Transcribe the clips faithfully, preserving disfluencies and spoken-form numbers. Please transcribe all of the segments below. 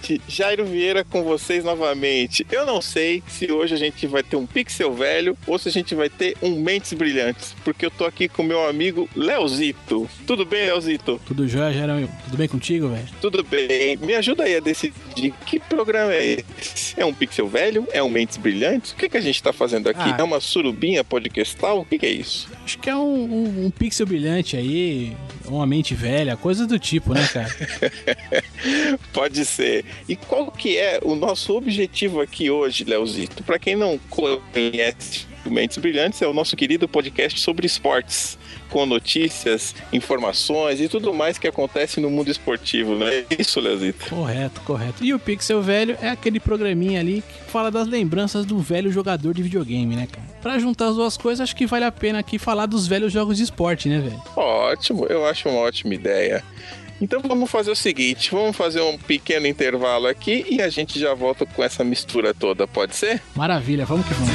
gente, Jairo Vieira com vocês novamente. Eu não sei se hoje a gente vai ter um Pixel Velho ou se a gente vai ter um Mentes Brilhantes, porque eu tô aqui com meu amigo Leozito. Tudo bem, Leozito? Tudo jóia, Jairo? Tudo bem contigo, velho? Tudo bem. Me ajuda aí a decidir que programa é esse. É um Pixel Velho? É um Mentes Brilhantes? O que, que a gente tá fazendo aqui? Ah. É uma surubinha podcastal? O que, que é isso? Acho que é um, um, um Pixel Brilhante aí, uma mente velha, coisa do tipo, né, cara? Pode ser. E qual que é o nosso objetivo aqui hoje, Leozito? Pra quem não conhece o Mentes Brilhantes, é o nosso querido podcast sobre esportes, com notícias, informações e tudo mais que acontece no mundo esportivo, não é isso, Leozito? Correto, correto. E o Pixel Velho é aquele programinha ali que fala das lembranças do velho jogador de videogame, né, cara? Pra juntar as duas coisas, acho que vale a pena aqui falar dos velhos jogos de esporte, né, velho? Ótimo, eu acho uma ótima ideia. Então vamos fazer o seguinte, vamos fazer um pequeno intervalo aqui e a gente já volta com essa mistura toda, pode ser? Maravilha, vamos que vamos.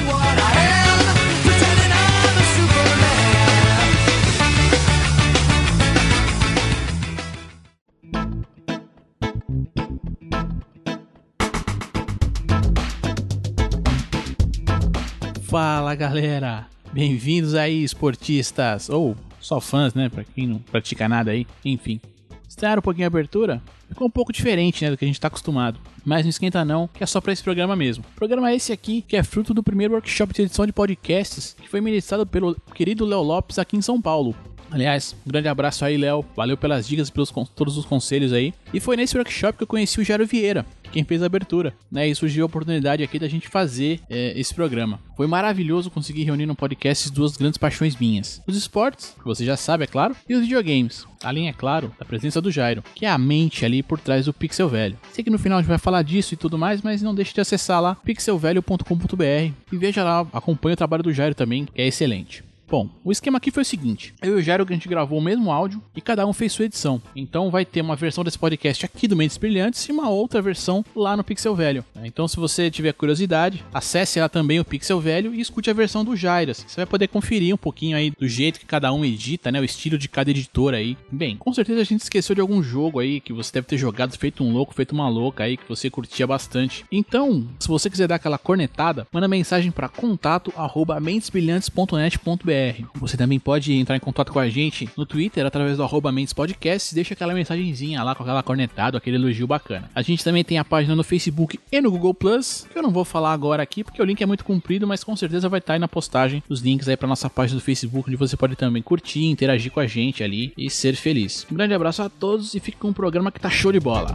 Fala, galera! Bem-vindos aí, esportistas, ou só fãs, né, pra quem não pratica nada aí, enfim. Estrear um pouquinho a abertura, ficou um pouco diferente, né, do que a gente tá acostumado. Mas não esquenta não, que é só pra esse programa mesmo. O programa é esse aqui, que é fruto do primeiro workshop de edição de podcasts, que foi ministrado pelo querido Léo Lopes aqui em São Paulo. Aliás, um grande abraço aí, Léo. Valeu pelas dicas e pelos todos os conselhos aí. E foi nesse workshop que eu conheci o Jairo Vieira, quem fez a abertura, né? E surgiu a oportunidade aqui da gente fazer é, esse programa. Foi maravilhoso conseguir reunir no podcast as duas grandes paixões minhas. Os esportes, que você já sabe, é claro, e os videogames. Além, é claro, da presença do Jairo, que é a mente ali por trás do Pixel Velho. Sei que no final a gente vai falar disso e tudo mais, mas não deixe de acessar lá pixel velho ponto com ponto b r e veja lá, acompanhe o trabalho do Jairo também, que é excelente. Bom, o esquema aqui foi o seguinte, eu e o Jairo, a gente gravou o mesmo áudio e cada um fez sua edição. Então vai ter uma versão desse podcast aqui do Mentes Brilhantes e uma outra versão lá no Pixel Velho. Então se você tiver curiosidade, acesse lá também o Pixel Velho e escute a versão do Jairo. Você vai poder conferir um pouquinho aí do jeito que cada um edita, né, o estilo de cada editor aí. Bem, com certeza a gente esqueceu de algum jogo aí que você deve ter jogado, feito um louco, feito uma louca aí, que você curtia bastante. Então, se você quiser dar aquela cornetada, manda mensagem para contato arroba mentes brilhantes ponto net ponto b r. Você também pode entrar em contato com a gente no Twitter através do arroba Mentes Podcast, deixa aquela mensagenzinha lá com aquela cornetada, aquele elogio bacana. A gente também tem a página no Facebook e no Google Plus, que eu não vou falar agora aqui porque o link é muito comprido, mas com certeza vai estar aí na postagem os links aí para nossa página do Facebook, onde você pode também curtir, interagir com a gente ali e ser feliz. Um grande abraço a todos e fique com um programa que tá show de bola.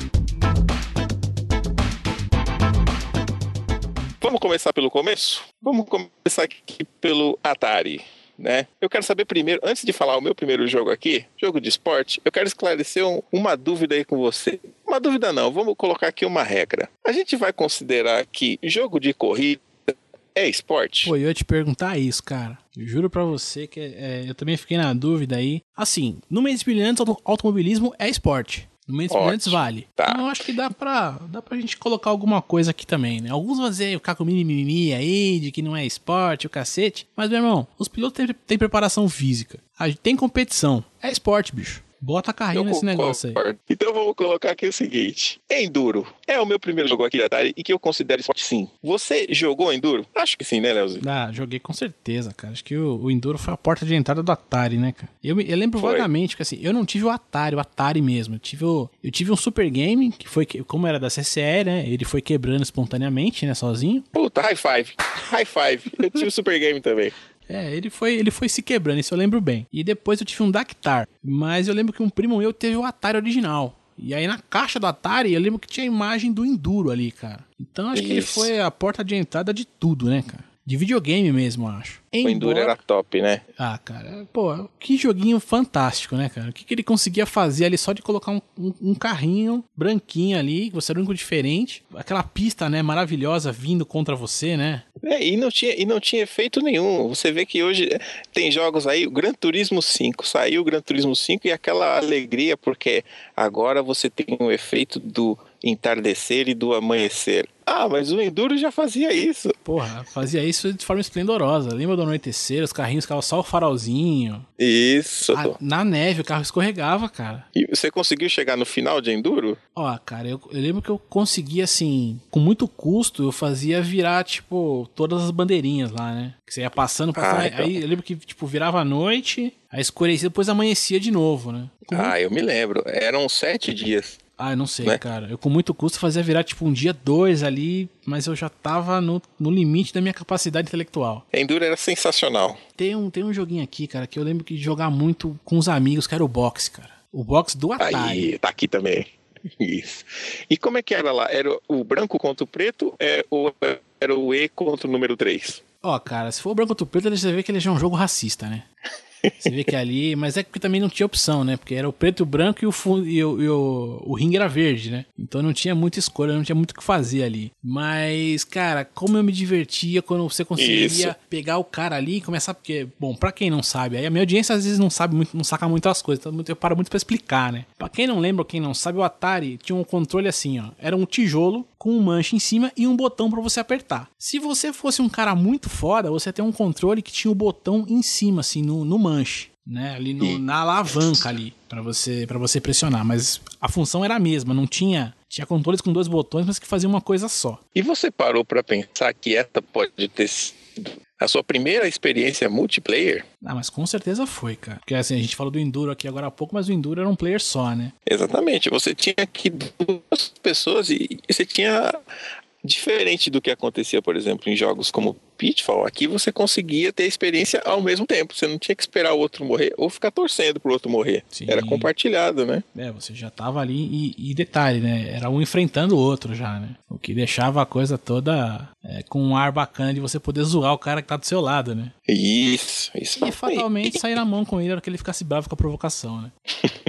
Vamos começar pelo começo? Vamos começar aqui pelo Atari, né? Eu quero saber primeiro, antes de falar o meu primeiro jogo aqui, jogo de esporte, eu quero esclarecer um, uma dúvida aí com você. Uma dúvida não, vamos colocar aqui uma regra. A gente vai considerar que jogo de corrida é esporte? Pô, eu ia te perguntar isso, cara. Eu juro pra você que é, eu também fiquei na dúvida aí. Assim, no Mentes Brilhantes, automobilismo é esporte. No Mentes Brilhantes vale. Tá. Então eu acho que dá pra, dá pra gente colocar alguma coisa aqui também, né? Alguns vão dizer, ficar com mimimi aí, de que não é esporte, o cacete. Mas, meu irmão, os pilotos têm, têm preparação física. A gente tem competição. É esporte, bicho. Bota a carrinho nesse negócio aí. Então vamos colocar aqui o seguinte. Enduro é o meu primeiro jogo aqui da Atari e que eu considero esporte sim. Você jogou Enduro? Acho que sim, né, Leozinho? Ah, joguei com certeza, cara. Acho que o, o Enduro foi a porta de entrada do Atari, né, cara? Eu, eu lembro foi. vagamente que assim, eu não tive o Atari, o Atari mesmo. Eu tive, o, eu tive um Super Game, que foi, como era da C C E, né? Ele foi quebrando espontaneamente, né, sozinho. Puta, high five. High five. Eu tive o Super Game também. É, ele foi, ele foi se quebrando, isso eu lembro bem. E depois eu tive um Dactar. Mas eu lembro que um primo meu teve o Atari original. E aí na caixa do Atari eu lembro que tinha a imagem do Enduro ali, cara. Então acho Isso. que ele foi a porta de entrada de tudo, né, cara? De videogame mesmo, eu acho. O Enduro era top, né? Ah, cara, pô, que joguinho fantástico, né, cara? O que, que ele conseguia fazer ali só de colocar um, um, um carrinho branquinho ali, você era o único diferente. Aquela pista, né, maravilhosa vindo contra você, né? É, e não tinha, e não tinha efeito nenhum. Você vê que hoje tem jogos aí, o Gran Turismo cinco, saiu o Gran Turismo cinco e aquela alegria, porque agora você tem o efeito do entardecer e do amanhecer. Ah, mas o Enduro já fazia isso. Porra, fazia isso de forma esplendorosa. Lembra do anoitecer, os carrinhos ficavam só o farolzinho. Isso. Ah, na neve o carro escorregava, cara. E você conseguiu chegar no final de Enduro? Ó, cara, eu, eu lembro que eu conseguia, assim, com muito custo, eu fazia virar, tipo, todas as bandeirinhas lá, né? Que você ia passando, passando. Ah, então. Aí eu lembro que, tipo, virava a noite, aí escurecia, depois amanhecia de novo, né? Com Ah, muito... eu me lembro. Eram sete dias. Ah, eu não sei, né? cara. Eu com muito custo fazia virar tipo um dia dois ali, mas eu já tava no, no limite da minha capacidade intelectual. Enduro era sensacional. Tem um, tem um joguinho aqui, cara, que eu lembro que de jogar muito com os amigos, que era o Box, cara. O Box do Atari. Aí, tá aqui também. Isso. E como é que era lá? Era o branco contra o preto é, ou era o E contra o número três? Ó, cara, se for o branco contra o preto, você vê que ele já é um jogo racista, né? Você vê que ali... Mas é porque também não tinha opção, né? Porque era o preto e o branco e o, fundo, e o, e o, o ringue era verde, né? Então não tinha muita escolha, não tinha muito o que fazer ali. Mas, cara, como eu me divertia quando você conseguia Isso. pegar o cara ali e começar... Porque, bom, pra quem não sabe, aí a minha audiência às vezes não sabe muito, não saca muitas coisas, então eu paro muito pra explicar, né? Pra quem não lembra ou quem não sabe, o Atari tinha um controle assim, ó. Era um tijolo com um manche em cima e um botão pra você apertar. Se você fosse um cara muito foda, você tem um controle que tinha o botão em cima, assim, no, no manche, né? Ali no, na alavanca ali, pra você, pra você pressionar. Mas a função era a mesma, não tinha... Tinha controles com dois botões, mas que faziam uma coisa só. E você parou pra pensar que essa pode ter sido a sua primeira experiência multiplayer? Ah, mas com certeza foi, cara. Porque assim, a gente falou do Enduro aqui agora há pouco, mas o Enduro era um player só, né? Exatamente. Você tinha aqui duas pessoas e você tinha... Diferente do que acontecia, por exemplo, em jogos como Pitfall, aqui você conseguia ter a experiência ao mesmo tempo. Você não tinha que esperar o outro morrer ou ficar torcendo pro outro morrer. Sim. Era compartilhado, né? É, você já tava ali e, e detalhe, né? Era um enfrentando o outro já, né? O que deixava a coisa toda é, com um ar bacana de você poder zoar o cara que tá do seu lado, né? Isso, isso. E fatalmente sair na mão com ele era que ele ficasse bravo com a provocação, né?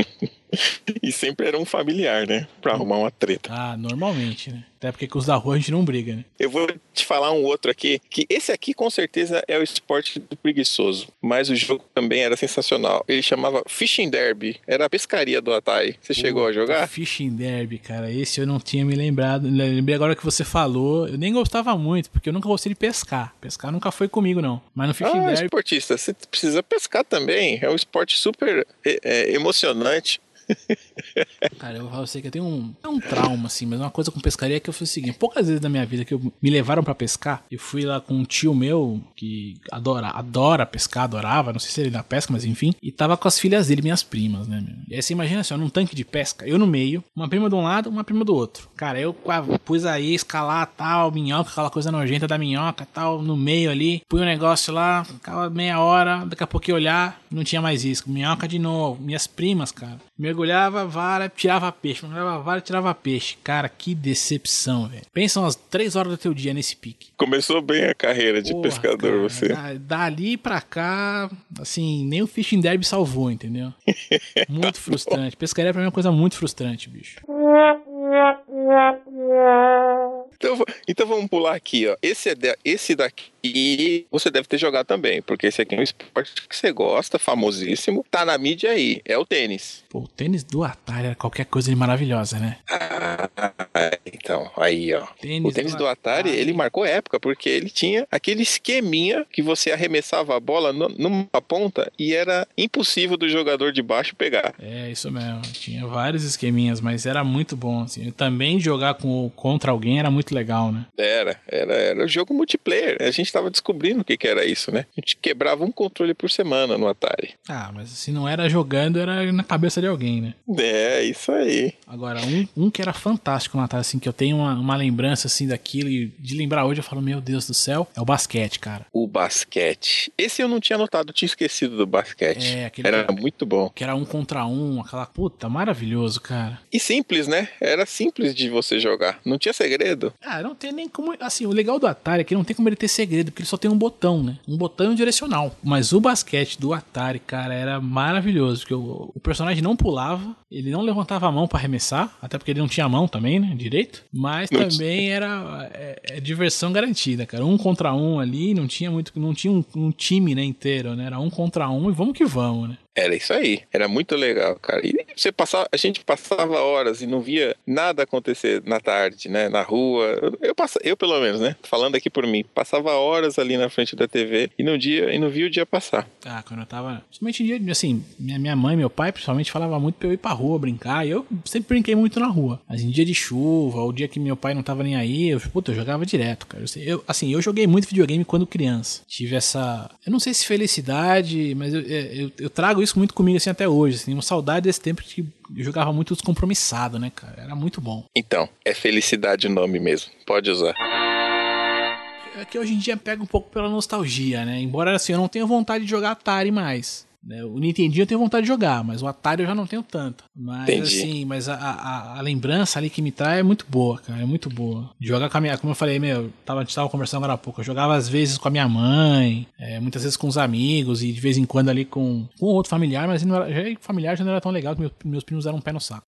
E sempre era um familiar, né? Pra arrumar uma treta. Ah, normalmente, né? Até porque com os da rua a gente não briga, né? Eu vou te falar um outro aqui, que esse aqui com certeza é o esporte do preguiçoso, mas o jogo também era sensacional. Ele chamava Fishing Derby, era a pescaria do Atari. Você Puta, chegou a jogar? Fishing Derby, cara, esse eu não tinha me lembrado. Lembrei agora que você falou, eu nem gostava muito, porque eu nunca gostei de pescar. Pescar nunca foi comigo, não. Mas no Fishing ah, Derby... esportista, você precisa pescar também, é um esporte super é, é, emocionante. Cara, eu, eu sei que eu tenho um, é um trauma, assim, mas uma coisa com pescaria é que eu fiz o seguinte: poucas vezes na minha vida que eu, me levaram pra pescar, eu fui lá com um tio meu que adora, adora pescar, adorava, não sei se ele da pesca, mas enfim, e tava com as filhas dele, minhas primas, né, meu? E aí você imagina assim, ó, num tanque de pesca, eu no meio, uma prima de um lado, uma prima do outro. Cara, eu pus aí, escalar tal, minhoca, aquela coisa nojenta da minhoca, tal, no meio ali, pus um negócio lá, ficava meia hora, daqui a pouco eu olhar, não tinha mais isca, minhoca de novo, minhas primas, cara. Mergulhava, vara, tirava peixe. Mergulhava, vara, tirava peixe. Cara, que decepção, velho. Pensa umas três horas do teu dia nesse pique. Começou bem a carreira de Porra, pescador, cara, você. Da, dali pra cá, assim, nem o Fishing Derby salvou, entendeu? Muito tá frustrante. Bom. Pescaria pra mim é uma coisa muito frustrante, bicho. Então, então vamos pular aqui, ó. Esse, é de, esse daqui você deve ter jogado também, porque esse aqui é um esporte que você gosta, famosíssimo, tá na mídia aí, é o tênis. Pô, o tênis do Atari era qualquer coisa de maravilhosa, né? Ah, então, aí, ó. Tênis o tênis do, do Atari, Atari, ele marcou época, porque ele tinha aquele esqueminha que você arremessava a bola no, numa ponta e era impossível do jogador de baixo pegar. É, isso mesmo. Tinha vários esqueminhas, mas era muito bom, assim. Eu também jogar com, contra alguém era muito legal, né? Era, era, era jogo multiplayer. A gente tava descobrindo o que que era isso, né? A gente quebrava um controle por semana no Atari. Ah, mas se não era jogando, era na cabeça de alguém, né? É, isso aí. Agora, um, um que era fantástico no Atari, assim, que eu tenho uma, uma lembrança, assim, daquilo, e de lembrar hoje, eu falo, meu Deus do céu, é o basquete, cara. O basquete. Esse eu não tinha notado, eu tinha esquecido do basquete. É, aquele era que, muito bom. Que era um contra um, aquela puta, maravilhoso, cara. E simples, né? Era simples de você jogar. Não tinha segredo. Ah, não tem nem como... Assim, o legal do Atari é que não tem como ele ter segredo, porque ele só tem um botão, né? Um botão e um direcional. Mas o basquete do Atari, cara, era maravilhoso, porque o, o personagem não pulava, ele não levantava a mão pra arremessar, até porque ele não tinha mão também, né? Direito. Mas não também tinha. era é, é diversão garantida, cara. Um contra um ali, não tinha muito... Não tinha um, um time, né, inteiro, né? Era um contra um e vamos que vamos, né? Era isso aí. Era muito legal, cara. E você passava, a gente passava horas e não via nada acontecer na tarde, né? Na rua. Eu, eu, passo, eu pelo menos, né? Falando aqui por mim. Passava horas ali na frente da T V e não, dia, e não via o dia passar. Ah, quando eu tava... Principalmente em dia, assim, minha, minha mãe, meu pai, principalmente, falava muito pra eu ir pra rua brincar. E eu sempre brinquei muito na rua. Mas em dia de chuva, ou dia que meu pai não tava nem aí, eu, puta, eu jogava direto, cara. Eu, eu, assim, eu joguei muito videogame quando criança. Tive essa... Eu não sei se felicidade, mas eu, eu, eu trago isso muito comigo, assim, até hoje. Assim, uma saudade desse tempo que eu jogava muito descompromissado, né, cara? Era muito bom. Então, é felicidade o nome mesmo. Pode usar. É que hoje em dia pega um pouco pela nostalgia, né? Embora, assim, eu não tenha vontade de jogar Atari mais. O Nintendinho eu tenho vontade de jogar, mas o Atari eu já não tenho tanto. Mas Entendi. assim, mas a, a, a lembrança ali que me traz é muito boa, cara, é muito boa. Jogar com a minha, como eu falei, meu, tava, a gente tava conversando agora há pouco, eu jogava às vezes com a minha mãe, é, muitas vezes com os amigos e de vez em quando ali com, com outro familiar, mas não era, já, familiar já não era tão legal, que meus, meus primos eram um pé no saco.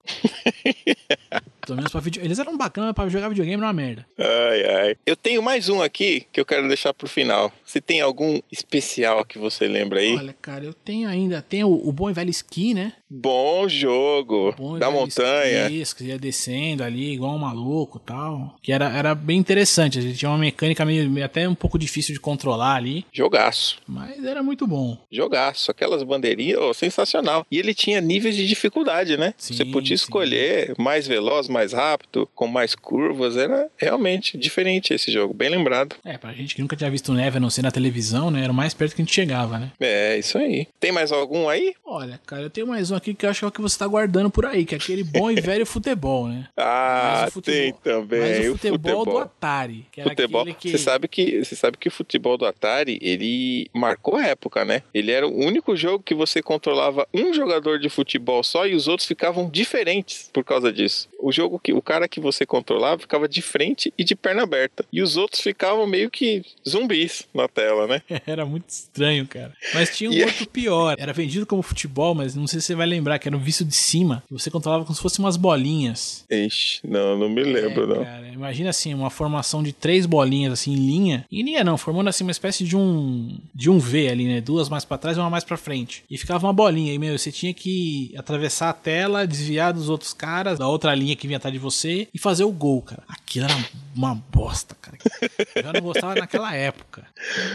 Pelo menos pra video... Eles eram bacanas, mas pra jogar videogame era uma merda. Ai, ai. Eu tenho mais um aqui que eu quero deixar pro final. Se tem algum especial que você lembra aí? Olha, cara, eu tenho ainda. Tem o, o bom e velho esqui, né? Bom jogo. Bom da montanha. Esqui, isso, que ia descendo ali, igual um maluco e tal. Que era, era bem interessante. A gente tinha uma mecânica meio, meio até um pouco difícil de controlar ali. Jogaço. Mas era muito bom. Jogaço. Aquelas bandeirinhas, oh, sensacional. E ele tinha níveis de dificuldade, né? Sim, você podia escolher sim. mais veloz, mais rápido, com mais curvas. Era realmente diferente esse jogo. Bem lembrado. É, pra gente que nunca tinha visto neve a não ser na televisão, né? Era o mais perto que a gente chegava, né? É, isso aí. Tem mais algum aí? Olha, cara, eu tenho mais um aqui que eu acho que é o que você tá guardando por aí, que é aquele bom e velho futebol, né? Ah, futebol, tem também. Mas o futebol, o futebol do Atari. Que era futebol, que... Você sabe que você sabe que o futebol do Atari, ele marcou a época, né? Ele era o único jogo que você controlava um jogador de futebol só e os outros ficavam diferentes por causa disso. O jogo que o cara que você controlava ficava de frente e de perna aberta. E os outros ficavam meio que zumbis na tela, né? Era muito estranho, cara. Mas tinha um e outro é... pior. Era vendido como futebol, mas não sei se você vai lembrar, que era um vício de cima. Que você controlava como se fossem umas bolinhas. Ixi, não, não me lembro, é, não. Cara, imagina assim, uma formação de três bolinhas, assim, em linha. Em linha não, formando assim uma espécie de um de um V ali, né? Duas mais pra trás e uma mais pra frente. E ficava uma bolinha. E, meu, você tinha que atravessar a tela, desviar dos outros caras, da outra linha que vinha atrás de você e fazer o gol, cara. Aquilo era uma bosta, cara. Eu já não gostava naquela época.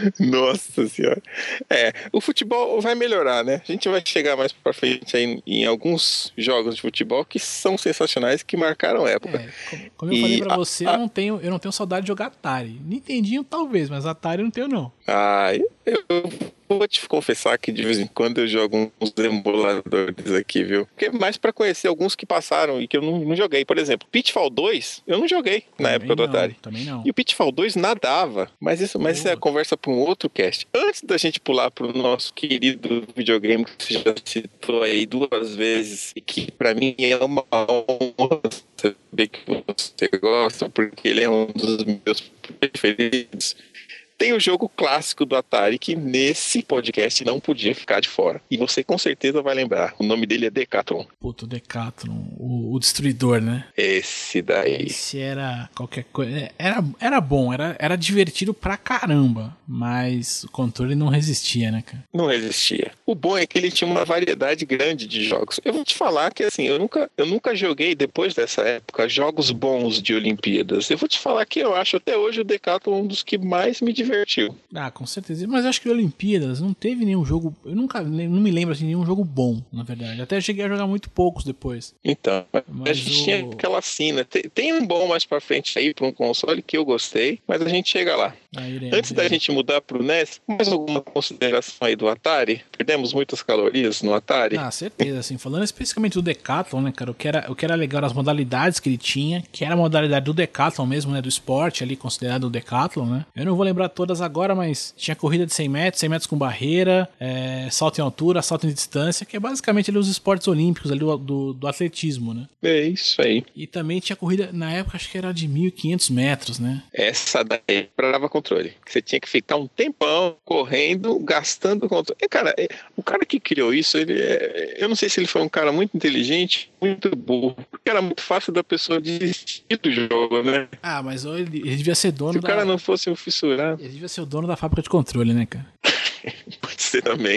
Nossa senhora. É, o futebol vai melhorar, né? A gente vai chegar mais pra frente aí em alguns jogos de futebol que são sensacionais, que marcaram época. É, como, como eu e falei pra a, você, a, eu, não tenho, eu não tenho saudade de jogar Atari. Nintendinho talvez, mas Atari eu não tenho não. Ah, eu, eu vou te confessar que de vez em quando eu jogo uns emuladores aqui, viu? Porque é mais pra conhecer alguns que passaram e que eu não, não joguei. Por exemplo, Pitfall dois, eu não joguei na também época do não, Atari. Também não. E o Pitfall dois nadava. Mas isso, mas isso é conversa pra um outro cast. Antes da gente pular pro nosso querido videogame que você já citou aí duas vezes e que pra mim é uma honra saber que você gosta, porque ele é um dos meus preferidos. Tem o jogo clássico do Atari que nesse podcast não podia ficar de fora. E você com certeza vai lembrar. O nome dele é Decathlon. Puto, Decathlon. O, o destruidor, né? Esse daí. Esse era qualquer coisa. Era, era bom, era, era divertido pra caramba. Mas o controle não resistia, né, cara? Não resistia. O bom é que ele tinha uma variedade grande de jogos. Eu vou te falar que assim, eu nunca, eu nunca joguei depois dessa época jogos bons de Olimpíadas. Eu vou te falar que eu acho até hoje o Decathlon um dos que mais me divertiu. Ah, com certeza. Mas eu acho que Olimpíadas não teve nenhum jogo. Eu nunca não me lembro assim, de nenhum jogo bom, na verdade. Até cheguei a jogar muito poucos depois. Então, mas a gente o... tinha aquela cena. Tem, tem um bom mais pra frente aí pra um console que eu gostei, mas a gente chega lá. Ah, iremos, Antes iremos. da gente mudar pro N E S, mais alguma consideração aí do Atari? Perdemos muitas calorias no Atari? Ah, certeza, assim. Falando especificamente do Decathlon, né, cara? O que era, o que era legal, as modalidades que ele tinha, que era a modalidade do Decathlon mesmo, né? Do esporte ali, considerado o Decathlon, né? Eu não vou lembrar todas agora, mas tinha corrida de cem metros, cem metros com barreira, é, salto em altura, salto em distância, que é basicamente ali os esportes olímpicos ali do, do, do atletismo, né? É isso aí. E também tinha corrida, na época acho que era de mil e quinhentos metros, né? Essa daí parava controle. Você tinha que ficar um tempão correndo, gastando controle. E, cara, o cara que criou isso, ele é, eu não sei se ele foi um cara muito inteligente, muito burro, porque era muito fácil da pessoa desistir do jogo, né? Ah, mas ele, ele devia ser dono Se da... o cara não fosse um fissurado. Ele devia ser o dono da fábrica de controle, né, cara? Pode ser também.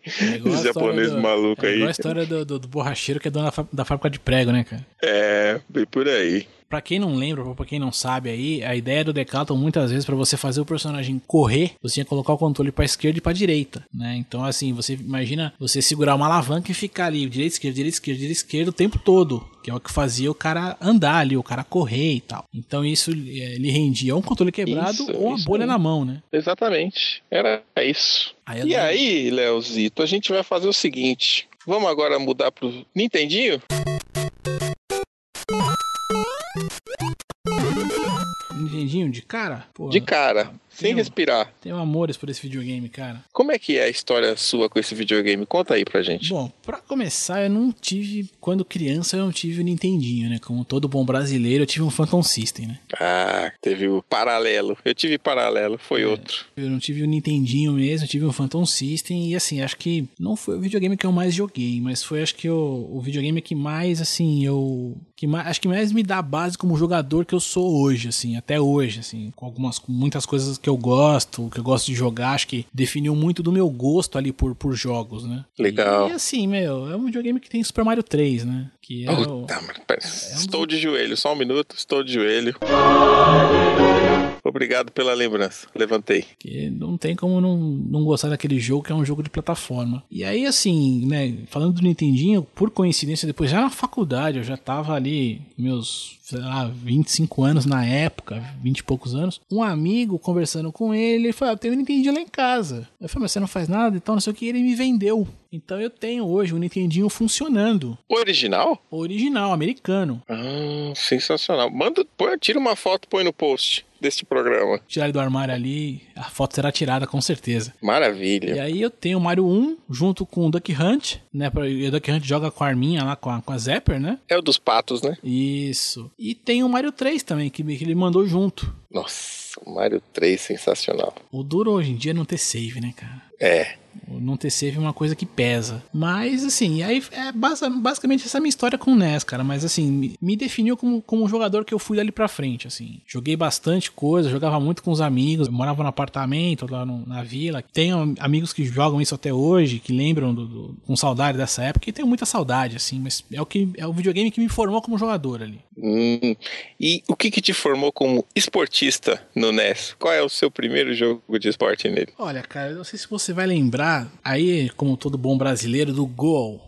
É igual Os a história japoneses do- malucos É aí. igual a história do, do- do borracheiro que é dono da, fá- da fábrica de prego, né, cara? É, bem por aí. Pra quem não lembra, ou pra quem não sabe aí, a ideia do Decathlon muitas vezes pra você fazer o personagem correr, você tinha que colocar o controle pra esquerda e pra direita, né? Então assim, você imagina você segurar uma alavanca e ficar ali, direita, esquerda, direita, esquerda, direita, esquerda o tempo todo, que é o que fazia o cara andar ali, o cara correr e tal. Então isso eh, lhe rendia ou um controle quebrado Isso, ou uma isso bolha aí. na mão, né? Exatamente. Era isso. Aí eu E lembro- aí, Leozito, a gente vai fazer o seguinte. Vamos agora mudar pro Nintendinho? Nintendinho de cara? Pô, De cara, sem tenho- respirar. tenho amores por esse videogame, cara. Como é que é a história sua com esse videogame? Conta aí pra gente. Bom, pra começar, eu não tive, quando criança, eu não tive o Nintendinho, né? Como todo bom brasileiro, eu tive um Phantom System, né? Ah, teve o paralelo. Eu tive paralelo, foi É. outro. Eu não tive o Nintendinho mesmo, eu tive um Phantom System e assim, acho que não foi o videogame que eu mais joguei, mas foi acho que o, o videogame que mais, assim, eu... Que mais, acho que mais me dá a base como jogador que eu sou hoje, assim, até hoje, assim, com algumas, com muitas coisas que eu gosto, que eu gosto de jogar, acho que definiu muito do meu gosto ali por, por jogos, né? Legal. E, e assim, meu, é um videogame que tem Super Mario três, né? Que é o... Puta, mano, pera. um Estou de joelho, só um minuto, estou de joelho. Obrigado pela lembrança. Levantei. Que não tem como não, não gostar daquele jogo, que é um jogo de plataforma. E aí, assim, né, falando do Nintendinho, por coincidência, depois já na faculdade, eu já tava ali, meus, sei lá, vinte e cinco anos na época, vinte e poucos anos, um amigo conversando com ele, ele falou, ah, eu tenho um Nintendinho lá em casa. Eu falei, mas você não faz nada? Então, não sei o que, ele me vendeu. Então eu tenho hoje um Nintendinho funcionando. Original? Original, americano. Ah, sensacional. Manda, põe, tira uma foto, põe no post deste programa. Tirar ele do armário ali, a foto será tirada com certeza. E Maravilha. aí eu tenho o Mario um junto com o Duck Hunt, né? pra- E o Duck Hunt joga com a arminha lá, com a, com a Zapper, né? É o dos patos, né? Isso. E tem o Mario três também, que, que ele mandou junto. Nossa, o Mario três, sensacional. O duro hoje em dia é não ter save, né, cara? É. O não ter save é uma coisa que pesa. Mas, assim, aí é basa- basicamente essa minha história com o N E S, cara. Mas, assim, me, me definiu como, como um jogador que eu fui dali pra frente, assim. Joguei bastante coisa, jogava muito com os amigos. Eu morava no apartamento, lá no- na vila. Tenho amigos que jogam isso até hoje, que lembram do, do- com saudade dessa época. E tenho muita saudade, assim. Mas é o, que, é o videogame que me formou como jogador ali. Hum. E o que que te formou como esportista no N E S? Qual é o seu primeiro jogo de esporte nele? Olha, cara, eu não sei se você vai lembrar, aí, como todo bom brasileiro, do Gol.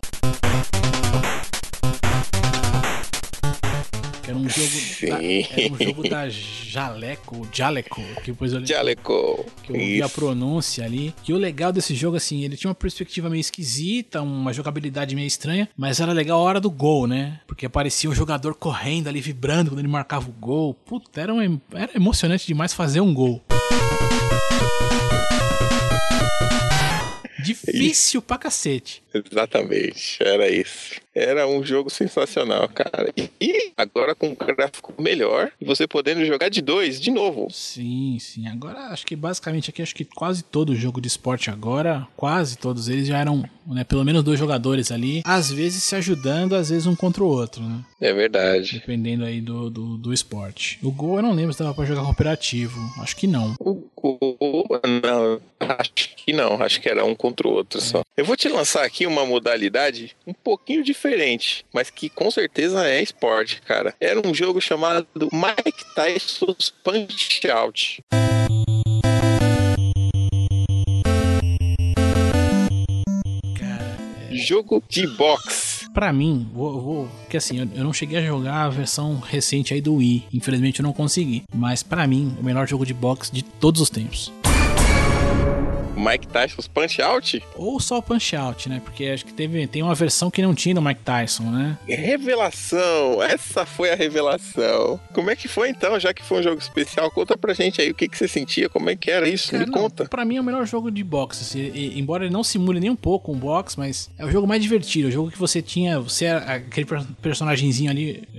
Que era um jogo da, Sim. era um jogo da Jaleco, Jaleco, que depois eu Jaleco. que eu ouvi a Isso. pronúncia ali. E o legal desse jogo, assim, ele tinha uma perspectiva meio esquisita, uma jogabilidade meio estranha, mas era legal a hora do gol, né? Porque aparecia um jogador correndo ali, vibrando quando ele marcava o gol. Puta, era, um, era emocionante demais fazer um gol. Difícil pra cacete. Exatamente, era isso. Era um jogo sensacional, cara. E agora com um gráfico melhor, e você podendo jogar de dois de novo. Sim, sim. Agora, acho que basicamente aqui, acho que quase todo jogo de esporte agora, quase todos eles já eram, né, pelo menos dois jogadores ali, às vezes se ajudando, às vezes um contra o outro, né? É verdade. Dependendo aí do, do, do esporte. O Gol eu não lembro se dava pra jogar cooperativo. Acho que não. O gol, não, acho que não, acho que era um contra o outro só. Eu vou te lançar aqui uma modalidade um pouquinho diferente, mas que com certeza é esporte, cara. Era um jogo chamado Mike Tyson's Punch Out. Cara, Jogo de boxe. pra mim, vou, vou porque assim, eu, eu não cheguei a jogar a versão recente aí do Wii. Infelizmente eu não consegui. Mas pra mim, o melhor jogo de boxe de todos os tempos. Mike Tyson's Punch Out? Ou só o Punch Out, né? Porque acho que teve, tem uma versão que não tinha do Mike Tyson, né? Revelação! Essa foi a revelação. Como é que foi então, já que foi um jogo especial? Conta pra gente aí o que, que você sentia, como é que era isso, Cara, me não, conta. Pra mim é o melhor jogo de boxe, assim, e- embora ele não simule nem um pouco um boxe, mas é o jogo mais divertido, o jogo que você tinha, você era aquele per- personagemzinho ali,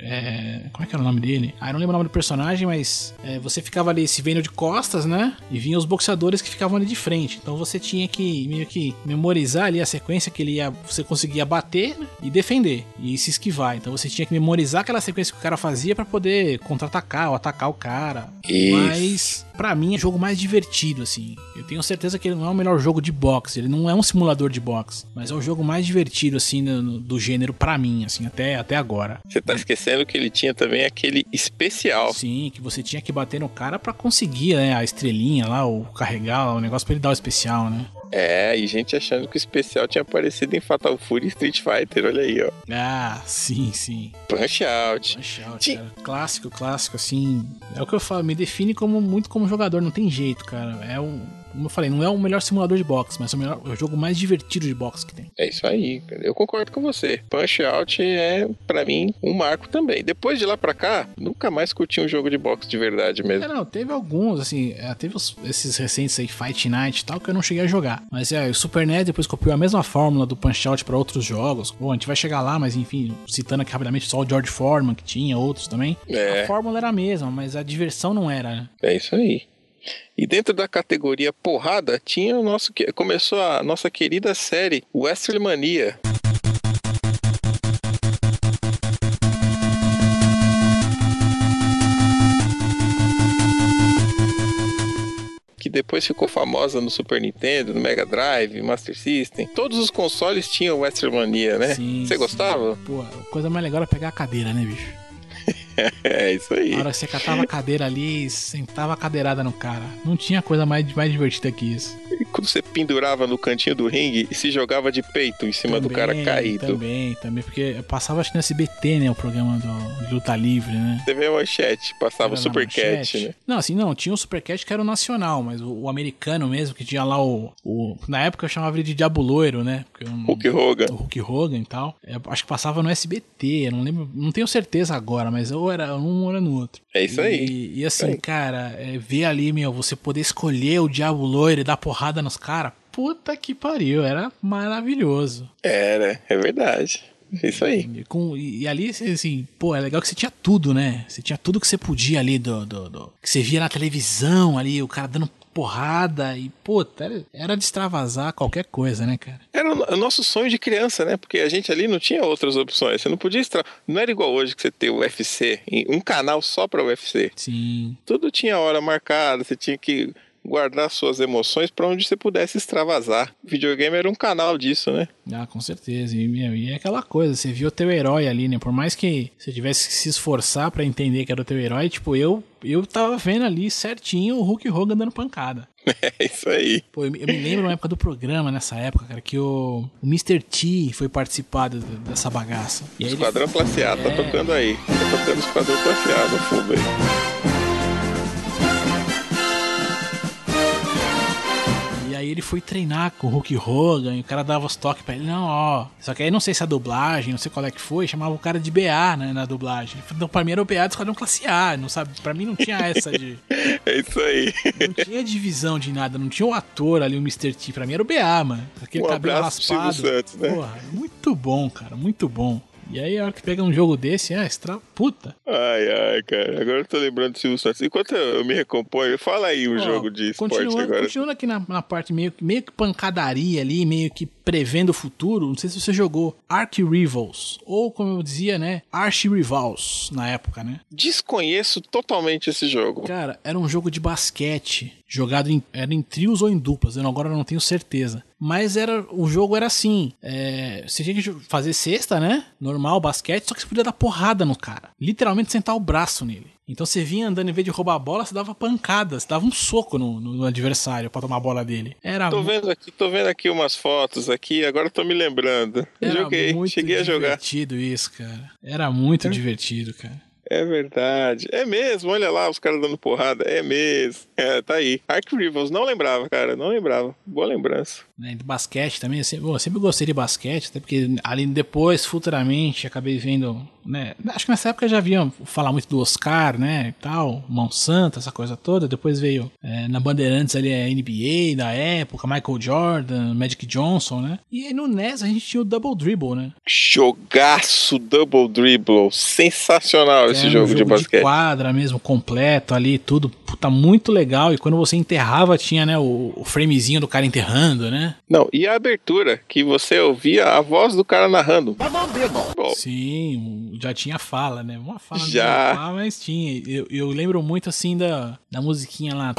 É, como é que era o nome dele? Ah, eu não lembro o nome do personagem, mas é, você ficava ali se vendo de costas, né? E vinha os boxeadores que ficavam ali de frente. Então você tinha que meio que memorizar ali a sequência que ele ia, você conseguia bater, né? E defender. E se esquivar. Então você tinha que memorizar aquela sequência que o cara fazia pra poder contra-atacar ou atacar o cara. Isso. Mas, pra mim, é o jogo mais divertido, assim. Eu tenho certeza que ele não é o melhor jogo de boxe. Ele não é um simulador de boxe. Mas é o jogo mais divertido, assim, do, do gênero pra mim, assim, até, até agora. Você tá esquecendo que ele tinha também aquele especial. Sim, que você tinha que bater no cara pra conseguir, né, a estrelinha lá, ou carregar o negócio pra ele dar o especial, né? É, e gente achando que o especial tinha aparecido em Fatal Fury e Street Fighter, olha aí, ó. Ah, sim, sim. Punch Out. Punch Out, cara. Clássico, clássico, assim. É o que eu falo, me define como muito como jogador, não tem jeito, cara. É um... Como eu falei, não é o melhor simulador de boxe, mas é o, melhor, é o jogo mais divertido de boxe que tem. É isso aí, cara. Eu concordo com você. Punch Out é, pra mim, um marco também. Depois de lá pra cá, nunca mais curti um jogo de boxe de verdade mesmo. É, não, teve alguns, assim, teve os, esses recentes aí, Fight Night e tal, que eu não cheguei a jogar. Mas é, o Super N E S depois copiou a mesma fórmula do Punch Out pra outros jogos. Bom, a gente vai chegar lá, mas enfim, citando aqui rapidamente só o George Foreman, que tinha outros também. É. A fórmula era a mesma, mas a diversão não era, né? É isso aí. E dentro da categoria porrada, tinha o nosso que começou a nossa querida série WrestleMania. Que depois ficou famosa no Super Nintendo, no Mega Drive, Master System. Todos os consoles tinham WrestleMania, né? Sim, Você gostava? Sim. Pô, a coisa mais legal era pegar a cadeira, né, bicho? É isso aí. Na hora que você catava a cadeira ali e sentava a cadeirada no cara. Não tinha coisa mais, mais divertida que isso. E quando você pendurava no cantinho do ringue e se jogava de peito em cima também, do cara caído. Também, também. Porque passava acho que no S B T, né? O programa do, de luta livre, né? T V Manchete, passava o Supercat, né? Não, assim, não. Tinha o Supercat que era o nacional, mas o, o americano mesmo, que tinha lá o, o... Na época eu chamava ele de Diabo Loiro, né? Porque eu, Hulk Hogan. O Hulk Hogan e tal. Eu acho que passava no S B T, eu não lembro... Não tenho certeza agora, mas ou era um ou era no outro. É isso aí. E, e assim, aí. cara, é, ver ali, meu, você poder escolher o Diabo Loiro e dar porrada nos caras, puta que pariu, era maravilhoso. Era, é verdade. É isso aí. E, com, e, e ali, assim, pô, é legal que você tinha tudo, né? Você tinha tudo que você podia ali, do, do, do que você via na televisão ali, o cara dando porrada e, puta, era, era de extravasar qualquer coisa, né, cara? Era o nosso sonho de criança, né? Porque a gente ali não tinha outras opções. Você não podia extra... Não era igual hoje que você tem o U F C, um canal só pra U F C. Sim. Tudo tinha hora marcada, você tinha que guardar suas emoções pra onde você pudesse extravasar. O videogame era um canal disso, né? Ah, com certeza. E, meu, e é aquela coisa, você viu o teu herói ali, né? Por mais que você tivesse que se esforçar pra entender que era o teu herói, tipo, eu, eu tava vendo ali certinho o Hulk Hogan dando pancada. É isso aí. Pô, eu, eu me lembro na época do programa, nessa época, cara, que o, o mister T foi participar do, dessa bagaça. E aí Esquadrão ele... Classe A, tá é... tocando aí. Tá tocando Esquadrão Classe A no fundo aí. Aí ele foi treinar com o Hulk Hogan e o cara dava os toques pra ele, não, ó. Só que aí não sei se a dublagem, não sei qual é que foi, chamava o cara de B A, né, na dublagem. Então pra mim era o B A do Esquadrão Classe A, não sabe? Pra mim não tinha essa de... É isso aí. Não tinha divisão de nada, não tinha o ator ali, o mister T. Pra mim era o B A, mano. Aquele um cabelo abraço raspado. Silvio Santos, né? Porra, muito bom, cara, muito bom. E aí, a hora que pega um jogo desse, é extra puta. Ai, ai, cara. Agora eu tô lembrando do Silvio Santos. Enquanto eu me recomponho, fala aí um Ó, jogo de esporte agora. Continuando aqui na, na parte meio, meio que pancadaria ali, meio que prevendo o futuro, não sei se você jogou Arch Rivals, ou como eu dizia, né, Arch Rivals, na época, né? Desconheço totalmente esse jogo. Cara, era um jogo de basquete, jogado em, era em trios ou em duplas, eu agora não tenho certeza. Mas era, o jogo era assim, é, você tinha que fazer cesta, né? Normal, basquete, só que você podia dar porrada no cara. Literalmente sentar o braço nele. Então você vinha andando, em vez de roubar a bola, você dava pancada, você dava um soco no, no adversário pra tomar a bola dele. Era tô vendo aqui, tô vendo aqui umas fotos aqui, agora tô me lembrando. Era Joguei, muito cheguei a jogar. Era divertido isso, cara. Era muito é. divertido, cara. É verdade. É mesmo, olha lá os caras dando porrada. É mesmo. É, tá aí. Arch Rivals, não lembrava, cara. Não lembrava. Boa lembrança. Né, de basquete também. Eu sempre, eu sempre gostei de basquete, até porque ali depois, futuramente, acabei vendo né? Acho que nessa época já haviam falar muito do Oscar, né? E tal, Monsanto, essa coisa toda. Depois veio é, na Bandeirantes ali a N B A da época, Michael Jordan, Magic Johnson, né? E aí no N E S a gente tinha o Double Dribble, né? Jogaço Double Dribble. Sensacional esse jogo, jogo, um jogo de basquete. De quadra mesmo, completo ali, tudo. Puta, muito legal. E quando você enterrava, tinha, né, o, o framezinho do cara enterrando, né? Não, e a abertura, que você ouvia a voz do cara narrando. Bom. Sim, já tinha fala, né? Uma fala já. Pá, mas tinha. Eu, eu lembro muito, assim, da, da musiquinha lá.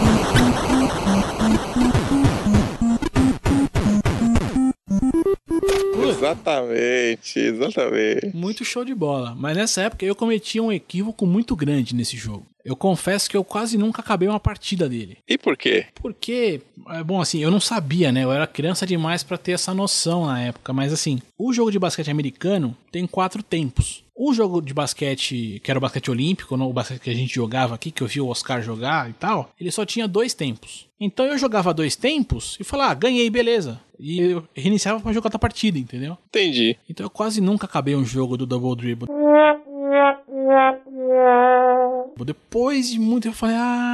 Exatamente, exatamente. Muito show de bola. Mas nessa época eu cometi um equívoco muito grande nesse jogo. Eu confesso que eu quase nunca acabei uma partida dele. E por quê? Porque, bom, assim, eu não sabia, né? Eu era criança demais pra ter essa noção na época. Mas assim, o jogo de basquete americano tem quatro tempos. O jogo de basquete, que era o basquete olímpico, o basquete que a gente jogava aqui, que eu vi o Oscar jogar e tal, ele só tinha dois tempos. Então eu jogava dois tempos e falava, ah, ganhei, beleza. E eu reiniciava pra jogar outra partida, entendeu? Entendi. Então eu quase nunca acabei um jogo do Double Dribble. Depois de muito eu falei,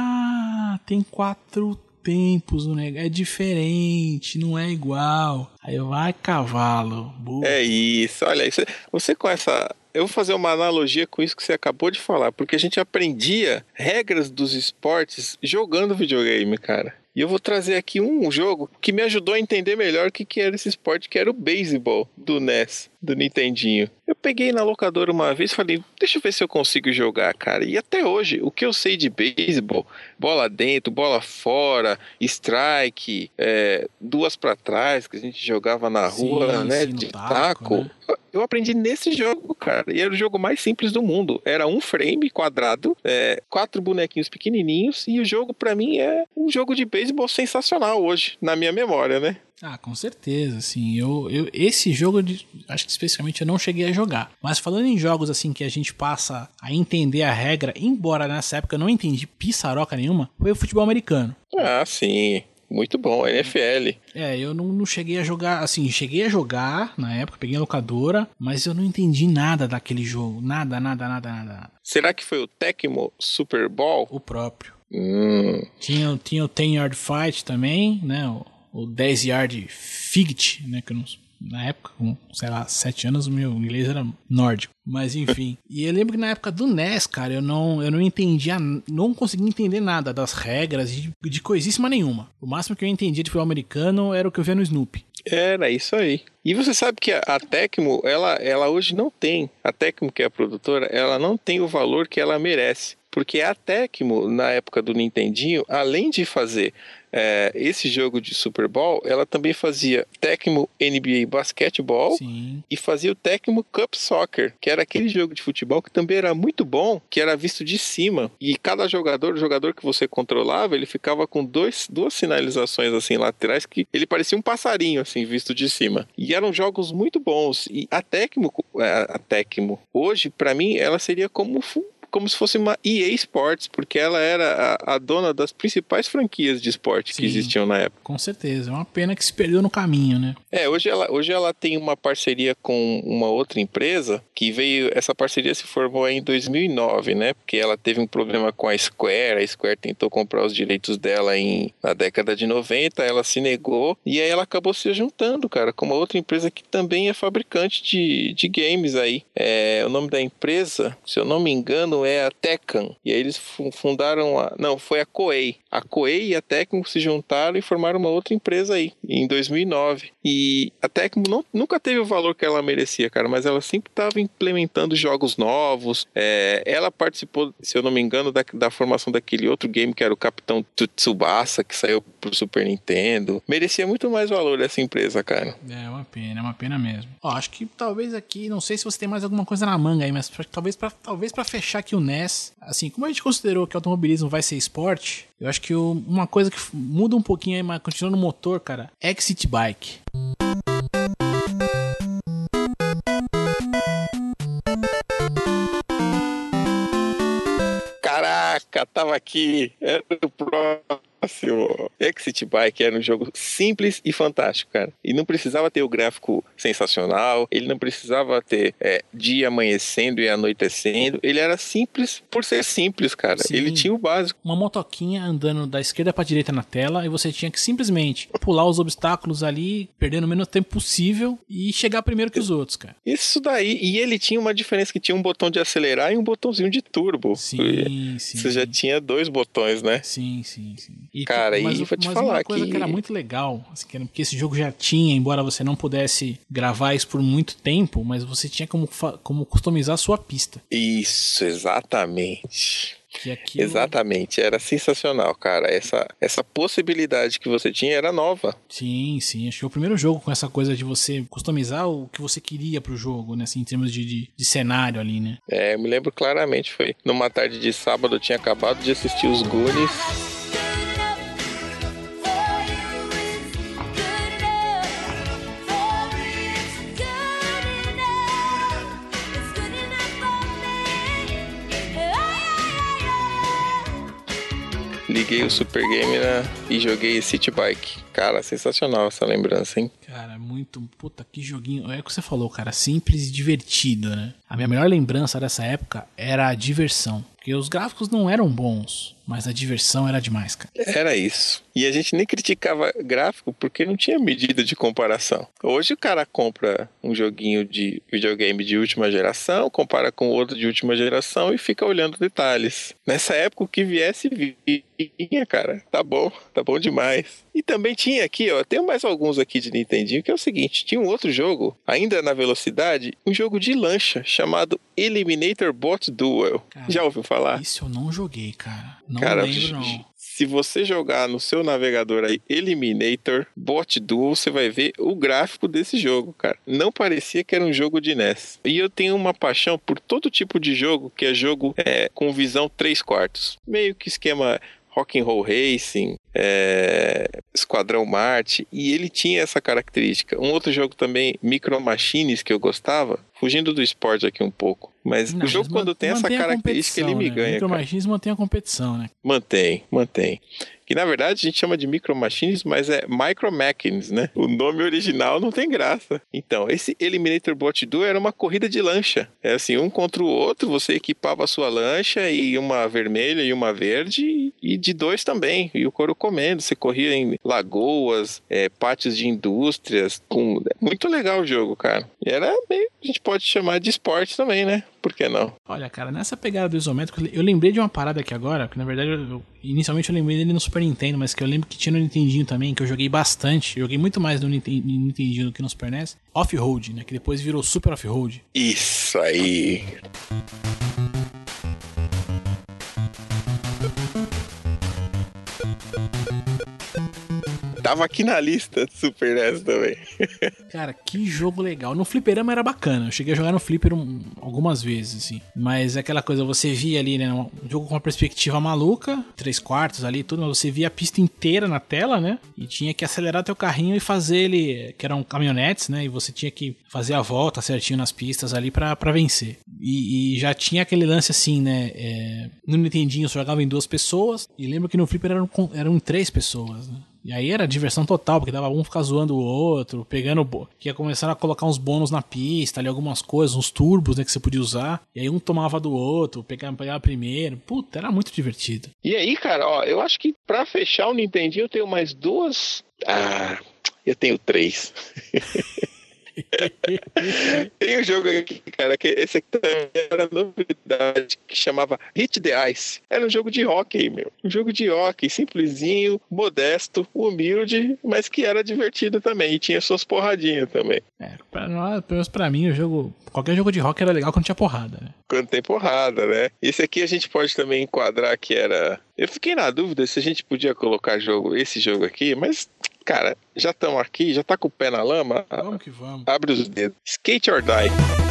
ah, tem quatro tempos no negócio, é diferente, não é igual. Aí eu, vai cavalo. Burro. É isso, olha isso. Você com essa... Eu vou fazer uma analogia com isso que você acabou de falar, porque a gente aprendia regras dos esportes jogando videogame, cara. E eu vou trazer aqui um jogo que me ajudou a entender melhor o que, que era esse esporte, que era o beisebol do N E S, do Nintendinho. Eu peguei na locadora uma vez e falei, deixa eu ver se eu consigo jogar, cara. E até hoje, o que eu sei de beisebol, bola dentro, bola fora, strike, é, duas pra trás, que a gente jogava na rua, sim, né, sim, de taco, taco. Né? Eu aprendi nesse jogo, cara. E era o jogo mais simples do mundo. Era um frame quadrado, é, quatro bonequinhos pequenininhos. E o jogo, pra mim, é um jogo de beisebol sensacional hoje, na minha memória, né? Ah, com certeza, assim, eu, eu esse jogo, de, acho que especificamente eu não cheguei a jogar, mas falando em jogos assim que a gente passa a entender a regra, embora nessa época eu não entendi pissaroca nenhuma, foi o futebol americano. Ah, sim, muito bom, N F L. É, eu não, não cheguei a jogar, assim, cheguei a jogar na época, peguei a locadora, mas eu não entendi nada daquele jogo, nada, nada, nada, nada. Será que foi o Tecmo Super Bowl? O próprio. Hum. Tinha, tinha o ten yard fight também, né, o, o dez yard fight, né, que eu não... Na época, com, sei lá, sete anos, o meu inglês era nórdico. Mas enfim. E eu lembro que na época do N E S, cara, eu não, eu não entendia, não conseguia entender nada das regras, de, de coisíssima nenhuma. O máximo que eu entendia de futebol americano era o que eu via no Snoopy. Era isso aí. E você sabe que a, a Tecmo, ela, ela hoje não tem, a Tecmo que é a produtora, ela não tem o valor que ela merece. Porque a Tecmo, na época do Nintendinho, além de fazer é, esse jogo de Super Bowl, ela também fazia Tecmo N B A Basketball. Sim. E fazia o Tecmo Cup Soccer, que era aquele jogo de futebol que também era muito bom, que era visto de cima. E cada jogador, o jogador que você controlava, ele ficava com dois, duas sinalizações assim laterais, que ele parecia um passarinho assim, visto de cima. E eram jogos muito bons. E a Tecmo, a Tecmo hoje, para mim, ela seria como como se fosse uma E A Sports, porque ela era a, a dona das principais franquias de esporte Sim, que existiam na época. Com certeza, é uma pena que se perdeu no caminho, né? É, hoje ela, hoje ela tem uma parceria com uma outra empresa, que veio, essa parceria se formou em dois mil e nove, né? Porque ela teve um problema com a Square, a Square tentou comprar os direitos dela em, na década de noventa, ela se negou, e aí ela acabou se juntando, cara, com uma outra empresa que também é fabricante de, de games aí. É, o nome da empresa, se eu não me engano, é a Tekken. E aí eles fundaram a... Não, foi a Koei. A Koei e a Tecmo se juntaram e formaram uma outra empresa aí, em dois mil e nove. E a Tecmo não, nunca teve o valor que ela merecia, cara, mas ela sempre estava implementando jogos novos. É, ela participou, se eu não me engano, da, da formação daquele outro game que era o Capitão Tsubasa, que saiu pro Super Nintendo. Merecia muito mais valor essa empresa, cara. É uma pena, é uma pena mesmo. Ó, acho que talvez aqui, não sei se você tem mais alguma coisa na manga aí, mas pra, talvez para talvez pra fechar aqui o N E S, assim, como a gente considerou que o automobilismo vai ser esporte, eu acho que o, uma coisa que muda um pouquinho aí, mas continua no motor, cara, Exit Bike. Caraca, tava aqui, era o próximo. Fácil. Exit Bike era um jogo simples e fantástico, cara. E não precisava ter o gráfico sensacional, ele não precisava ter é, dia amanhecendo e anoitecendo. Ele era simples por ser simples, cara. Sim. Ele tinha o básico. Uma motoquinha andando da esquerda pra direita na tela e você tinha que simplesmente pular os obstáculos ali, perdendo o menos tempo possível e chegar primeiro que os outros, cara. Isso daí. E ele tinha uma diferença que tinha um botão de acelerar e um botãozinho de turbo. Sim, sim. Você já tinha dois botões, né? Sim, sim, sim. E, cara, mas, e vou te mas falar uma coisa que... que era muito legal, assim, que era, porque esse jogo já tinha, embora você não pudesse gravar isso por muito tempo, mas você tinha como, como customizar a sua pista. Isso, exatamente. Que aquilo... Exatamente, era sensacional, cara. Essa, essa possibilidade que você tinha era nova. Sim, sim. Acho que foi o primeiro jogo com essa coisa de você customizar o que você queria pro jogo, né? Assim, em termos de, de, de cenário ali, né? É, eu me lembro claramente. Foi numa tarde de sábado, eu tinha acabado de assistir os Goonies. Liguei o Super Game, né, e joguei City Bike. Cara, sensacional essa lembrança, hein? Cara, muito... Puta, que joguinho... É o que você falou, cara. Simples e divertido, né? A minha melhor lembrança dessa época era a diversão. Porque os gráficos não eram bons, mas a diversão era demais, cara. Era isso. E a gente nem criticava gráfico porque não tinha medida de comparação. Hoje o cara compra um joguinho de videogame de última geração, compara com outro de última geração e fica olhando detalhes. Nessa época o que viesse vinha, cara. Tá bom, tá bom demais. E também tinha aqui, ó, tem mais alguns aqui de Nintendinho, que é o seguinte, tinha um outro jogo, ainda na velocidade, um jogo de lancha chamado Eliminator Bot Duel. Cara, já ouviu falar? Isso eu não joguei, cara. Não cara, lembro, não. Se você jogar no seu navegador aí, Eliminator Bot Duel, você vai ver o gráfico desse jogo, cara. Não parecia que era um jogo de N E S. E eu tenho uma paixão por todo tipo de jogo, que é jogo é, com visão três quartos. Meio que esquema Rock'n'Roll Racing, é, Esquadrão Marte, e ele tinha essa característica. Um outro jogo também, Micro Machines, que eu gostava, fugindo do esporte aqui um pouco, mas não, o jogo mas quando tem essa característica, ele me né? ganha. Micro Machines mantém a competição, né? Mantém, mantém. Que na verdade a gente chama de Micro Machines, mas é Micro Machines, né? O nome original não tem graça. Então, esse Eliminator Bot Duel era uma corrida de lancha. É assim, um contra o outro, você equipava a sua lancha, e uma vermelha e uma verde, e de dois também. E o couro comendo, você corria em lagoas, é, pátios de indústrias. Com... Muito legal o jogo, cara. E era meio, a gente pode chamar de esporte também, né? Por que não? Olha, cara, nessa pegada do isométrico, eu lembrei de uma parada aqui agora, que na verdade, eu, inicialmente eu lembrei dele no Super Nintendo, mas que eu lembro que tinha no Nintendinho também, que eu joguei bastante, eu joguei muito mais no Nintendinho do que no Super N E S, Off-Road, né, que depois virou Super Off-Road. Isso aí! Tava aqui na lista Super N E S também. Cara, que jogo legal. No fliperama era bacana. Eu cheguei a jogar no flipper um, algumas vezes, assim. Mas é aquela coisa, você via ali, né? Um jogo com uma perspectiva maluca, três quartos ali e tudo, mas você via a pista inteira na tela, né? E tinha que acelerar teu carrinho e fazer ele, que eram caminhonetes, né? E você tinha que fazer a volta certinho nas pistas ali pra, pra vencer. E, e já tinha aquele lance assim, né? É, no Nintendinho você jogava em duas pessoas. E lembro que no flipper eram, eram três pessoas, né? E aí era diversão total, porque dava um ficar zoando o outro, pegando... que ia começar a colocar uns bônus na pista, ali algumas coisas, uns turbos, né, que você podia usar. E aí um tomava do outro, pegava, pegava primeiro. Puta, era muito divertido. E aí, cara, ó, eu acho que pra fechar o Nintendinho eu tenho mais duas... Ah, eu tenho três. Tem um jogo aqui, cara, que esse aqui também era novidade, que chamava Hit the Ice. Era um jogo de hockey, meu. Um jogo de hockey, simplesinho, modesto, humilde, mas que era divertido também. E tinha suas porradinhas também. É, pra nós, pelo menos pra mim, o jogo... Qualquer jogo de hockey era legal quando tinha porrada, né? Quando tem porrada, né? Esse aqui a gente pode também enquadrar que era... Eu fiquei na dúvida se a gente podia colocar jogo, esse jogo aqui, mas... Cara, já estamos aqui, já tá com o pé na lama. Vamos que vamos. Abre os dedos. Skate or Die.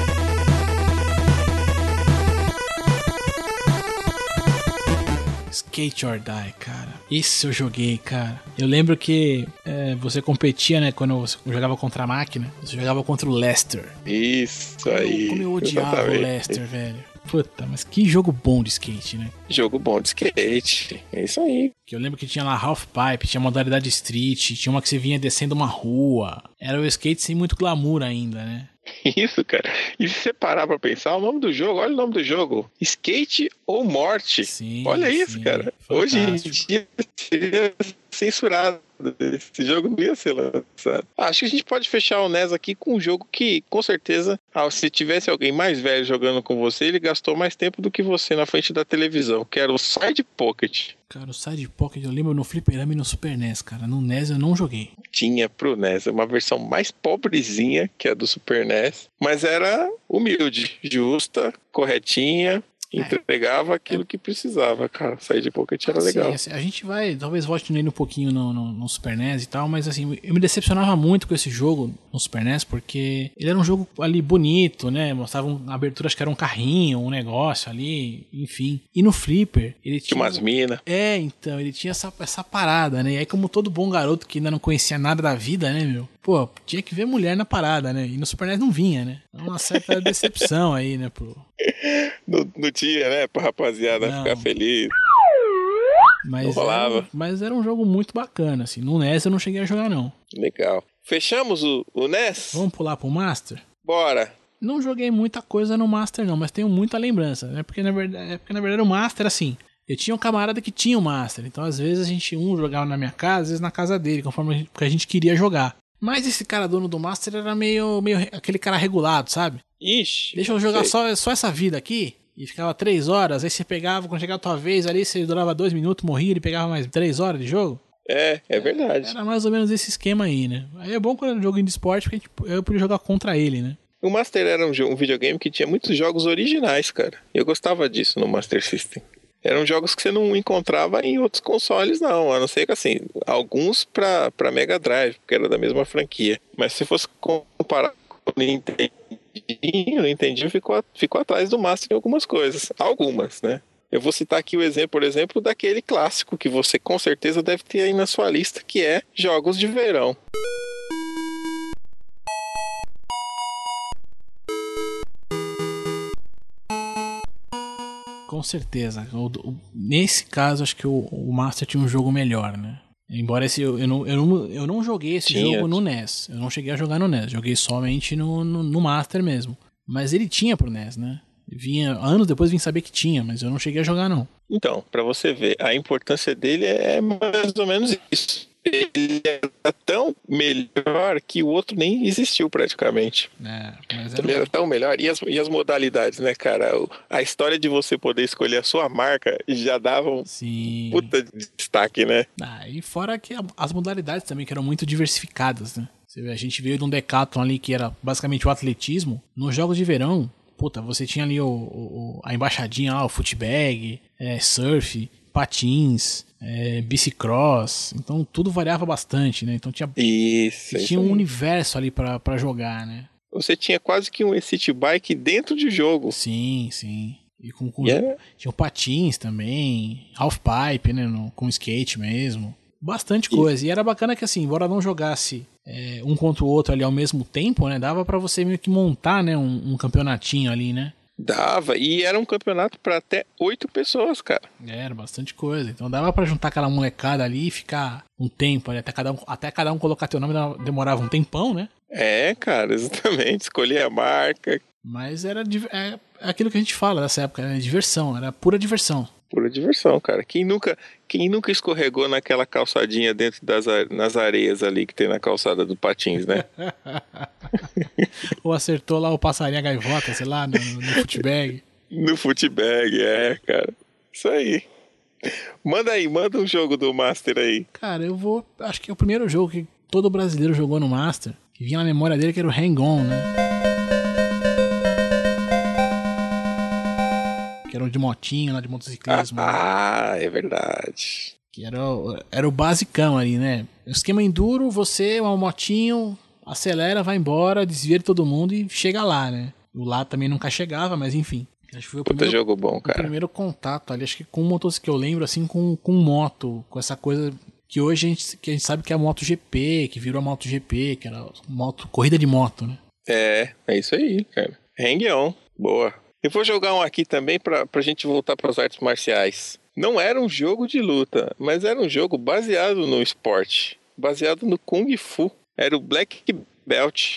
Skate or Die, cara. Isso eu joguei, cara. Eu lembro que é, você competia, né? Quando você jogava contra a máquina, você jogava contra o Lester. Isso aí. Como eu odiava exatamente. O Lester, velho. Puta, mas que jogo bom de skate, né? Jogo bom de skate, é isso aí. Que eu lembro que tinha lá Half Pipe, tinha modalidade Street, tinha uma que você vinha descendo uma rua. Era o skate sem muito glamour ainda, né? Isso, cara. E se você parar pra pensar, o nome do jogo, olha o nome do jogo. Skate ou Morte. Sim, olha isso, sim, cara. fantástico. Hoje em dia seria censurado. Esse jogo não ia ser lançado. Ah, acho que a gente pode fechar o N E S aqui com um jogo que, com certeza, ah, se tivesse alguém mais velho jogando com você, ele gastou mais tempo do que você na frente da televisão, que era o Side Pocket. Cara, o Side Pocket eu lembro no Fliperama e no Super N E S, cara. No N E S eu não joguei. Tinha pro N E S, uma versão mais pobrezinha que a do Super N E S, mas era humilde, justa, corretinha. Entregava aquilo que precisava, cara. Sair de Pocket era assim, legal. Assim, a gente vai, talvez volte nele um pouquinho no, no, no Super N E S e tal, mas assim, eu me decepcionava muito com esse jogo no Super N E S, porque ele era um jogo ali bonito, né? Mostrava na abertura, acho que era um carrinho, um negócio ali, enfim. E no Flipper, ele tinha... Tinha umas minas. É, então, ele tinha essa, essa parada, né? E aí, como todo bom garoto que ainda não conhecia nada da vida, né, meu? Pô, tinha que ver mulher na parada, né? E no Super N E S não vinha, né? É uma certa decepção aí, né, pro... No, no dia, né? Pra rapaziada não. ficar feliz. Mas não rolava. Era, mas era um jogo muito bacana, assim. No N E S eu não cheguei a jogar, não. Legal. Fechamos o, o N E S? Vamos pular pro Master? Bora. Não joguei muita coisa no Master, não, mas tenho muita lembrança, né? Porque na verdade, é porque, na verdade o Master, assim... Eu tinha um camarada que tinha o Master, então às vezes a gente, um jogava na minha casa, às vezes na casa dele, conforme a gente, porque a gente queria jogar. Mas esse cara dono do Master era meio, meio aquele cara regulado, sabe? Ixi. Deixa eu jogar só, só essa vida aqui. E ficava três horas, aí você pegava, quando chegava a tua vez ali, você durava dois minutos, morria, ele pegava mais três horas de jogo. É, é verdade. Era mais ou menos esse esquema aí, né? Aí é bom quando era um jogo de esporte, porque a gente, eu podia jogar contra ele, né? O Master era um, um videogame que tinha muitos jogos originais, cara. Eu gostava disso no Master System. Eram jogos que você não encontrava em outros consoles, não. A não ser que, assim, alguns pra, pra Mega Drive, porque era da mesma franquia. Mas se fosse comparar com o Nintendinho, o Nintendinho ficou, ficou atrás do Master em algumas coisas. Algumas, né? Eu vou citar aqui o exemplo, por exemplo, daquele clássico que você com certeza deve ter aí na sua lista, que é Jogos de Verão. Com certeza. O, o, nesse caso, acho que o, o Master tinha um jogo melhor, né? Embora esse, eu, eu, não, eu, não, eu não joguei esse tinha. jogo no N E S. Eu não cheguei a jogar no N E S. Joguei somente no, no, no Master mesmo. Mas ele tinha pro N E S, né? Vinha, anos depois vim saber que tinha, mas eu não cheguei a jogar, não. Então, pra você ver, a importância dele é mais ou menos isso. Ele era tão melhor que o outro nem existiu praticamente. É, mas era... Ele era tão melhor. E as, e as modalidades, né, cara? A história de você poder escolher a sua marca já dava um Sim. puta destaque, né? Ah, e fora que as modalidades também, que eram muito diversificadas, né? A gente veio de um decathlon ali que era basicamente o atletismo. Nos jogos de verão, puta, você tinha ali o, o, a embaixadinha lá, o footbag, é, surf, patins, é, bicicross, então tudo variava bastante, né? Então tinha, isso, tinha um universo ali pra, pra jogar, né? Você tinha quase que um city bike dentro de jogo. Sim, sim. E com, com yeah. tinha patins também, half pipe, né? No, com skate mesmo. Bastante coisa. Isso. E era bacana que assim, embora não jogasse é, um contra o outro ali ao mesmo tempo, né? Dava pra você meio que montar, né? Um, um campeonatinho ali, né? Dava, e era um campeonato pra até oito pessoas, cara. É, era bastante coisa. Então dava pra juntar aquela molecada ali e ficar um tempo ali, até cada um, até cada um colocar teu nome, demorava um tempão, né? É, cara, exatamente. Escolher a marca. Mas era é, aquilo que a gente fala dessa época, era diversão, era pura diversão. Pura diversão, cara. Quem nunca, quem nunca escorregou naquela calçadinha dentro das nas areias ali que tem na calçada do Patins, né? Ou acertou lá o passarinho a gaivota, sei lá, no, no footbag. No footbag, é, cara. Isso aí. Manda aí, manda um jogo do Master aí. Cara, eu vou... Acho que é o primeiro jogo que todo brasileiro jogou no Master, que vinha na memória dele, que era o Hang On, né? Que era o de motinho, lá de motociclismo. Ah, né? É verdade. Que era o, era o basicão ali, né? O esquema enduro, você, uma motinho, acelera, vai embora, desvia de todo mundo e chega lá, né? O lá também nunca chegava, mas enfim. Acho que foi o Puta primeiro, jogo bom, cara. O primeiro contato ali, acho que com motocicleta, que eu lembro, assim, com, com moto, com essa coisa que hoje a gente, que a gente sabe que é a MotoGP, que virou a MotoGP, que era moto, corrida de moto, né? É, é isso aí, cara. Hang on, boa. Eu vou jogar um aqui também pra, pra gente voltar pras artes marciais. Não era um jogo de luta, mas era um jogo baseado no esporte. Baseado no Kung Fu. Era o Black Belt.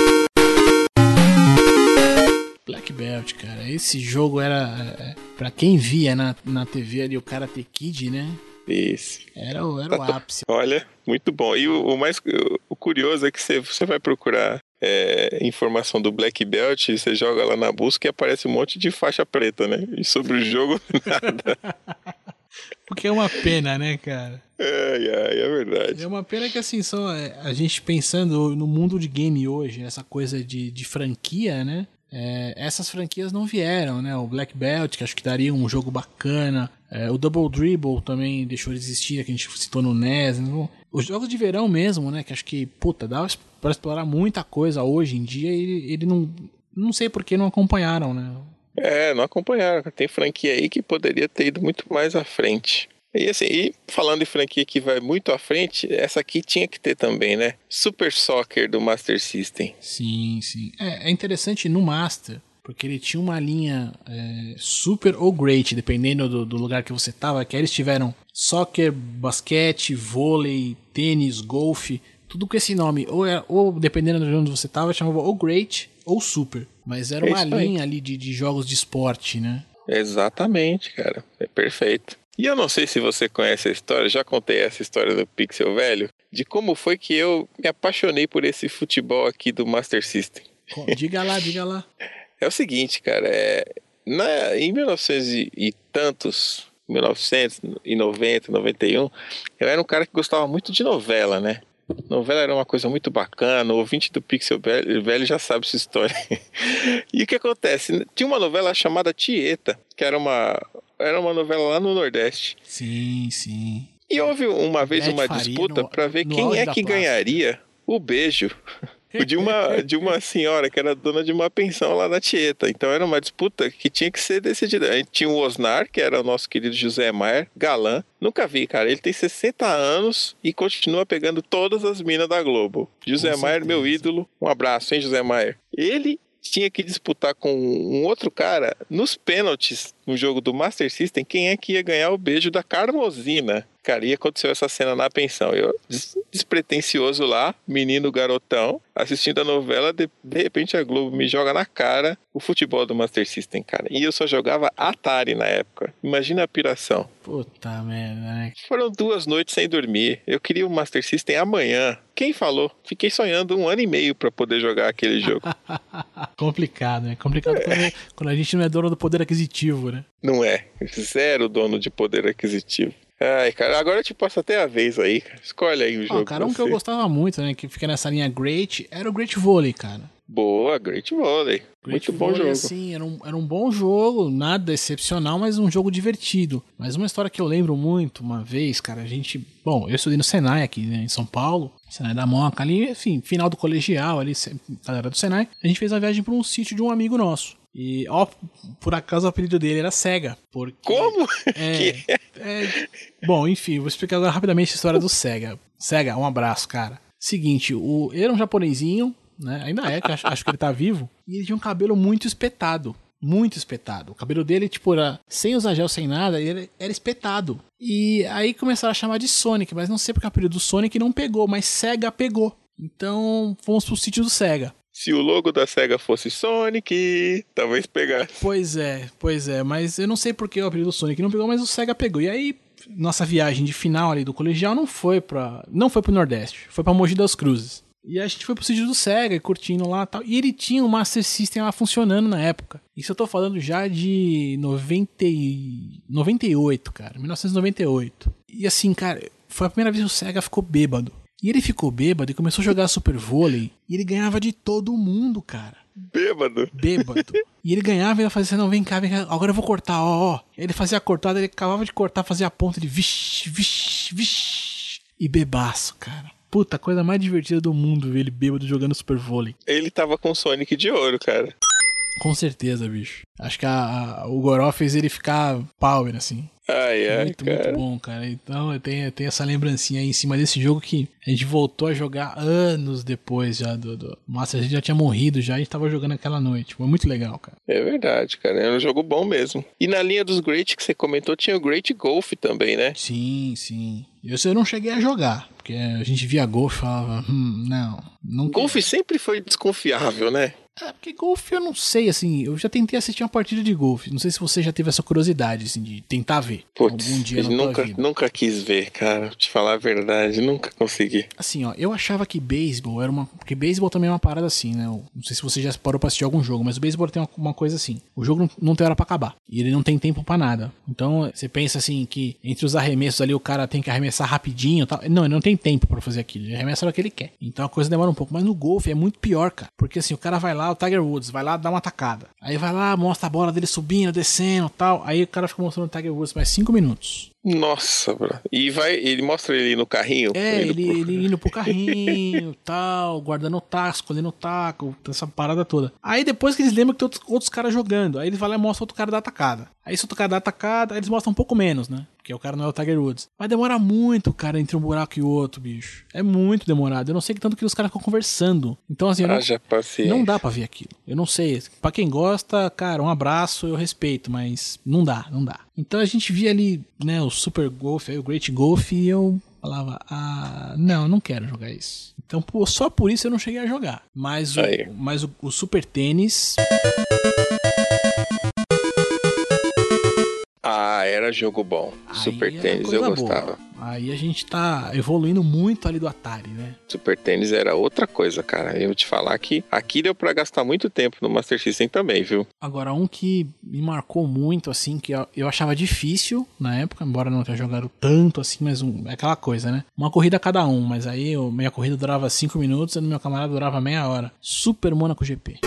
Black Belt, cara. Esse jogo era... É, pra quem via na, na T V ali o Karate Kid, né? Isso. Era, o- era o ápice. Olha, muito bom. E o, o mais o curioso é que você, você vai procurar é, informação do Black Belt, você joga lá na busca e aparece um monte de faixa preta, né? E sobre o jogo, nada. Porque é uma pena, né, cara? Ai, ai, é verdade. É uma pena que, assim, só é, a gente pensando no mundo de game hoje, essa coisa de, de franquia, né? É, essas franquias não vieram, né? O Black Belt, que acho que daria um jogo bacana. É, o Double Dribble também deixou de existir, que a gente citou no N E S. Né? Os jogos de verão mesmo, né? Que acho que, puta, dá pra explorar muita coisa hoje em dia e ele, ele não... Não sei por que não acompanharam, né? É, não acompanharam. Tem franquia aí que poderia ter ido muito mais à frente. E assim, e falando em franquia que vai muito à frente, essa aqui tinha que ter também, né? Super Soccer do Master System. Sim, sim. É, é interessante no Master, porque ele tinha uma linha é, Super ou Great, dependendo do, do lugar que você tava, que aí eles tiveram soccer, basquete, vôlei, tênis, golfe, tudo com esse nome. Ou, era, ou dependendo de onde você tava, chamava ou Great ou Super. Mas era É uma isso aí. linha ali de, de jogos de esporte, né? Exatamente, cara. É perfeito. E eu não sei se você conhece a história, já contei essa história do Pixel Velho, de como foi que eu me apaixonei por esse futebol aqui do Master System. Co- Diga lá, diga lá. É o seguinte, cara, é, na, em mil e novecentos e, e tantos, mil novecentos e noventa, noventa e um, eu era um cara que gostava muito de novela, né? Novela era uma coisa muito bacana, o ouvinte do Pixel Velho velho já sabe essa história. E o que acontece? Tinha uma novela chamada Tieta, que era uma, era uma novela lá no Nordeste. Sim, sim. E houve uma vez Beth uma Faria disputa no- para ver no quem auge é da que plástica. ganharia o beijo de uma, de uma senhora que era dona de uma pensão lá na Tieta. Então era uma disputa que tinha que ser decidida. A gente tinha o Osnar, que era o nosso querido José Maier, galã. Nunca vi, cara. Ele tem sessenta anos e continua pegando todas as minas da Globo. José Com Maier, meu certeza. ídolo. Um abraço, hein, José Maier. Ele tinha que disputar com um outro cara nos pênaltis no jogo do Master System quem é que ia ganhar o beijo da Carmosina. Cara, e aconteceu essa cena na pensão. Eu, des- despretensioso lá, menino garotão, assistindo a novela, de, de repente a Globo me joga na cara o futebol do Master System, cara. E eu só jogava Atari na época. Imagina a piração. Puta merda, né? Foram duas noites sem dormir. Eu queria o Master System amanhã. Quem falou? Fiquei sonhando um ano e meio pra poder jogar aquele jogo. Complicado, né? Complicado quando, quando a gente não é dono do poder aquisitivo, né? Não é. Zero dono de poder aquisitivo. Ai, cara, agora eu te passo até a vez aí, cara. Escolhe aí o Ó, jogo. cara, um que você. eu gostava muito, né? Que fica nessa linha Great, era o Great Volley, cara. Boa, Great Volley. Great Muito bom Volley, jogo. assim, era um, era um bom jogo, nada excepcional, mas um jogo divertido. Mas uma história que eu lembro muito, uma vez, cara, a gente... Bom, eu estudei no Senai aqui, né, em São Paulo, Senai da Moca ali, enfim, final do colegial ali, se- galera do Senai, a gente fez uma viagem para um sítio de um amigo nosso. E, ó, por acaso o apelido dele era Sega, porque... Como? É, Que- é, bom, enfim, vou explicar agora rapidamente a história do Sega. Sega, um abraço, cara. Seguinte, o, ele era um japonesinho, né? Ainda é, que acho, acho que ele tá vivo. E ele tinha um cabelo muito espetado. Muito espetado. O cabelo dele, tipo, era sem usar gel, sem nada, ele era espetado. E aí começaram a chamar de Sonic, mas não sei porque o apelido do Sonic não pegou, mas Sega pegou. Então fomos pro sítio do Sega. Se o logo da SEGA fosse Sonic, talvez pegasse. Pois é, pois é, mas eu não sei porque o apelido do Sonic não pegou, mas o Sega pegou. E aí, nossa viagem de final ali do colegial não foi pra. Não foi pro Nordeste, foi pra Mogi das Cruzes. E a gente foi pro sítio do Sega, curtindo lá e tal. E ele tinha o Master System lá funcionando na época. Isso eu tô falando já de noventa e... noventa e oito, cara. mil novecentos e noventa e oito. E assim, cara, foi a primeira vez que o Sega ficou bêbado. E ele ficou bêbado e começou a jogar Super Vôlei. E ele ganhava de todo mundo, cara. Bêbado. Bêbado. E ele ganhava e ele fazia assim, não, vem cá, vem cá, agora eu vou cortar, ó, ó. Ele fazia a cortada, ele acabava de cortar, fazia a ponta de vixe, vixe, vixe. E bebaço, cara. Puta, a coisa mais divertida do mundo ver ele bêbado jogando Super Vôlei. Ele tava com Sonic de ouro, cara. Com certeza, bicho. Acho que a, a, o Goró fez ele ficar power, assim. Ai, ai, muito, cara. muito bom, cara. Então eu tenho, eu tenho essa lembrancinha aí em cima desse jogo que a gente voltou a jogar anos depois já do... do... Nossa, a gente já tinha morrido já, a gente tava jogando aquela noite. Foi muito legal, cara. É verdade, cara. É um jogo bom mesmo. E na linha dos Great que você comentou, tinha o Great Golf também, né? Sim, sim. Eu, eu não cheguei a jogar, porque a gente via golfe e falava, hum, não. não Golfe sempre foi desconfiável, né? É, porque golfe eu não sei, assim, eu já tentei assistir uma partida de golfe, não sei se você já teve essa curiosidade, assim, de tentar ver Putz, algum dia na nunca, tua vida. nunca quis ver, cara, te falar a verdade, nunca consegui. Assim, ó, eu achava que beisebol era uma... Porque beisebol também é uma parada assim, né? Eu não sei se você já parou pra assistir algum jogo, mas o beisebol tem uma, uma coisa assim, o jogo não, não tem hora pra acabar, e ele não tem tempo pra nada. Então, você pensa assim, que entre os arremessos ali, o cara tem que arremessar rapidinho e tal. Não, ele não tem tempo pra fazer aquilo, ele arremessa o que ele quer. Então a coisa demora um pouco, mas no golfe é muito pior, cara, porque assim, o cara vai lá, o Tiger Woods, vai lá dar uma tacada. Aí vai lá, mostra a bola dele subindo, descendo e tal. Aí o cara fica mostrando o Tiger Woods mais cinco minutos. Nossa, bro. E vai, ele mostra ele no carrinho? É, indo ele, pro... ele indo pro carrinho e tal, guardando o taco, escolhendo o taco, essa parada toda. Aí depois que eles lembram que tem outros, outros caras jogando, aí eles vão lá e mostram outro cara da atacada. Aí se outro cara dá atacada, aí eles mostram um pouco menos, né? Porque o cara não é o Tiger Woods. Mas demora muito, cara, entre um buraco e outro, bicho. É muito demorado. Eu não sei que tanto que os caras ficam conversando. Então, assim, eu não, Haja paciência. não dá pra ver aquilo. Eu não sei. Pra quem gosta, cara, um abraço, eu respeito, mas não dá, não dá. Então a gente via ali, né, o Super Golf, aí o Great Golf, e eu falava, ah, não, não quero jogar isso. Então, pô, só por isso eu não cheguei a jogar. Mas o, mas o, o Super Tênis... Ah, era jogo bom. Aí Super era Tênis coisa eu boa. gostava. Aí a gente tá evoluindo muito ali do Atari, né? Super Tênis era outra coisa, cara. Eu vou te falar que aqui deu pra gastar muito tempo no Master System também, viu? Agora, um que me marcou muito, assim, que eu, eu achava difícil na época, embora não tenha jogado tanto assim, mas um, é aquela coisa, né? Uma corrida a cada um, mas aí eu, minha corrida durava cinco minutos e no meu camarada durava meia hora. Super Monaco G P.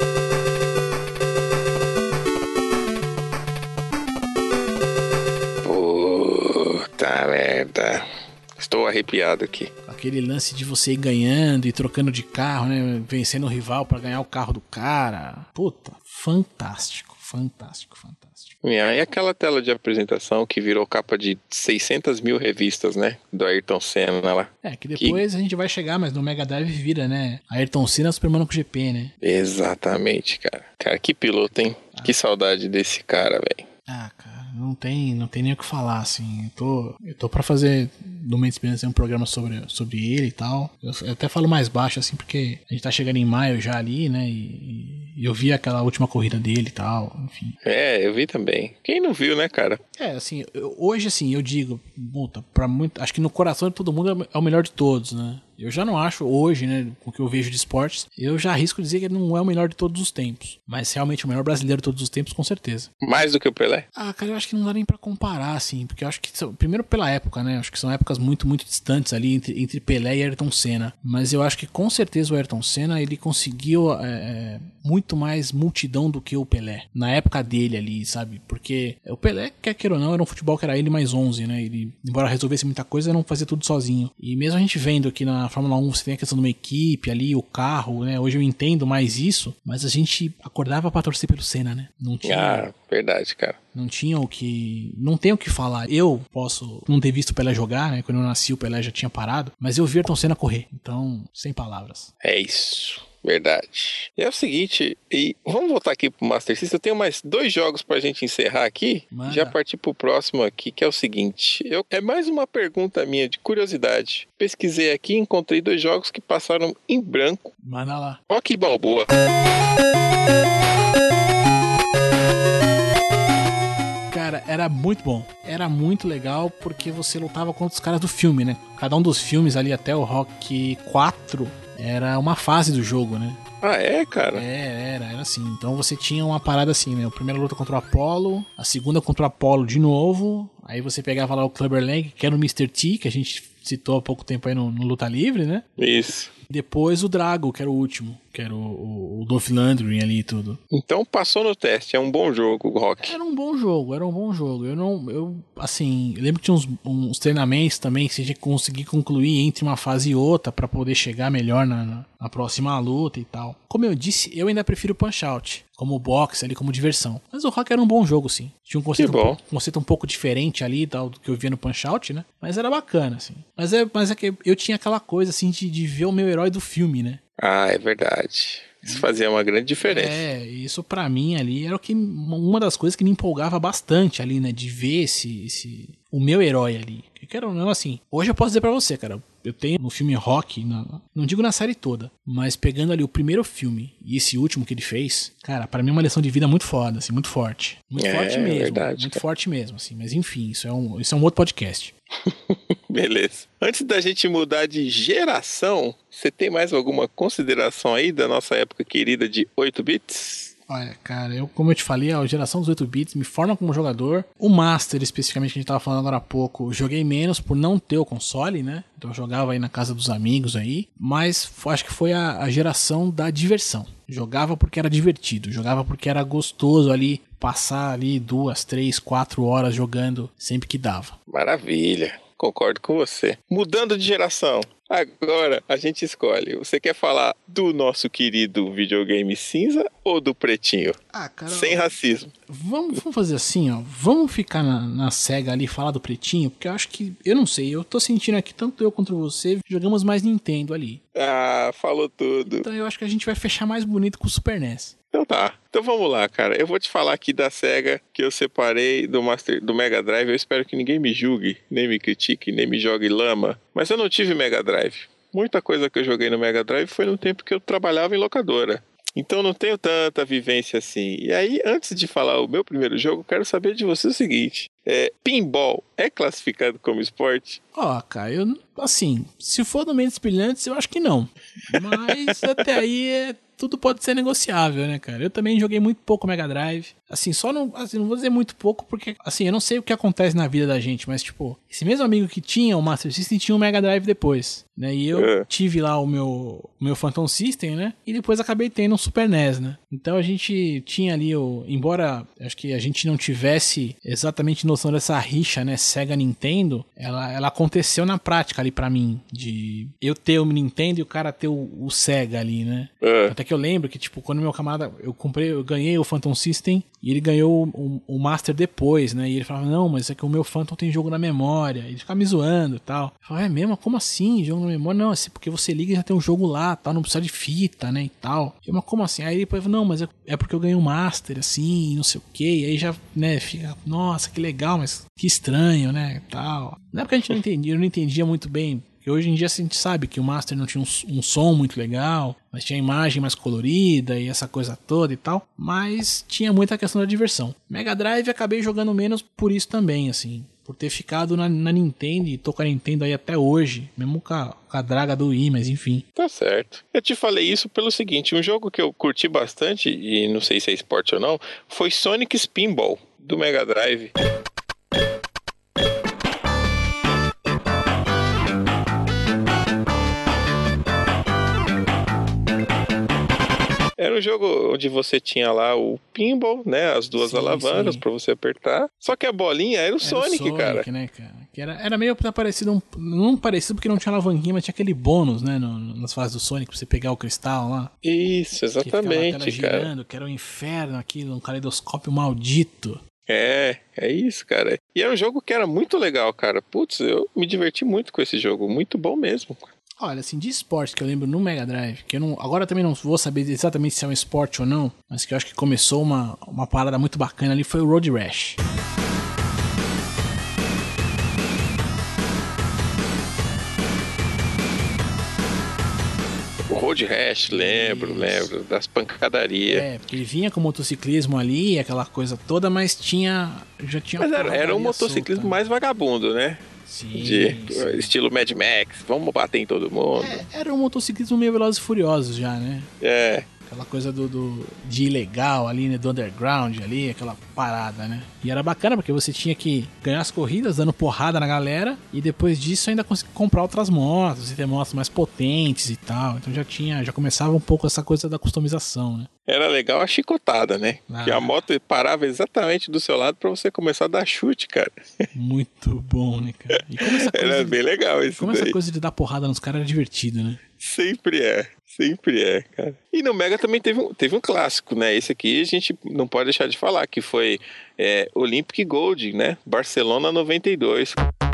Puta merda. Estou arrepiado aqui. Aquele lance de você ir ganhando e trocando de carro, né? Vencendo o rival pra ganhar o carro do cara. Puta, fantástico, fantástico, fantástico. E aí aquela tela de apresentação que virou capa de seiscentas mil revistas, né? Do Ayrton Senna lá. É, que depois que... a gente vai chegar, mas no Mega Drive vira, né? Ayrton Senna Super Monaco G P, né? Exatamente, cara. Cara, que piloto, hein? Ah. Que saudade desse cara, velho. Ah, cara, não tem, não tem nem o que falar, assim. Eu tô, eu tô pra fazer, do Mente Experiência, um programa sobre, sobre ele e tal. Eu, eu até falo mais baixo, assim, porque a gente tá chegando em maio já ali, né? E, e eu vi aquela última corrida dele e tal, enfim. É, eu vi também. Quem não viu, né, cara? É, assim, eu, hoje, assim, eu digo, puta, pra muito, acho que no coração de todo mundo é o melhor de todos, né? Eu já não acho hoje, né, com o que eu vejo de esportes, eu já arrisco dizer que ele não é o melhor de todos os tempos. Mas realmente o melhor brasileiro de todos os tempos, com certeza. Mais do que o Pelé? Ah, cara, eu acho que não dá nem pra comparar, assim, porque eu acho que, primeiro pela época, né, acho que são épocas muito, muito distantes ali entre, entre Pelé e Ayrton Senna. Mas eu acho que com certeza o Ayrton Senna, ele conseguiu é, muito mais multidão do que o Pelé. Na época dele ali, sabe? Porque o Pelé, quer queira ou não, era um futebol que era ele mais onze, né? Ele, embora resolvesse muita coisa, não fazia tudo sozinho. E mesmo a gente vendo aqui na Fórmula um, você tem a questão de uma equipe ali, o carro, né? Hoje eu entendo mais isso, mas a gente acordava pra torcer pelo Senna, né? Não tinha... Ah, verdade, cara. Não tinha o que... Não tem o que falar. Eu posso não ter visto o Pelé jogar, né? Quando eu nasci o Pelé já tinha parado, mas eu vi Ayrton Senna correr. Então, sem palavras. É isso. Verdade. E é o seguinte, e vamos voltar aqui pro Master System. Eu tenho mais dois jogos pra gente encerrar aqui. Manda. Já partir pro próximo aqui, que é o seguinte. Eu, é mais uma pergunta minha de curiosidade. Pesquisei aqui e encontrei dois jogos que passaram em branco. Manda lá. Rocky Balboa. Cara, era muito bom. Era muito legal porque você lutava contra os caras do filme, né? Cada um dos filmes ali até o Rocky quatro era uma fase do jogo, né? Ah, é, cara? É, era, era assim. Então você tinha uma parada assim, né? A primeira luta contra o Apollo, a segunda contra o Apollo de novo. Aí você pegava lá o Clubber Lang, que era o mister T, que a gente citou há pouco tempo aí no, no Luta Livre, né? Isso. Depois o Drago, que era o último, que era o, o, o Dolph Lundgren ali e tudo. Então passou no teste, é um bom jogo, o Rock. Era um bom jogo, era um bom jogo. Eu não, eu, assim, eu lembro que tinha uns, uns treinamentos também que você tinha que conseguir concluir entre uma fase e outra pra poder chegar melhor na, na, na próxima luta e tal. Como eu disse, eu ainda prefiro Punch-Out, como boxe ali, como diversão. Mas o Rock era um bom jogo, sim. Tinha um conceito, um, pouco, um conceito um pouco diferente ali, tal, do que eu via no Punch-Out, né? Mas era bacana, assim. Mas é, mas é que eu tinha aquela coisa, assim, de, de ver o meu herói do filme, né? Ah, é verdade. Isso fazia uma grande diferença. É, isso pra mim ali era o que, uma das coisas que me empolgava bastante ali, né? De ver esse, esse o meu herói ali. Que quero ou não, assim, hoje eu posso dizer pra você, cara, eu tenho no filme Rock, na, não digo na série toda, mas pegando ali o primeiro filme e esse último que ele fez, cara, pra mim é uma lição de vida muito foda, assim, muito forte. Muito é, forte mesmo, verdade, muito cara. forte mesmo, assim, mas enfim, isso é um, isso é um outro podcast. Beleza. Antes da gente mudar de geração, você tem mais alguma consideração aí da nossa época querida de oito bits? Olha, cara, eu, como eu te falei, a geração dos oito bits me forma como jogador. O Master, especificamente, que a gente tava falando agora há pouco, joguei menos por não ter o console, né? Então eu jogava aí na casa dos amigos aí. Mas acho que foi a, a geração da diversão. Jogava porque era divertido, jogava porque era gostoso ali, passar ali duas, três, quatro horas jogando sempre que dava. Maravilha, concordo com você. Mudando de geração. Agora a gente escolhe. Você quer falar do nosso querido videogame cinza ou do pretinho? Ah, cara. Sem racismo. Vamos, vamos fazer assim, ó. Vamos ficar na, na SEGA ali e falar do pretinho, porque eu acho que. Eu não sei, eu tô sentindo aqui, tanto eu quanto você, jogamos mais Nintendo ali. Ah, falou tudo. Então eu acho que a gente vai fechar mais bonito com o Super N E S. Então tá. Então vamos lá, cara. Eu vou te falar aqui da SEGA que eu separei do, Master, do Mega Drive. Eu espero que ninguém me julgue, nem me critique, nem me jogue lama. Mas eu não tive Mega Drive. Muita coisa que eu joguei no Mega Drive foi no tempo que eu trabalhava em locadora. Então não tenho tanta vivência assim. E aí, antes de falar o meu primeiro jogo, quero saber de você o seguinte. É, pinball é classificado como esporte? Ó, oh, cara, eu, assim, se for no Mentes Brilhantes, eu acho que não. Mas até aí é... tudo pode ser negociável, né, cara? Eu também joguei muito pouco Mega Drive. Assim, só não, assim, não vou dizer muito pouco porque, assim, eu não sei o que acontece na vida da gente, mas, tipo, esse mesmo amigo que tinha o Master System tinha o Mega Drive depois, né? E eu é. tive lá o meu, o meu Phantom System, né? E depois acabei tendo um Super N E S, né? Então a gente tinha ali o... Embora acho que a gente não tivesse exatamente noção dessa rixa, né? Sega-Nintendo, ela, ela aconteceu na prática ali pra mim, de eu ter o Nintendo e o cara ter o, o Sega ali, né? É. Até que eu lembro que, tipo, quando meu camarada... Eu comprei, eu ganhei o Phantom System e ele ganhou o, o, o Master depois, né? E ele falava, não, mas é que o meu Phantom tem jogo na memória. E ele ficava me zoando e tal. Eu falava, é mesmo? Como assim? Jogo na memória? Não, assim, porque você liga e já tem um jogo lá, tal, não precisa de fita, né? E tal. Eu, mas como assim? Aí ele depois falou, não, mas é, é porque eu ganhei um Master, assim, não sei o quê. E aí já, né, fica, nossa, que legal, mas que estranho, né? E tal. Não é porque a gente não entendia, eu não entendia muito bem. Porque hoje em dia a gente sabe que o Master não tinha um, um som muito legal, mas tinha a imagem mais colorida e essa coisa toda e tal, mas tinha muita questão da diversão. Mega Drive acabei jogando menos por isso também, assim, por ter ficado na, na Nintendo e tô com a Nintendo aí até hoje, mesmo com a, com a draga do Wii, mas enfim. Tá certo. Eu te falei isso pelo seguinte, um jogo que eu curti bastante, e não sei se é esporte ou não, foi Sonic Spinball, do Mega Drive. Era um jogo onde você tinha lá o pinball, né? As duas sim, alavancas para você apertar. Só que a bolinha era o era Sonic, o Sonic, cara. Né, cara? Que era, era meio parecido, um, não parecido porque não tinha alavanquinha, mas tinha aquele bônus, né? No, nas fases do Sonic, pra você pegar o cristal lá. Isso, exatamente, que ficava a tela girando, cara. Que era um inferno aquilo, um caleidoscópio maldito. É, é isso, cara. E era um jogo que era muito legal, cara. Putz, eu me diverti muito com esse jogo. Muito bom mesmo. Olha, assim, de esporte que eu lembro no Mega Drive, que eu não, agora também não vou saber exatamente se é um esporte ou não, mas que eu acho que começou uma, uma parada muito bacana ali, foi o Road Rash. O Road Rash, lembro, Isso. lembro, das pancadarias. É, porque ele vinha com motociclismo ali, aquela coisa toda, mas tinha, já tinha... Mas era, era um motociclismo solta. mais vagabundo, né? Sim, de sim. Estilo Mad Max, vamos bater em todo mundo. É, era um motociclismo meio Velozes e Furiosos já, né? É. Aquela coisa do, do, de ilegal ali, né? Do underground ali, aquela parada, né? E era bacana porque você tinha que ganhar as corridas dando porrada na galera e depois disso ainda conseguir comprar outras motos e ter motos mais potentes e tal. Então já tinha, já começava um pouco essa coisa da customização, né? Era legal a chicotada, né? Ah. Que a moto parava exatamente do seu lado pra você começar a dar chute, cara. Muito bom, né, cara? E como essa coisa era de, bem legal isso Como daí. essa coisa de dar porrada nos caras era divertido, né? Sempre é, sempre é, cara. E no Mega também teve um, teve um clássico, né? Esse aqui a gente não pode deixar de falar, que foi é, Olympic Gold, né? Barcelona noventa e dois.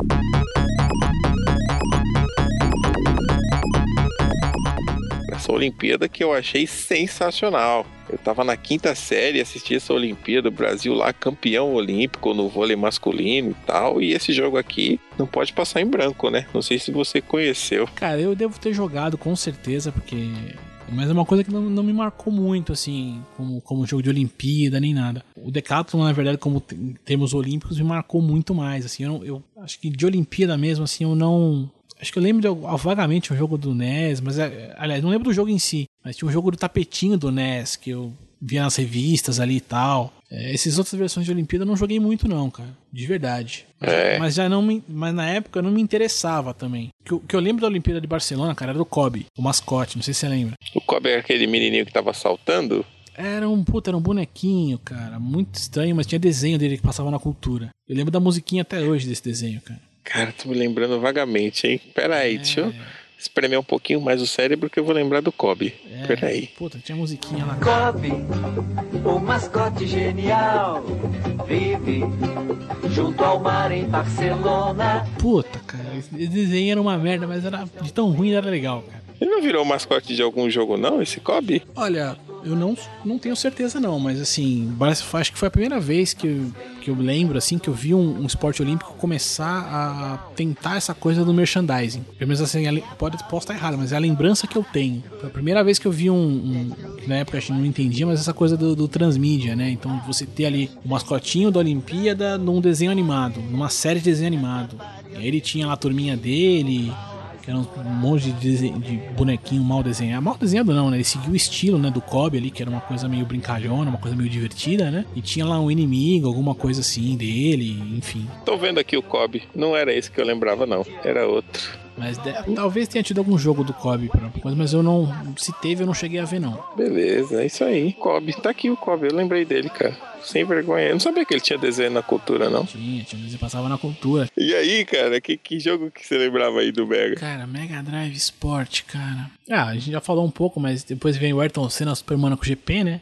Essa Olimpíada que eu achei sensacional. Eu tava na quinta série, assisti essa Olimpíada, o Brasil lá campeão olímpico no vôlei masculino e tal, e esse jogo aqui não pode passar em branco, né? Não sei se você conheceu. Cara, eu devo ter jogado com certeza, porque... Mas é uma coisa que não, não me marcou muito, assim, como, como jogo de Olimpíada, nem nada. O Decathlon, na verdade, como em termos olímpicos, me marcou muito mais, assim. Eu, eu acho que de Olimpíada mesmo, assim, eu não... Acho que eu lembro de, vagamente um jogo do N E S, mas, aliás, não lembro do jogo em si, mas tinha um jogo do tapetinho do N E S, que eu via nas revistas ali e tal. É, essas outras versões de Olimpíada eu não joguei muito não, cara, de verdade. Mas, é. mas já não me, mas na época não me interessava também. O que, eu, que eu lembro da Olimpíada de Barcelona, cara, era do Kobe, o mascote, não sei se você lembra. O Kobe é aquele menininho que tava saltando? Era um, puta, era um bonequinho, cara, muito estranho, mas tinha desenho dele que passava na Cultura. Eu lembro da musiquinha até hoje desse desenho, cara. Cara, tô me lembrando vagamente, hein? Pera aí, é... deixa eu espremer um pouquinho mais o cérebro que eu vou lembrar do Kobe. É... Pera aí. Puta, tinha musiquinha lá. Kobe, o mascote genial, vive junto ao mar em Barcelona. Puta, cara, esse desenho era uma merda, mas era de tão ruim era legal, cara. Ele não virou mascote de algum jogo não, esse Kobe? Olha, eu não, não tenho certeza não, mas assim, acho que foi a primeira vez que eu, que eu lembro, assim, que eu vi um, um esporte olímpico começar a tentar essa coisa do merchandising. Pelo menos assim, pode, posso estar errado, mas é a lembrança que eu tenho. Foi a primeira vez que eu vi um, um que na época a gente não entendia, mas essa coisa do, do transmídia, né? Então você ter ali o mascotinho da Olimpíada num desenho animado, numa série de desenho animado. E aí ele tinha lá a turminha dele... que era um monte de, de bonequinho mal desenhado. Mal desenhado não, né? Ele seguiu o estilo, né, do Kobe ali, que era uma coisa meio brincalhona, uma coisa meio divertida, né? E tinha lá um inimigo, alguma coisa assim dele, enfim. Tô vendo aqui o Kobe. Não era esse que eu lembrava, não. Era outro. Mas de, talvez tenha tido algum jogo do Kobe, mas eu não... Se teve, eu não cheguei a ver, não. Beleza, é isso aí. Kobe. Tá aqui o Kobe. Eu lembrei dele, cara. Sem vergonha. Eu não sabia que ele tinha desenho na Cultura, não. Tinha, tinha desenho, passava na Cultura. E aí, cara, que, que jogo que você lembrava aí do Mega? Cara, Mega Drive Sport, cara. Ah, a gente já falou um pouco, mas depois vem o Ayrton Senna Super Monaco G P, né?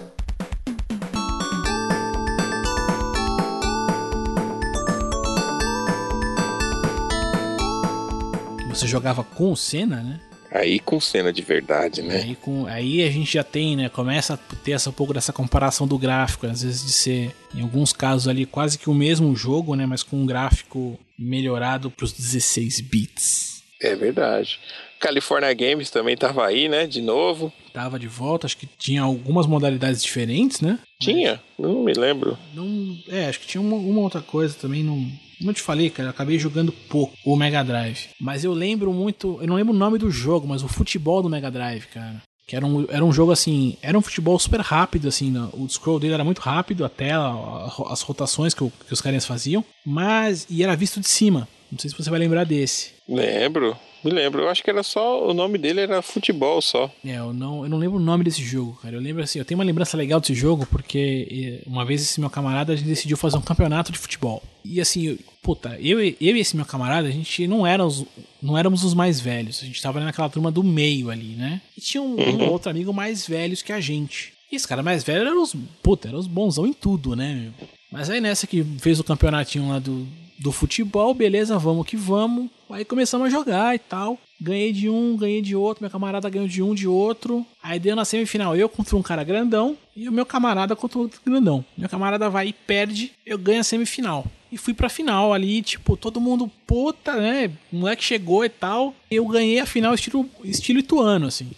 Você jogava com o Senna, né? Aí com cena de verdade, né? Aí, com, aí a gente já tem, né? Começa a ter essa, um pouco dessa comparação do gráfico, às vezes de ser, em alguns casos ali, quase que o mesmo jogo, né? Mas com um gráfico melhorado para os dezesseis bits. É verdade. California Games também tava aí, né? De novo. Tava de volta, acho que tinha algumas modalidades diferentes, né? Tinha? Mas não me lembro. Não, é, acho que tinha uma, uma outra coisa também, não... Como eu te falei, cara, eu acabei jogando pouco o Mega Drive. Mas eu lembro muito... Eu não lembro o nome do jogo, mas o futebol do Mega Drive, cara. Que era um, era um jogo assim... Era um futebol super rápido, assim. Né? O scroll dele era muito rápido, até a, a, as rotações que, o, que os caras faziam. Mas... E era visto de cima. Não sei se você vai lembrar desse. Lembro. Me lembro. Eu acho que era só... O nome dele era futebol só. É, eu não, eu não lembro o nome desse jogo, cara. Eu lembro assim... Eu tenho uma lembrança legal desse jogo porque uma vez esse meu camarada a gente decidiu fazer um campeonato de futebol. E assim... Puta, eu, eu e esse meu camarada, a gente não, era os, não éramos os mais velhos. A gente tava naquela turma do meio ali, né? E tinha um, uhum. um outro amigo mais velhos que a gente. E esse cara mais velho era os... Puta, era os bonzão em tudo, né, meu? Mas aí nessa que fez o campeonatinho lá do... do futebol, beleza, vamos que vamos. Aí começamos a jogar e tal. Ganhei de um, ganhei de outro. Meu camarada ganhou de um, de outro. Aí deu na semifinal eu contra um cara grandão e o meu camarada contra outro grandão. Meu camarada vai e perde, eu ganho a semifinal. E fui pra final ali, tipo, todo mundo, puta, né? O moleque chegou e tal. Eu ganhei a final estilo, estilo ituano, assim.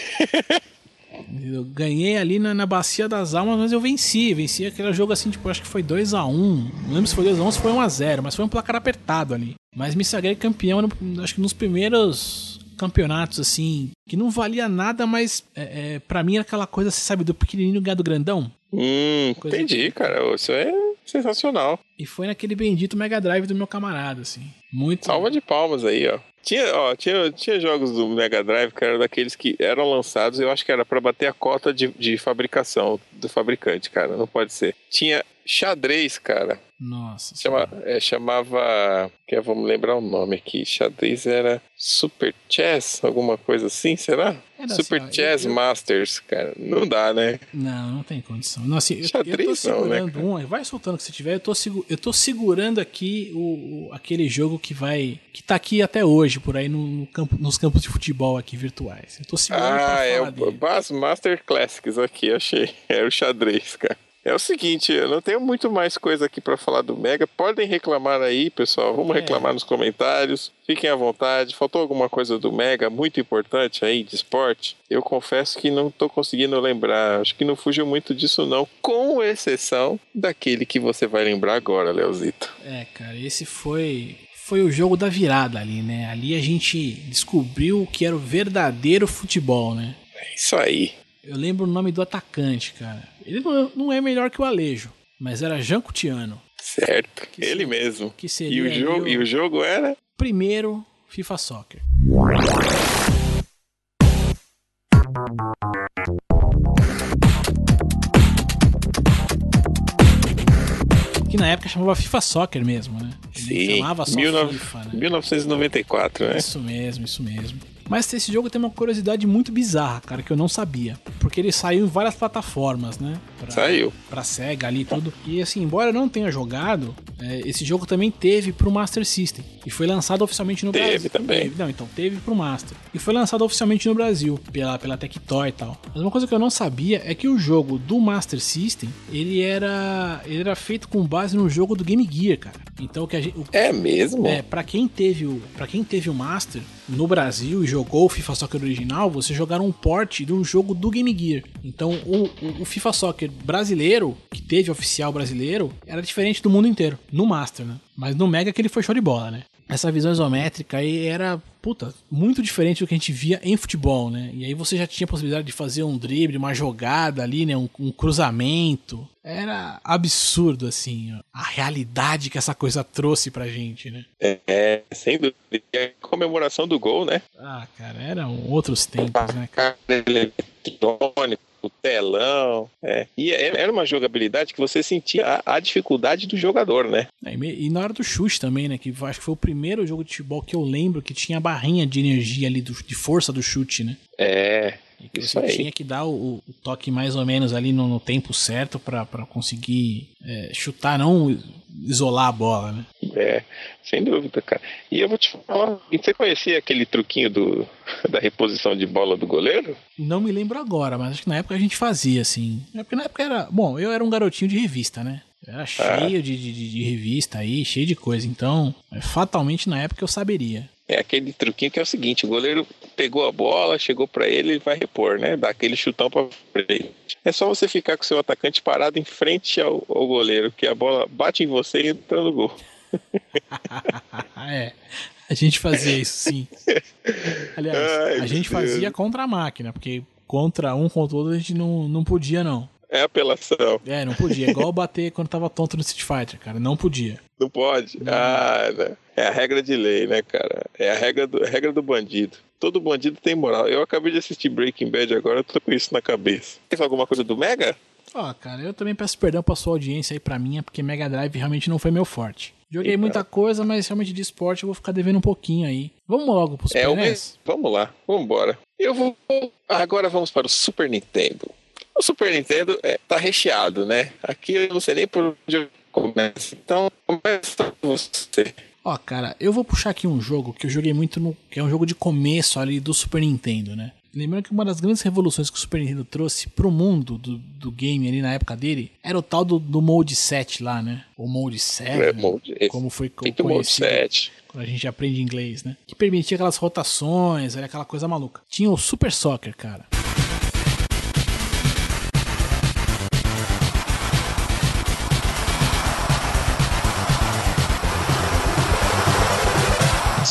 Eu ganhei ali na, na Bacia das Almas, mas eu venci. Venci aquele jogo assim, tipo, acho que foi dois a um. Não lembro se foi dois a um ou se foi um a zero, mas foi um placar apertado ali. Mas me sagrei campeão, no, acho que nos primeiros campeonatos, assim, que não valia nada, mas é, é, pra mim era aquela coisa, você sabe, do pequenininho ganhar do grandão. Hum, coisa entendi, que... cara. Isso é sensacional. E foi naquele bendito Mega Drive do meu camarada, assim. Muito... Salva de palmas aí, ó. Tinha, ó, tinha, tinha jogos do Mega Drive que eram daqueles que eram lançados, eu acho que era pra bater a cota de, de fabricação do fabricante, cara, não pode ser. Tinha xadrez, cara. Nossa. Chama, é, chamava. Que é, vamos lembrar o nome aqui. Xadrez era Super Chess, alguma coisa assim, será? Era Super assim, ó, Chess eu, eu... Masters, cara. Não dá, né? Não, não tem condição. Não, assim, eu, Xadrez, eu tô segurando não, né, um. Vai soltando que você tiver. Eu tô, eu tô segurando aqui o, o, aquele jogo que vai. Que tá aqui até hoje, por aí no, no campo, nos campos de futebol aqui virtuais. Eu tô segurando ah, pra é falar o dele. Bassmaster Classics aqui, achei. Era o xadrez, cara. É o seguinte, eu não tenho muito mais coisa aqui pra falar do Mega. Podem reclamar aí, pessoal. Vamos É. reclamar nos comentários. Fiquem à vontade. Faltou alguma coisa do Mega muito importante aí, de esporte? Eu confesso que não tô conseguindo lembrar. Acho que não fugiu muito disso, não. Com exceção daquele que você vai lembrar agora, Leozito. É, cara, esse foi... Foi o jogo da virada ali, né? Ali a gente descobriu o que era o verdadeiro futebol, né? É isso aí. Eu lembro o nome do atacante, cara. Ele não, não é melhor que o Alejo, mas era Jean Coutinho. Certo, Que ele seria, mesmo. Que seria e, o jogo, o e o jogo era? Primeiro FIFA Soccer. Que na época chamava FIFA Soccer mesmo, né? Ele Sim, chamava só dezenove... FIFA, né? mil novecentos e noventa e quatro, né? Isso mesmo, isso mesmo. Mas esse jogo tem uma curiosidade muito bizarra, cara, que eu não sabia. Porque ele saiu em várias plataformas, né? Pra, Saiu. Pra Sega ali e tudo. E assim, embora eu não tenha jogado, é, esse jogo também teve pro Master System. E foi lançado oficialmente no teve Brasil. Também. Teve também. Não, então teve pro Master. E foi lançado oficialmente no Brasil, pela, pela Tectoy e tal. Mas uma coisa que eu não sabia é que o jogo do Master System, ele era, ele era feito com base no jogo do Game Gear, cara. Então o que a gente... O, é mesmo? É, pra quem teve o, pra quem teve o Master no Brasil e jogou o FIFA Soccer original, você jogaram um port de um jogo do Game Gear. Então o, o, o FIFA Soccer brasileiro, que teve oficial brasileiro, era diferente do mundo inteiro, no Master, né? Mas no Mega que ele foi show de bola, né? Essa visão isométrica aí era, puta, muito diferente do que a gente via em futebol, né? E aí você já tinha a possibilidade de fazer um drible, uma jogada ali, né? Um, um cruzamento. Era absurdo, assim, ó, a realidade que essa coisa trouxe pra gente, né? É, é sem dúvida. A comemoração do gol, né? Ah, cara, eram outros tempos, né? Cara, eletrônico, o telão. É. E era uma jogabilidade que você sentia a, a dificuldade do jogador, né? É, e na hora do chute também, né? Que acho que foi o primeiro jogo de futebol que eu lembro que tinha a barrinha de energia ali, do, de força do chute, né? É. E que isso você aí. tinha que dar o, o toque mais ou menos ali no, no tempo certo pra, pra conseguir é, chutar, não isolar a bola, né? É, sem dúvida, cara. E eu vou te falar, e você conhecia aquele truquinho do, da reposição de bola do goleiro? Não me lembro agora, mas acho que na época a gente fazia, assim. É porque na época era... Bom, eu era um garotinho de revista, né? Era cheio ah. de, de, de revista aí, cheio de coisa. Então, fatalmente na época eu saberia. É aquele truquinho que é o seguinte, o goleiro pegou a bola, chegou pra ele, ele vai repor, né? Dá aquele chutão pra frente. É só você ficar com o seu atacante parado em frente ao, ao goleiro, que a bola bate em você e entra no gol. É, a gente fazia isso, sim. Aliás, Ai, a gente Deus. fazia contra a máquina, porque contra um, contra o outro a gente não, não podia, não. É apelação. É, não podia. Igual bater quando tava tonto no Street Fighter, cara. Não podia. Não pode? Não. Ah, né? É a regra de lei, né, cara? É a regra do, a regra do bandido. Todo bandido tem moral. Eu acabei de assistir Breaking Bad agora, eu tô com isso na cabeça. Tem alguma coisa do Mega? Ó, oh, cara, eu também peço perdão pra sua audiência aí pra mim, é porque Mega Drive realmente não foi meu forte. Joguei Eita. muita coisa, mas realmente de esporte eu vou ficar devendo um pouquinho aí. Vamos logo pro Super é, N E S? Vamos lá, vamos embora. Eu vou... Agora vamos para o Super Nintendo. O Super Nintendo é, tá recheado, né? Aqui eu não sei nem por onde eu começo. Então, começa você. Ó, cara, eu vou puxar aqui um jogo que eu joguei muito no... que é um jogo de começo ali do Super Nintendo, né? Lembrando que uma das grandes revoluções que o Super Nintendo trouxe pro mundo do, do game ali na época dele era o tal do, do Mode sete lá, né? Ou Mode sete, é, mode, como foi conhecido Mode sete. Quando a gente aprende inglês, né? Que permitia aquelas rotações, era aquela coisa maluca. Tinha o Super Soccer, cara.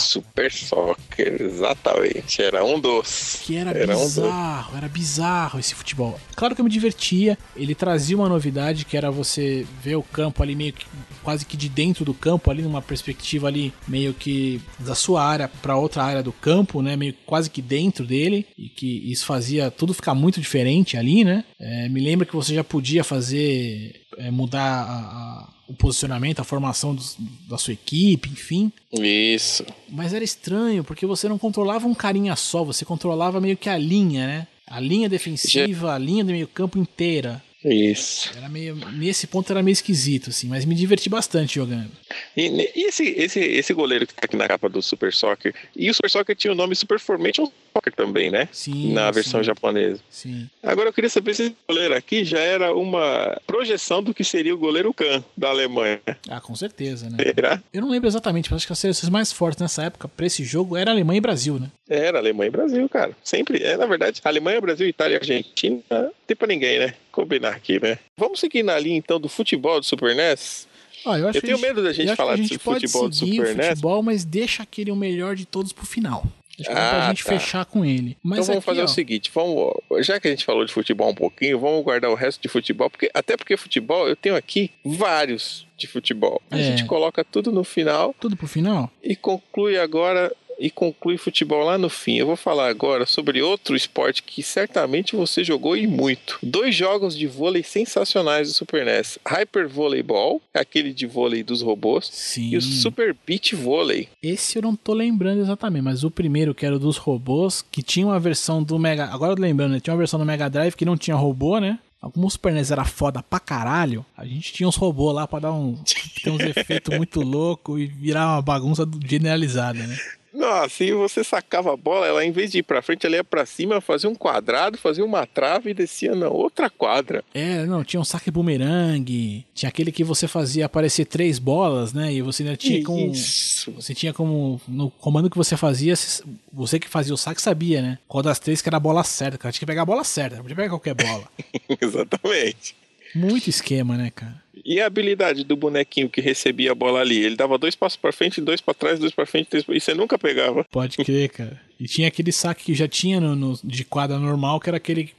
Super Soccer, exatamente. Era um dos. Que era, era bizarro, um dos. Era bizarro esse futebol. Claro que eu me divertia. Ele trazia uma novidade que era você ver o campo ali meio que quase que de dentro do campo, ali numa perspectiva ali meio que da sua área para outra área do campo, né? Meio quase que dentro dele, e que isso fazia tudo ficar muito diferente ali, né? É, me lembra que você já podia fazer, é, mudar a, a, o posicionamento, a formação dos, da sua equipe, enfim. Isso. Mas era estranho, porque você não controlava um carinha só, você controlava meio que a linha, né? A linha defensiva, já... a linha do meio campo inteira. Isso. Era meio, nesse ponto era meio esquisito, assim, mas me diverti bastante jogando. E, e esse, esse, esse goleiro que tá aqui na capa do Super Soccer, e o Super Soccer tinha o nome Super Formation Soccer também, né? Sim. Na versão sim. japonesa. Sim. Agora eu queria saber se esse goleiro aqui já era uma projeção do que seria o goleiro Kahn da Alemanha. Ah, com certeza, né? Será? Eu não lembro exatamente, mas acho que as seleções mais fortes nessa época pra esse jogo era Alemanha e Brasil, né? Era Alemanha e Brasil, cara. Sempre. É, na verdade, Alemanha, Brasil, Itália e Argentina, não tem pra ninguém, né? Combinar aqui, né? Vamos seguir na linha, então, do futebol do Super N E S? Ah, eu acho eu tenho gente, medo da gente falar de futebol do Super N E S. Futebol, mas deixa aquele o melhor de todos pro final. Deixa ah, pra gente tá. fechar com ele. Mas então vamos aqui, fazer ó, o seguinte, vamos, já que a gente falou de futebol um pouquinho, vamos guardar o resto de futebol, porque, até porque futebol, eu tenho aqui vários de futebol. A é. gente coloca tudo no final. Tudo pro final? E conclui agora... E conclui futebol lá no fim. Eu vou falar agora sobre outro esporte que certamente você jogou e muito. Dois jogos de vôlei sensacionais do Super N E S. Hyper Volleyball, aquele de vôlei dos robôs. Sim. E o Super Beach Volley. Esse eu não tô lembrando exatamente, mas o primeiro, que era o dos robôs, que tinha uma versão do Mega... Agora eu tô lembrando, né? Tinha uma versão do Mega Drive que não tinha robô, né? Como o Super N E S era foda pra caralho, a gente tinha uns robôs lá pra dar um... ter uns efeitos muito loucos e virar uma bagunça generalizada, né? Nossa, e você sacava a bola, ela em vez de ir pra frente, ela ia pra cima, fazia um quadrado, fazia uma trave e descia na outra quadra. É, não, tinha um saque bumerangue, tinha aquele que você fazia aparecer três bolas, né, e você ainda tinha como... Isso. Você tinha como... No comando que você fazia, você que fazia o saque sabia, né, qual das três que era a bola certa, cara, tinha que pegar a bola certa, não podia pegar qualquer bola. Exatamente. Muito esquema, né, cara? E a habilidade do bonequinho que recebia a bola ali? Ele dava dois passos pra frente, dois pra trás, dois pra frente, três pra... e você nunca pegava. Pode crer, cara. E tinha aquele saque que já tinha no, no, de quadra normal, que era aquele...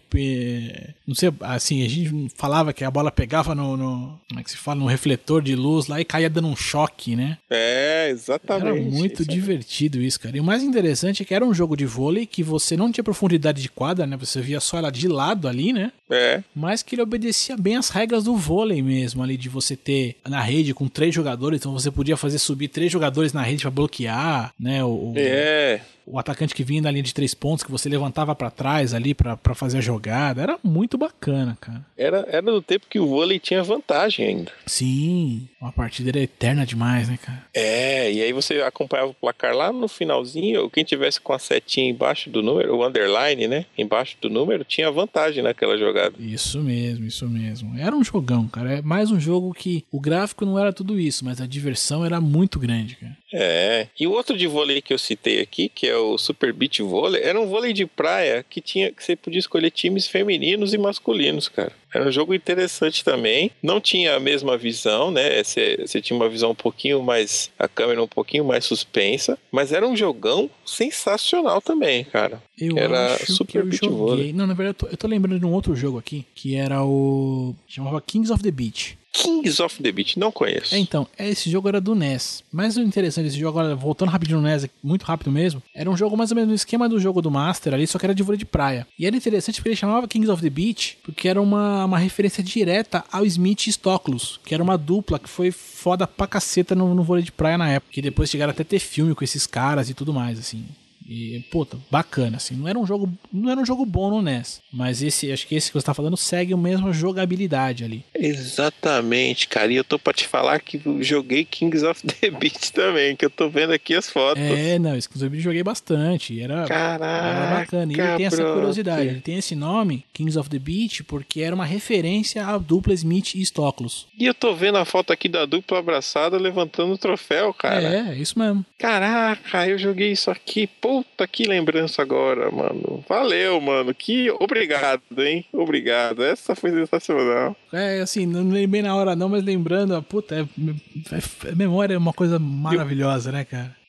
É, não sei, assim, a gente falava que a bola pegava no, no... Como é que se fala? No refletor de luz lá e caía dando um choque, né? É, exatamente. Era muito isso, divertido isso, cara. E o mais interessante é que era um jogo de vôlei que você não tinha profundidade de quadra, né? Você via só ela de lado ali, né? É. Mas que ele obedecia bem às regras do vôlei mesmo, ali de você ter na rede com três jogadores, então você podia fazer subir três jogadores na rede pra bloquear, né? O, é. O atacante que vinha da linha de três pontos, que você levantava pra trás ali pra, pra fazer a jogada. Era muito bacana, cara. Era, era do tempo que o vôlei tinha vantagem ainda. Sim, uma partida era eterna demais, né, cara? É, e aí você acompanhava o placar lá no finalzinho, quem tivesse com a setinha embaixo do número, o underline, né, embaixo do número, tinha vantagem naquela jogada. Isso mesmo, isso mesmo. Era um jogão, cara. É mais um jogo que o gráfico não era tudo isso, mas a diversão era muito grande, cara. É, e o outro de vôlei que eu citei aqui, que é o Super Beach Volley, era um vôlei de praia que tinha que você podia escolher times femininos e masculinos, cara. Era um jogo interessante também. Não tinha a mesma visão, né? Você, você tinha uma visão um pouquinho mais... A câmera um pouquinho mais suspensa. Mas era um jogão sensacional também, cara. Eu era acho Super que eu Beach joguei... Volley. Não, na verdade, eu tô, eu tô lembrando de um outro jogo aqui, que era o... chamava Kings of the Beach. Kings of the Beach, não conheço. É, então, esse jogo era do N E S. Mas o interessante desse jogo, agora voltando rapidinho no N E S, muito rápido mesmo, era um jogo mais ou menos no esquema do jogo do Master ali, só que era de vôlei de praia. E era interessante porque ele chamava Kings of the Beach, porque era uma, uma referência direta ao Smith e Stoklos, que era uma dupla que foi foda pra caceta no, no vôlei de praia na época. Que depois chegaram até a ter filme com esses caras e tudo mais, assim. E, puta, bacana, assim, não era um jogo, não era um jogo bom no N E S, mas esse, acho que esse que você tá falando segue a mesma jogabilidade ali. Exatamente, cara, e eu tô pra te falar que eu joguei Kings of the Beach também, que eu tô vendo aqui as fotos. É, não, esse Kings of the Beach eu joguei bastante, era, Caraca, era bacana, e ele tem essa curiosidade, ele tem esse nome, Kings of the Beach, porque era uma referência à dupla Smith e Stoklos. E eu tô vendo a foto aqui da dupla abraçada levantando o troféu, cara. É, é isso mesmo. Caraca, eu joguei isso aqui, pô. Puta, que lembrança agora, mano. Valeu, mano. Que obrigado, hein? Obrigado. Essa foi sensacional. É, assim, não lembrei na hora não, mas lembrando, puta, é, é, memória é uma coisa maravilhosa, né, cara? E o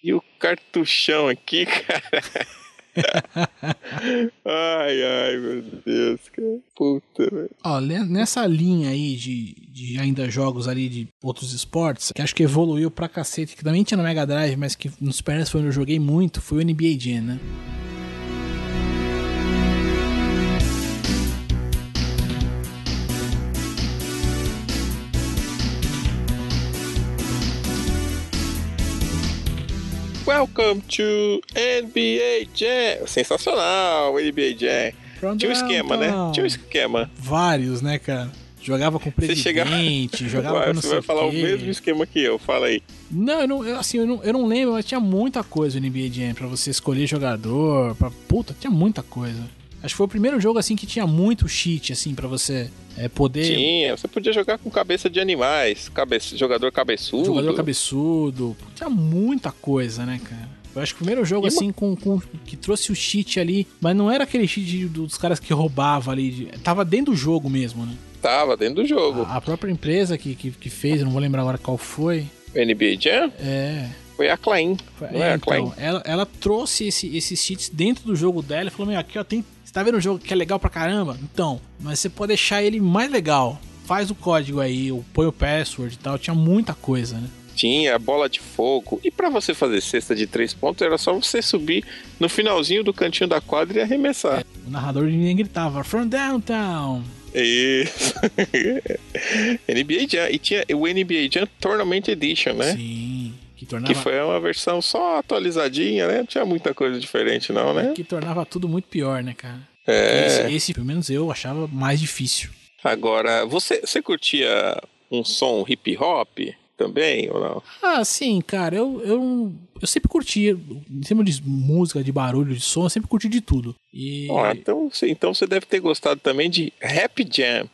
cartuchão aqui, cara. Ai, ai, meu Deus, cara. Puta, velho. Ó, nessa linha aí de, de ainda jogos ali de outros esportes, que acho que evoluiu pra cacete, que também tinha no Mega Drive, mas que no Super N E S foi onde eu joguei muito, foi o N B A Jam, né? Welcome to N B A Jam. Sensacional, N B A Jam. From Tinha um esquema, downtown. né? Tinha um esquema. Vários, né, cara? Jogava com o presidente, Você chegava... jogava Vai, com não Você sei vai falar o o quê. mesmo esquema que eu, fala aí. Não, eu não, eu, assim, eu não, eu não lembro, mas tinha muita coisa no N B A Jam pra você escolher jogador, pra... Puta, tinha muita coisa. Acho que foi o primeiro jogo, assim, que tinha muito cheat, assim, pra você é, poder... Tinha, você podia jogar com cabeça de animais, cabe... jogador cabeçudo. Jogador cabeçudo. Tinha muita coisa, né, cara? Eu acho que o primeiro jogo, E assim, com, com, que trouxe o cheat ali, mas não era aquele cheat dos caras que roubavam ali, de, tava dentro do jogo mesmo, né? Tava dentro do jogo. A, a própria empresa que, que, que fez, eu não vou lembrar agora qual foi. N B A Jam? É... Foi a Klein. Foi, não é, é a então, Klein? ela, ela trouxe esse, esses cheats dentro do jogo dela e falou, meu, aqui ó, tem, você tá vendo um jogo que é legal pra caramba? Então, mas você pode deixar ele mais legal. Faz o código aí, põe o password e tal, tinha muita coisa, né? Tinha bola de fogo. E pra você fazer cesta de três pontos, era só você subir no finalzinho do cantinho da quadra e arremessar. É, o narrador nem gritava, from downtown. Isso. N B A Jam. E tinha o N B A Jam Tournament Edition, né? Sim. Que tornava, Que foi uma versão só atualizadinha, né? Não tinha muita coisa diferente, não, né? que tornava tudo muito pior, né, cara? É. Esse, esse, pelo menos eu, achava mais difícil. Agora, você, você curtia um som hip hop também, ou não? Ah, sim, cara, eu, eu, eu sempre curti, em termos de música, de barulho, de som, eu sempre curti de tudo. E... Ó, então, você- então você deve ter gostado também de Rap Jam.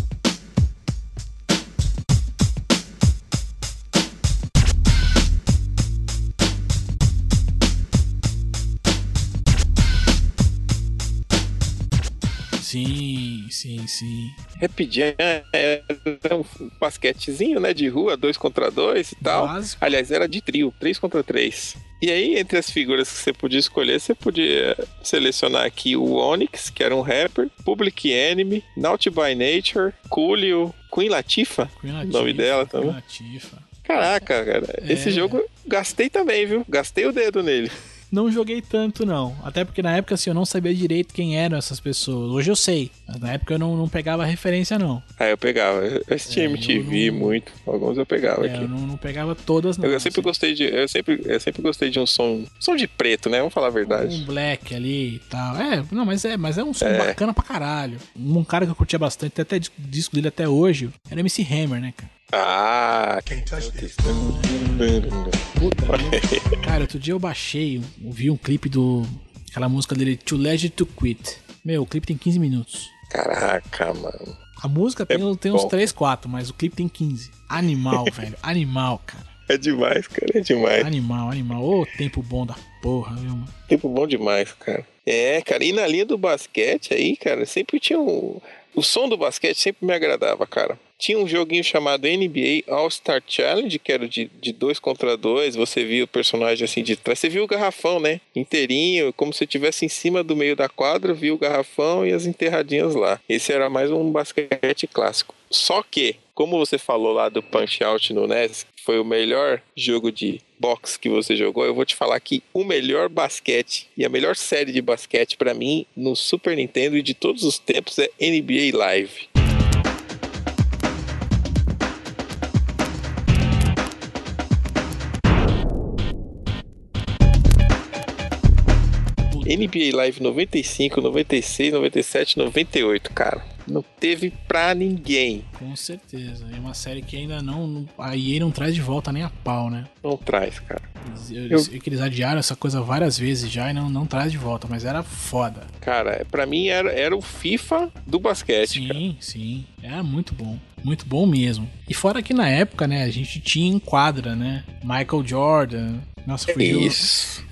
Sim, sim, sim. Rap Jam era um basquetezinho, né, de rua, dois contra dois e tal. Básico. Aliás, era de trio, três contra três. E aí, entre as figuras que você podia escolher, você podia selecionar aqui o Onyx, que era um rapper, Public Enemy, Naughty by Nature, Coolio, Queen Latifah, Queen o Latifah, nome dela Queen também. Latifah. Caraca, cara, É. esse jogo eu gastei também, viu? Gastei o dedo nele. Não joguei tanto, não. Até porque na época, assim, eu não sabia direito quem eram essas pessoas. Hoje eu sei. Mas na época eu não, não pegava referência, não. Aí eu pegava, eu assistia É, M T V eu não- muito, alguns eu pegava É, aqui. eu não, não pegava todas, não. Eu sempre assim. gostei de. Eu sempre, eu sempre gostei de um som. Som de preto, né? Vamos falar a verdade. Um black ali e tal. É, não, mas é, mas é um som bacana pra caralho. Um cara que eu curtia bastante, tem até dis- disco dele até hoje, era o M C Hammer, né, cara? Ah, quem Puta, eu- cara, outro dia eu baixei, eu vi um clipe do. Aquela música dele, Too Lazy to Quit. Meu, o clipe tem quinze minutos. Caraca, mano. A música tem, É tem uns bom. três, quatro, mas o clipe tem quinze. Animal, velho. Animal, cara. É demais, cara. É demais. Animal, animal. Ô, tempo bom da porra, viu, mano? Tempo bom demais, cara. É, cara. E na linha do basquete aí, cara, sempre tinha um. O som do basquete sempre me agradava, cara. Tinha um joguinho chamado N B A All-Star Challenge, que era de, de dois contra dois. Você via o personagem assim de trás. Você viu o garrafão, né? Inteirinho, como se estivesse em cima do meio da quadra, viu o garrafão e as enterradinhas lá. Esse era mais um basquete clássico. Só que, como você falou lá do Punch-Out no N E S, que foi o melhor jogo de boxe que você jogou, eu vou te falar que o melhor basquete e a melhor série de basquete pra mim no Super Nintendo e de todos os tempos é N B A Live. N B A Live noventa e cinco, noventa e seis, noventa e sete, noventa e oito, cara. Não teve pra ninguém. Com certeza. É uma série que ainda não, não. A E A não traz de volta nem a pau, né? Não traz, cara. Eles, eles, que eles adiaram essa coisa várias vezes já e não, não traz de volta, mas era foda. Cara, pra mim era, era o FIFA do basquete, cara. Sim, sim. Era muito bom. Muito bom mesmo. E fora que na época, né, a gente tinha em quadra, né? Michael Jordan. Nossa, fugiu. Isso.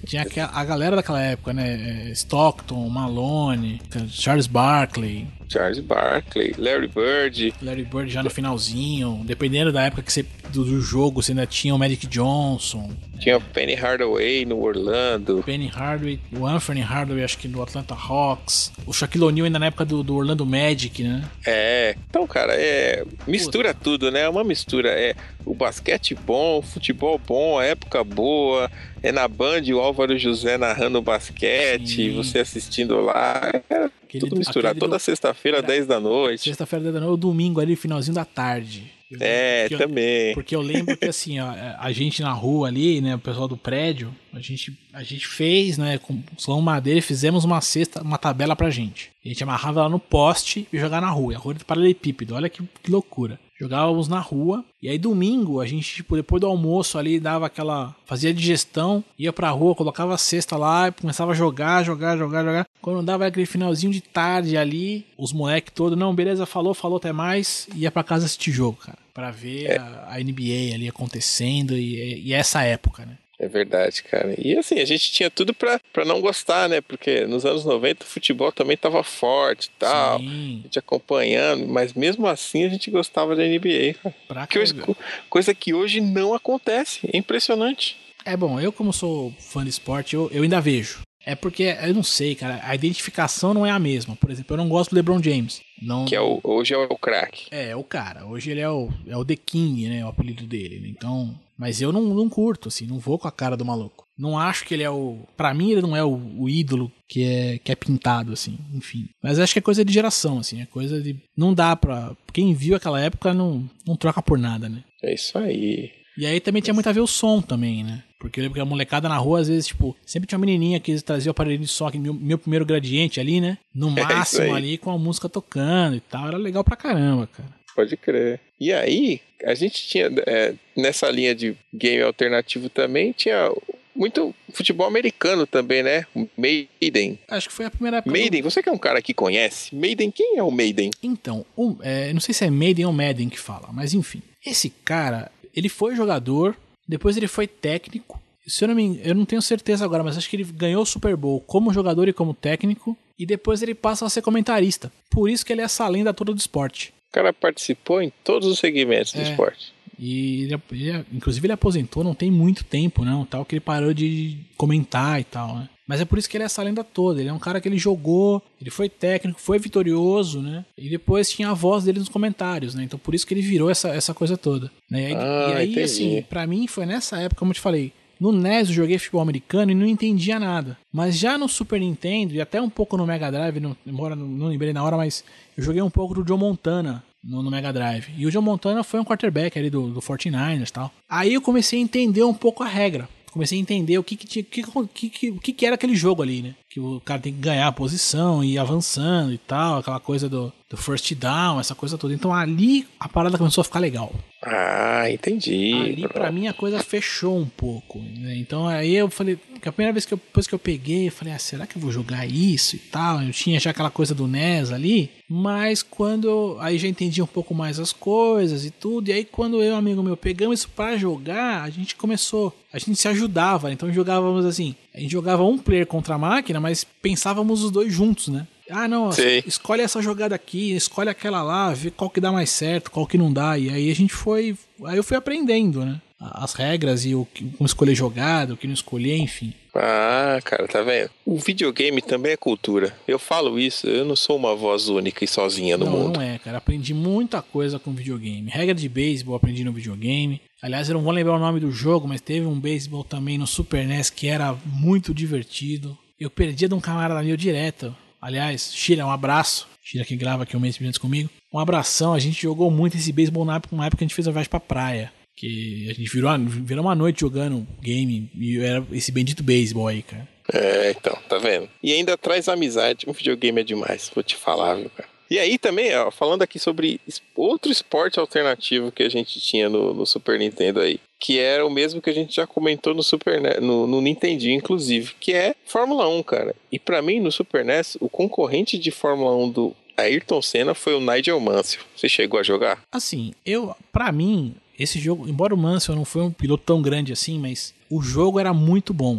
tinha a galera daquela época, né? Stockton, Malone, Charles Barkley. Charles Barkley, Larry Bird. Larry Bird já no finalzinho. Dependendo da época que você, do, do jogo, você ainda tinha o Magic Johnson. Tinha o Penny Hardaway no Orlando. Penny Hardaway, o Anthony Hardaway, acho que no Atlanta Hawks. O Shaquille O'Neal ainda na época do, do Orlando Magic, né? É, então, cara, é mistura Puta. tudo, né? É uma mistura. É o basquete bom, o futebol bom, a época boa. É na Band o Álvaro José narrando basquete, Sim. você assistindo lá. É aquele, tudo misturado. Toda do... sexta-feira, dez da noite. Sexta-feira, dez da noite, ou domingo ali, finalzinho da tarde. Eu é, porque também. Eu, porque eu lembro que assim, ó, a gente na rua ali, né, o pessoal do prédio, a gente, a gente fez, né, com salão madeira e fizemos uma cesta, uma tabela pra gente. A gente amarrava ela no poste e jogava na rua. A rua de paralelepípedo, olha que, que loucura. Jogávamos na rua, e aí domingo a gente, tipo, depois do almoço ali, dava aquela, fazia digestão, ia pra rua, colocava a cesta lá, e começava a jogar, jogar, jogar, jogar. Quando dava aquele finalzinho de tarde ali, os moleques todos, não, beleza, falou, falou, até mais, ia pra casa assistir jogo, cara, pra ver é. a, a N B A ali acontecendo, e, e essa época, né. É verdade, cara. E assim, a gente tinha tudo pra, pra não gostar, né? Porque nos anos noventa o futebol também tava forte e tal. Sim. A gente acompanhando, mas mesmo assim a gente gostava da N B A, cara. Que hoje, coisa que hoje não acontece. É impressionante. É bom, eu como sou fã de esporte, eu, eu ainda vejo. É porque, eu não sei, cara, a identificação não é a mesma. Por exemplo, eu não gosto do LeBron James. Não... Que é o, hoje é o craque. É, é o cara. Hoje ele é o, é o The King, né? O apelido dele. Né? Então... Mas eu não, não curto, assim, não vou com a cara do maluco. Não acho que ele é o... Pra mim, ele não é o, o ídolo que é, que é pintado, assim, enfim. Mas acho que é coisa de geração, assim, é coisa de... Não dá pra... Quem viu aquela época não, não troca por nada, né? É isso aí. E aí também tinha muito a ver o som também, né? Porque eu lembro que a molecada na rua, às vezes, tipo... Sempre tinha uma menininha que trazia o aparelho de som, aqui, meu, meu primeiro gradiente ali, né? No máximo é ali, com a música tocando e tal. Era legal pra caramba, cara. Pode crer. E aí, a gente tinha, é, nessa linha de game alternativo também, tinha muito futebol americano também, né? Maiden. Acho que foi a primeira época. Maiden, do... você que é um cara que conhece. Maiden, quem é o Maiden? Então, o, é, não sei se é Maiden ou Madden que fala, mas enfim. Esse cara, ele foi jogador, depois ele foi técnico. Se eu não me, eu não tenho certeza agora, mas acho que ele ganhou o Super Bowl como jogador e como técnico. E depois ele passa a ser comentarista. Por isso que ele é essa lenda toda do esporte. O cara participou em todos os segmentos do é, esporte. E ele, ele, inclusive ele aposentou não tem muito tempo, não, tal, que ele parou de comentar e tal, né? Mas é por isso que ele é essa lenda toda. Ele é um cara que ele jogou, ele foi técnico, foi vitorioso, né? E depois tinha a voz dele nos comentários, né? Então por isso que ele virou essa, essa coisa toda. Né? E, ah, e aí, entendi. assim, pra mim foi nessa época, como eu te falei, no N E S eu joguei futebol americano e não entendia nada. Mas já no Super Nintendo e até um pouco no Mega Drive, não, embora não, não lembrei na hora, mas eu joguei um pouco do Joe Montana no, no Mega Drive. E o Joe Montana foi um quarterback ali do, do forty-niners e tal. Aí eu comecei a entender um pouco a regra. Comecei a entender o que que, tinha, que, que, que, que era aquele jogo ali, né? Que o cara tem que ganhar a posição e ir avançando e tal, aquela coisa do, do first down, essa coisa toda. Então ali a parada começou a ficar legal. Ah, entendi. Ali pra mim a coisa fechou um pouco, né? Então aí eu falei, que a primeira vez que eu, depois que eu peguei, eu falei, ah, será que eu vou jogar isso e tal? Eu tinha já aquela coisa do N E S ali, mas quando eu, aí já entendi um pouco mais as coisas e tudo, e aí quando eu e um amigo meu pegamos isso pra jogar, a gente começou, a gente se ajudava, então jogávamos assim, a gente jogava um player contra a máquina, mas pensávamos os dois juntos, né? Ah, não, Sim. escolhe essa jogada aqui, escolhe aquela lá, vê qual que dá mais certo, qual que não dá. E aí a gente foi, aí eu fui aprendendo, né? As regras e o como escolher jogada, o que não escolher, enfim. Ah, cara, tá vendo? O videogame também é cultura. Eu falo isso, eu não sou uma voz única e sozinha no não, mundo. Não, não é, cara. Aprendi muita coisa com videogame. Regra de beisebol aprendi no videogame. Aliás, eu não vou lembrar o nome do jogo, mas teve um beisebol também no Super N E S que era muito divertido. Eu perdia de um camarada meu direto. Aliás, Shira, um abraço. Shira que grava aqui um mês antes comigo. Um abração, a gente jogou muito esse beisebol na época, uma época que a gente fez a viagem pra praia. Que a gente virou, virou uma noite jogando game e era esse bendito beisebol aí, cara. É, então, tá vendo? E ainda traz amizade. Um videogame é demais, vou te falar, viu, cara? E aí também, ó, falando aqui sobre outro esporte alternativo que a gente tinha no, no Super Nintendo aí, que era o mesmo que a gente já comentou no Super N E S, no, no Nintendinho, inclusive, que é Fórmula um, cara. E pra mim, no Super N E S, o concorrente de Fórmula um do Ayrton Senna foi o Nigel Mansell. Você chegou a jogar? Assim, eu, pra mim, esse jogo, embora o Mansell não foi um piloto tão grande assim, mas o jogo era muito bom, cara.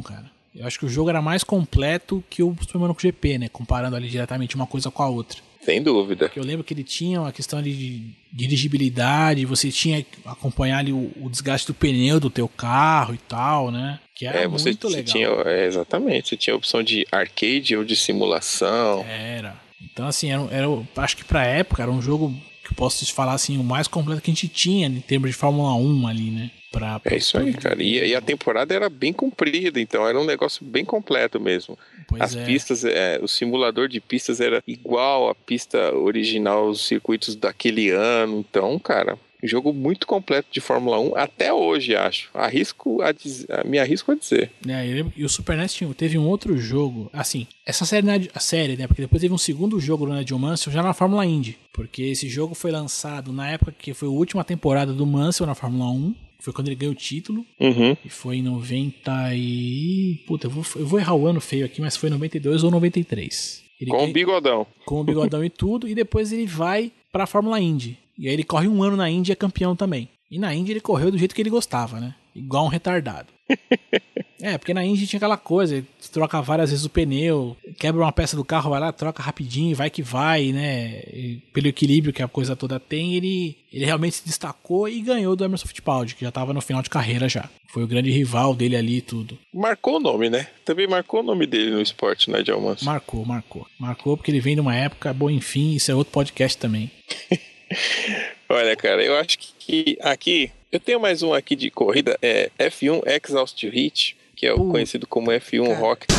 Eu acho que o jogo era mais completo que o Super Monaco G P, né? Comparando ali diretamente uma coisa com a outra. Sem dúvida. Porque eu lembro que ele tinha uma questão de dirigibilidade, você tinha que acompanhar ali o, o desgaste do pneu do teu carro e tal, né? Que era é, você, muito você legal. Tinha, é, exatamente, você tinha a opção de arcade ou de simulação. Era. Então, assim, era, era, acho que pra época era um jogo que eu posso te falar assim, o mais completo que a gente tinha em termos de Fórmula um ali, né? Pra, pra, é isso aí, cara. E, e a temporada era bem comprida, então era um negócio bem completo mesmo. Pois As é. pistas, é, o simulador de pistas era igual à pista original, os circuitos daquele ano. Então, cara, jogo muito completo de Fórmula um até hoje, acho. Arrisco a dizer, me arrisco a dizer. É, eu lembro que o Super N E S tinha, teve um outro jogo, assim, essa série, a série, né? Porque depois teve um segundo jogo do Nigel Mansell já na Fórmula Indy. Porque esse jogo foi lançado na época que foi a última temporada do Mansell na Fórmula um. Foi quando ele ganhou o título. Uhum. E foi em noventa e... Puta, eu vou, eu vou errar o ano feio aqui, mas foi em noventa e dois ou noventa e três. Ele com ganha... o bigodão. Com o bigodão e tudo. E depois ele vai pra Fórmula Indy. E aí ele corre um ano na Indy e é campeão também. E na Indy ele correu do jeito que ele gostava, né? Igual um retardado. É, porque na Indy tinha aquela coisa, troca várias vezes o pneu, quebra uma peça do carro, vai lá, troca rapidinho, vai que vai, né? E pelo equilíbrio que a coisa toda tem, ele, ele realmente se destacou e ganhou do Emerson Fittipaldi, que já tava no final de carreira já. Foi o grande rival dele ali e tudo. Marcou o nome, né? Também marcou o nome dele no esporte, né, Nigel Mansell? Marcou, marcou. Marcou porque ele vem de uma época, bom, enfim, isso é outro podcast também. Olha, cara, eu acho que aqui... Eu tenho mais um aqui de corrida, é F um Exhaust Heat, que é o Puta, conhecido como F um cara. Rock.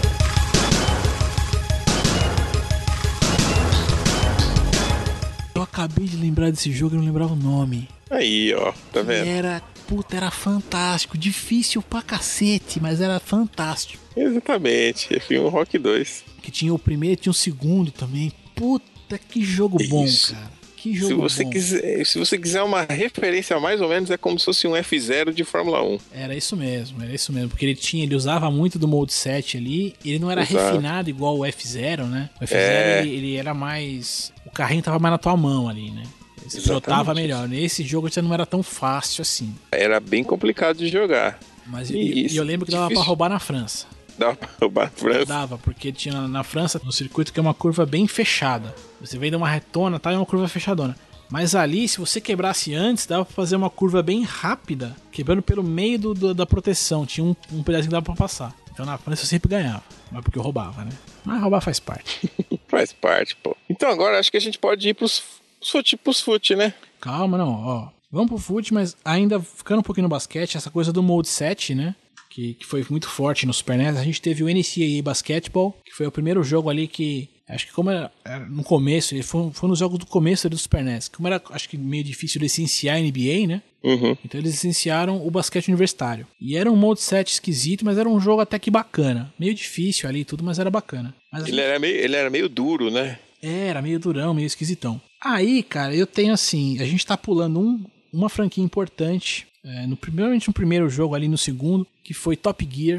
Eu acabei de lembrar desse jogo e não lembrava o nome. Aí, ó, tá vendo? Era, puta, era fantástico. Difícil pra cacete, mas era fantástico. Exatamente, F um Rock dois. Que tinha o primeiro e tinha o segundo também. Puta, que jogo bom, Isso. cara. Que jogo Se você, bom. quiser, se você quiser uma referência mais ou menos, é como se fosse um F zero de Fórmula um. Era isso mesmo, era isso mesmo. Porque ele tinha, ele usava muito do Mode sete ali. Ele não era Exato. refinado igual o F zero, né? O F zero, É. ele, ele era mais... O carrinho tava mais na tua mão ali, né? Ele se pilotava melhor. Nesse jogo já não era tão fácil assim. Era bem complicado de jogar. Mas E e, isso, e eu lembro que dava difícil. pra roubar na França. Dava pra roubar a França. Dava, porque tinha na França, no circuito, que é uma curva bem fechada. Você vem de uma retona, tá? É uma curva fechadona. Mas ali, se você quebrasse antes, dava pra fazer uma curva bem rápida, quebrando pelo meio do, do, da proteção. Tinha um, um pedacinho que dava pra passar. Então na França eu sempre ganhava. Mas porque eu roubava, né? Mas roubar faz parte. Faz parte, pô. Então agora acho que a gente pode ir pros fute, pros fute, né? Calma, não, ó. Vamos pro fute, mas ainda ficando um pouquinho no basquete, essa coisa do Mode sete, né? Que, que foi muito forte no Super N E S. A gente teve o N C A A Basketball, que foi o primeiro jogo ali que... Acho que como era, era no começo, ele foi, foi nos jogos do começo do Super N E S. Como era, acho que meio difícil licenciar a N B A, né? Uhum. Então eles licenciaram o basquete universitário. E era um Mode sete esquisito, mas era um jogo até que bacana. Meio difícil ali e tudo, mas era bacana. Mas, Ele era meio, ele era meio duro, né? era meio durão, meio esquisitão. Aí, cara, eu tenho assim... A gente tá pulando um, uma franquia importante. É, no, primeiramente no primeiro jogo, ali no segundo, que foi Top Gear.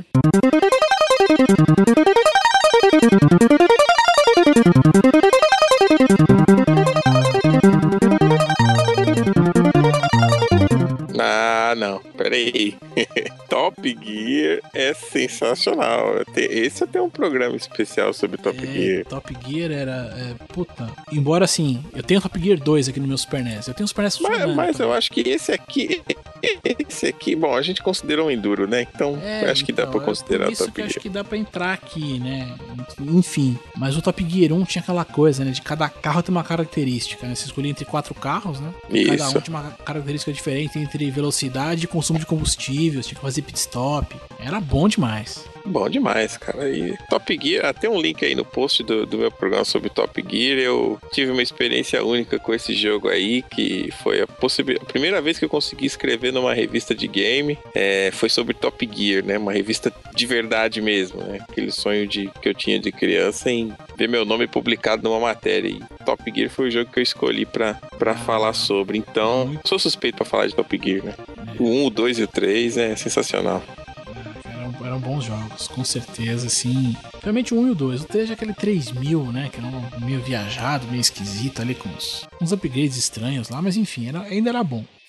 Ah, não, peraí. Top Gear é sensacional. Esse até um programa especial sobre Top É, Gear. Top Gear era... É, puta... Embora, assim, eu tenho Top Gear dois aqui no meu Super N E S. Eu tenho o Super N E S Mas, funcionando mas também. eu acho que esse aqui... Esse aqui, bom, a gente considerou um Enduro, né? Então, É, acho que dá então, pra é considerar por o isso Top que eu Gear. acho que dá pra entrar aqui, né? Enfim. Mas o Top Gear um tinha aquela coisa, né? De cada carro tem uma característica, né? Você escolhia entre quatro carros, né? Cada Isso. um tinha uma característica diferente entre velocidade e consumo de combustível. Você tinha que fazer pit stop. Era bom demais. Bom demais, cara. E Top Gear, tem um link aí no post do, do meu programa sobre Top Gear. Eu tive uma experiência única com esse jogo aí, que foi a, possibil... a primeira vez que eu consegui escrever numa revista de game. É, foi sobre Top Gear, né? Uma revista de verdade mesmo, né? Aquele sonho de, que eu tinha de criança em ver meu nome publicado numa matéria. E Top Gear foi o jogo que eu escolhi pra, pra Ah, falar sobre. Então, muito. sou suspeito pra falar de Top Gear, né? É. O um, o dois e o três é sensacional. Eram, eram bons jogos, com certeza, assim. Realmente o um e o dois. O três é aquele três mil, né? Que era um meio viajado, meio esquisito ali, com uns, uns upgrades estranhos lá. Mas enfim, era, ainda era bom.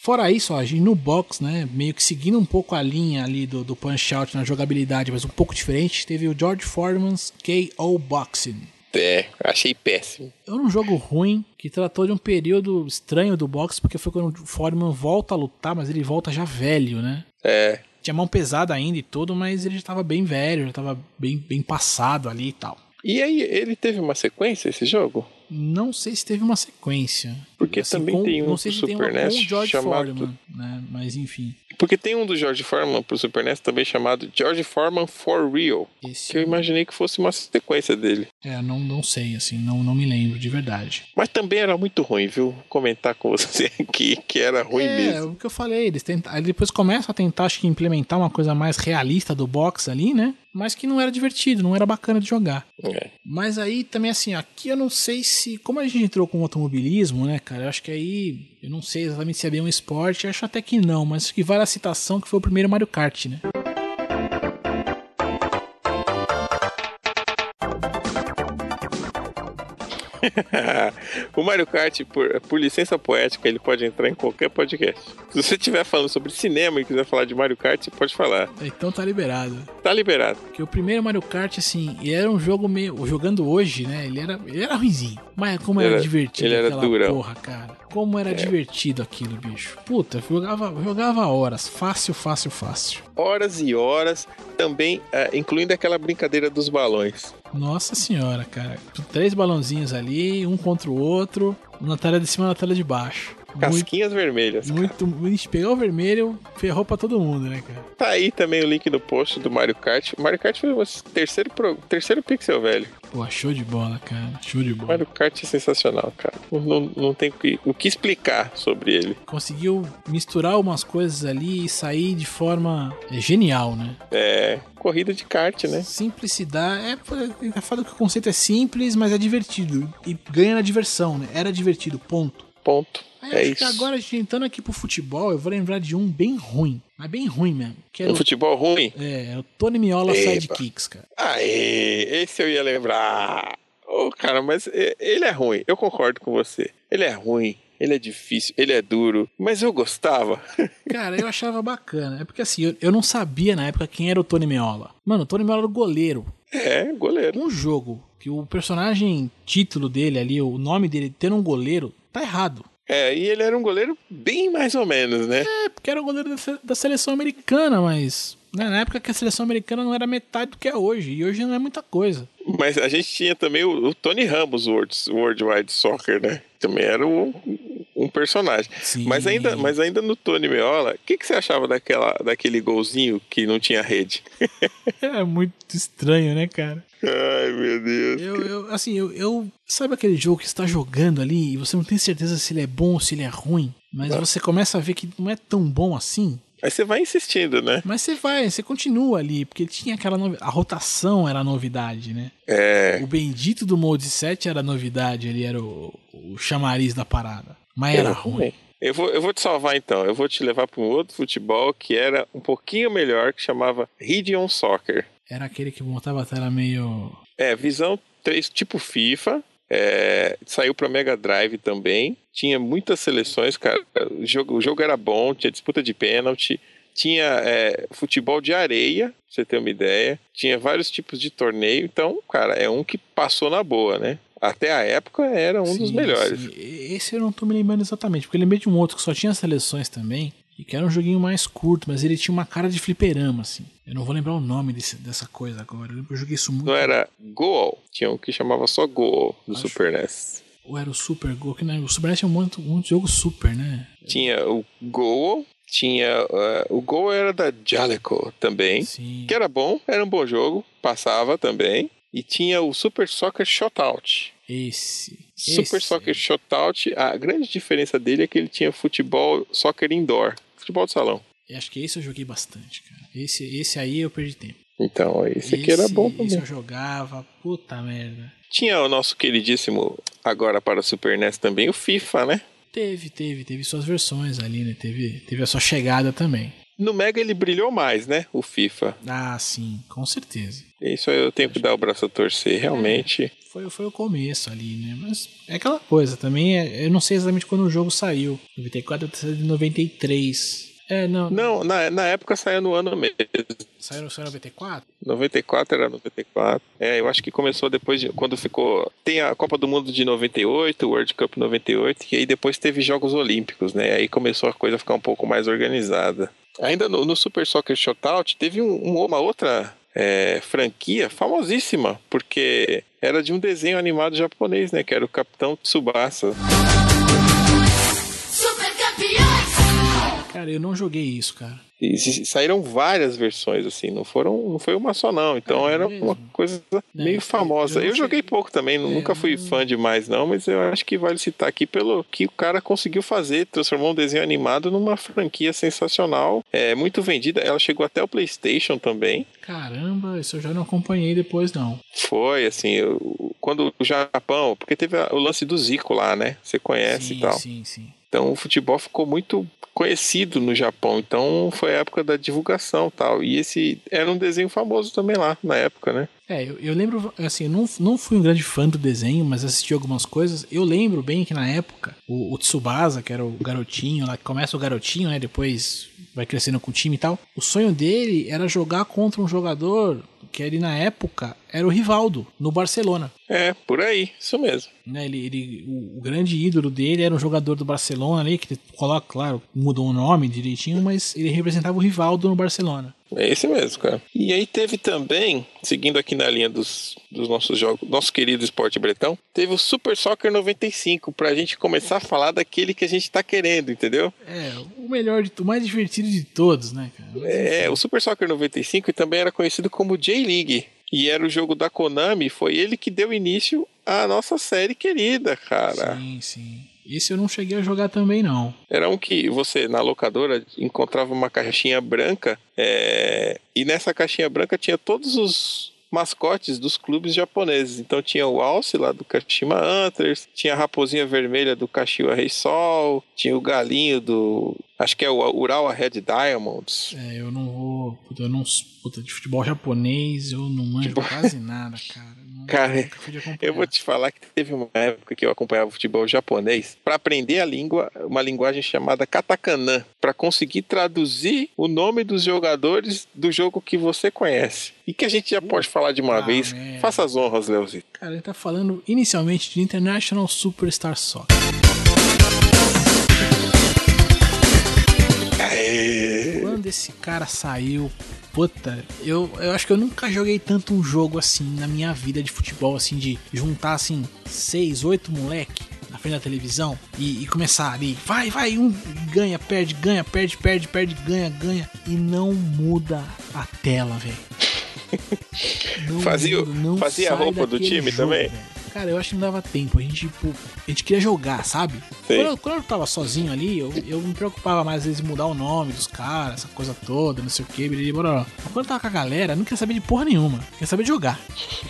Fora isso, ó, a gente no box, né, meio que seguindo um pouco a linha ali do, do Punch-Out na jogabilidade, mas um pouco diferente, teve o George Foreman's K O Boxing. É, achei péssimo. É um jogo ruim que tratou de um período estranho do boxe, porque foi quando o Foreman volta a lutar, mas ele volta já velho, né? É. Tinha mão pesada ainda e tudo, mas ele já tava bem velho, já tava bem, bem passado ali e tal. E aí, ele teve uma sequência, esse jogo? Não sei se teve uma sequência. Porque assim, também com, tem um não sei pro se tem Super uma N E S com o George chamado... Foreman, né? Mas enfim. Porque tem um do George Foreman pro Super N E S também chamado George Foreman for Real. Esse que eu imaginei que fosse uma sequência dele. É, não, não sei, assim, não, não me lembro de verdade. Mas também era muito ruim, viu? Vou comentar com você aqui que era ruim é, mesmo. É, o que eu falei, eles tentam, aí depois começam a tentar, acho que implementar uma coisa mais realista do box ali, né? Mas que não era divertido, não era bacana de jogar. É. Mas aí também, assim, aqui eu não sei se... Como a gente entrou com o automobilismo, né, cara? Eu acho que aí... Eu não sei exatamente se é bem um esporte, acho até que não. Mas acho que vale a citação que foi o primeiro Mario Kart, né? O Mario Kart, por, por licença poética, ele pode entrar em qualquer podcast. Se você estiver falando sobre cinema e quiser falar de Mario Kart, você pode falar. Então tá liberado. Tá liberado. Porque o primeiro Mario Kart, assim, ele era um jogo meio... Jogando hoje, né? Ele era, ele era ruimzinho. Mas como era, era divertido ele era aquela durão. porra, cara. Como era é. divertido aquilo, bicho. Puta, jogava, jogava horas. Fácil, fácil, fácil. Horas e horas. Também, uh, incluindo aquela brincadeira dos balões. Nossa senhora, cara. Três balãozinhos ali, um contra o outro. Na tela de cima e na tela de baixo. Casquinhas muito, vermelhas. Muito. A gente pegou o vermelho, ferrou pra todo mundo, né, cara? Tá aí também o link no post do Mario Kart. O Mario Kart foi o terceiro, pro, terceiro pixel, velho. Pô, show de bola, cara. Show de bola. Mario Kart é sensacional, cara. Não, não tem o que, o que explicar sobre ele. Conseguiu misturar umas coisas ali e sair de forma é, genial, né? É, corrida de kart, né? Simplicidade. É, é falo que o conceito é simples, mas é divertido. E ganha na diversão, né? Era divertido, ponto. Ponto. Aí, é acho isso. que agora, a gente entrando aqui pro futebol, eu vou lembrar de um bem ruim. Mas bem ruim mesmo. Que um o, futebol ruim? É, é o Tony Miola Eba. Sidekicks, cara. Aê, esse eu ia lembrar. Ô, oh, cara, mas ele é ruim. Eu concordo com você. Ele é ruim. Ele é difícil, ele é duro, mas eu gostava. Cara, eu achava bacana. É porque assim, eu, eu não sabia na época quem era o Tony Miola. Mano, o Tony Miola era o goleiro. É, goleiro. Um jogo que o personagem título dele ali, o nome dele ter um goleiro, tá errado. É, e ele era um goleiro bem mais ou menos, né? É, porque era o goleiro da, da seleção americana, mas... Né, na época que a seleção americana não era metade do que é hoje. E hoje não é muita coisa. Mas a gente tinha também o, o Tony Ramos, o World, World Wide Soccer, né? Também era um, um personagem. Sim. Mas ainda, mas ainda no Tony Miola, o que, que você achava daquela, daquele golzinho que não tinha rede? É muito estranho, né, cara? Ai, meu Deus. Eu, eu, assim, eu, eu... Sabe aquele jogo que você tá jogando ali e você não tem certeza se ele é bom ou se ele é ruim? Mas ah. você começa a ver que não é tão bom assim... Aí você vai insistindo, né? Mas você vai, você continua ali, porque tinha aquela novidade. A rotação era a novidade, né? É. O bendito do Mode sete era a novidade, ele era o, o chamariz da parada. Mas era ruim. Eu vou, eu vou te salvar então. Eu vou te levar para um outro futebol que era um pouquinho melhor, que chamava Region Soccer. Era aquele que montava a tela meio... É, visão três, tipo FIFA. É, saiu para Mega Drive também. Tinha muitas seleções, cara. O jogo, o jogo era bom, tinha disputa de pênalti, tinha é, futebol de areia, pra você ter uma ideia. Tinha vários tipos de torneio. Então, cara, é um que passou na boa, né? Até a época era um sim, dos melhores. Sim. Esse eu não tô me lembrando exatamente, porque eu lembrei de um outro que só tinha seleções também. E que era um joguinho mais curto, mas ele tinha uma cara de fliperama, assim. Eu não vou lembrar o nome desse, dessa coisa agora. Eu joguei isso muito. Não era Goal? Tinha um que chamava só Goal, do Acho... Super N E S. Ou era o Super Goal? Que, né? O Super N E S tinha muito, muito jogo Super, né? Tinha o Goal, tinha... Uh, o Goal era da Jaleco também. Sim. Que era bom, era um bom jogo. Passava também. E tinha o Super Soccer Shotout. Esse. Super esse. Soccer Shotout, a grande diferença dele é que ele tinha futebol, soccer indoor. Futebol de salão. Eu acho que esse eu joguei bastante, cara. Esse, esse aí eu perdi tempo. Então, esse, esse aqui era bom também. Esse eu jogava, puta merda. Tinha o nosso queridíssimo, agora para o Super N E S também, o FIFA, né? Teve, teve, teve suas versões ali, né? Teve, teve a sua chegada também. No Mega ele brilhou mais, né? O FIFA. Ah, sim, com certeza. Isso eu tenho que dar o braço a torcer, realmente. É, foi, foi o começo ali, né? Mas é aquela coisa também, é, eu não sei exatamente quando o jogo saiu. noventa e quatro deve ser de noventa e três. É, não. Não, na, na época saiu no ano mesmo. Saiu, saiu em noventa e quatro? noventa e quatro era noventa e quatro. É, eu acho que começou depois de. Quando ficou. Tem a Copa do Mundo de noventa e oito, o World Cup noventa e oito, e aí depois teve Jogos Olímpicos, né? Aí começou a coisa a ficar um pouco mais organizada. Ainda no, no Super Soccer Shootout teve um, uma outra é, franquia famosíssima, porque era de um desenho animado japonês, né? Que era o Capitão Tsubasa. Cara, eu não joguei isso, cara. E saíram várias versões, assim, não foram, não foi uma só não, então é era mesmo? uma coisa meio É, famosa. eu, Eu, eu joguei sei. pouco também, É, nunca fui eu... fã demais não, mas eu acho que vale citar aqui pelo que o cara conseguiu fazer, transformou um desenho animado numa franquia sensacional, é muito vendida, ela chegou até o PlayStation também. Caramba, isso eu já não acompanhei depois não. Foi, assim, eu, quando o Japão, porque teve a, o lance do Zico lá, né, você conhece sim, e tal. Sim, sim. Então o futebol ficou muito conhecido no Japão, então foi a época da divulgação e tal, e esse era um desenho famoso também lá, na época, né? É, eu, eu lembro, assim, eu não, não fui um grande fã do desenho, mas assisti algumas coisas. Eu lembro bem que na época, o, o Tsubasa, que era o garotinho lá, que começa o garotinho, né, depois vai crescendo com o time e tal, o sonho dele era jogar contra um jogador que ali na época era o Rivaldo, no Barcelona. É, por aí, isso mesmo. Né, ele, ele, o, o grande ídolo dele era um jogador do Barcelona ali, que coloca, claro, mudou o nome direitinho, mas ele representava o Rivaldo no Barcelona. É esse mesmo, cara. E aí teve também, seguindo aqui na linha dos, dos nossos jogos, nosso querido esporte bretão, teve o Super Soccer noventa e cinco, pra gente começar a falar daquele que a gente tá querendo, entendeu? É, o melhor, de, o mais divertido de todos, né, cara? Mas, é, enfim. o Super Soccer noventa e cinco também era conhecido como J-League. E era o jogo da Konami, foi ele que deu início à nossa série querida, cara. Sim, sim. Esse eu não cheguei a jogar também, não. Era um que você, na locadora, encontrava uma caixinha branca, é... e nessa caixinha branca tinha todos os mascotes dos clubes japoneses. Então tinha o Alce lá do Kashima Antlers, tinha a raposinha vermelha do Kashiwa Reysol, tinha o galinho do... acho que é o Urawa Red Diamonds. É, eu não vou... Puta, eu não... Puta, de futebol japonês eu não manjo quase nada, cara. Cara, eu vou te falar que teve uma época que eu acompanhava futebol japonês para aprender a língua, uma linguagem chamada katakana, para conseguir traduzir o nome dos jogadores do jogo que você conhece. E que a gente já pode falar de uma ah, vez. Merda. Faça as honras, Leozito. Cara, ele tá falando inicialmente de International Superstar Soccer. Aê. Quando esse cara saiu, puta, eu, eu acho que eu nunca joguei tanto um jogo assim na minha vida de futebol, assim, de juntar assim seis, oito moleque na frente da televisão e, e começar ali, vai, vai, um ganha, perde, ganha, perde, perde, perde, ganha, ganha, e não muda a tela, velho. Fazia, muda, fazia a roupa do time jogo, também? Véio. Cara, eu acho que não dava tempo. A gente, tipo, a gente queria jogar, sabe? Quando eu, quando eu tava sozinho ali, eu, eu me preocupava mais às vezes em mudar o nome dos caras, essa coisa toda, não sei o que, blá, blá, blá. Mas quando eu tava com a galera, eu não queria saber de porra nenhuma. Eu queria saber de jogar.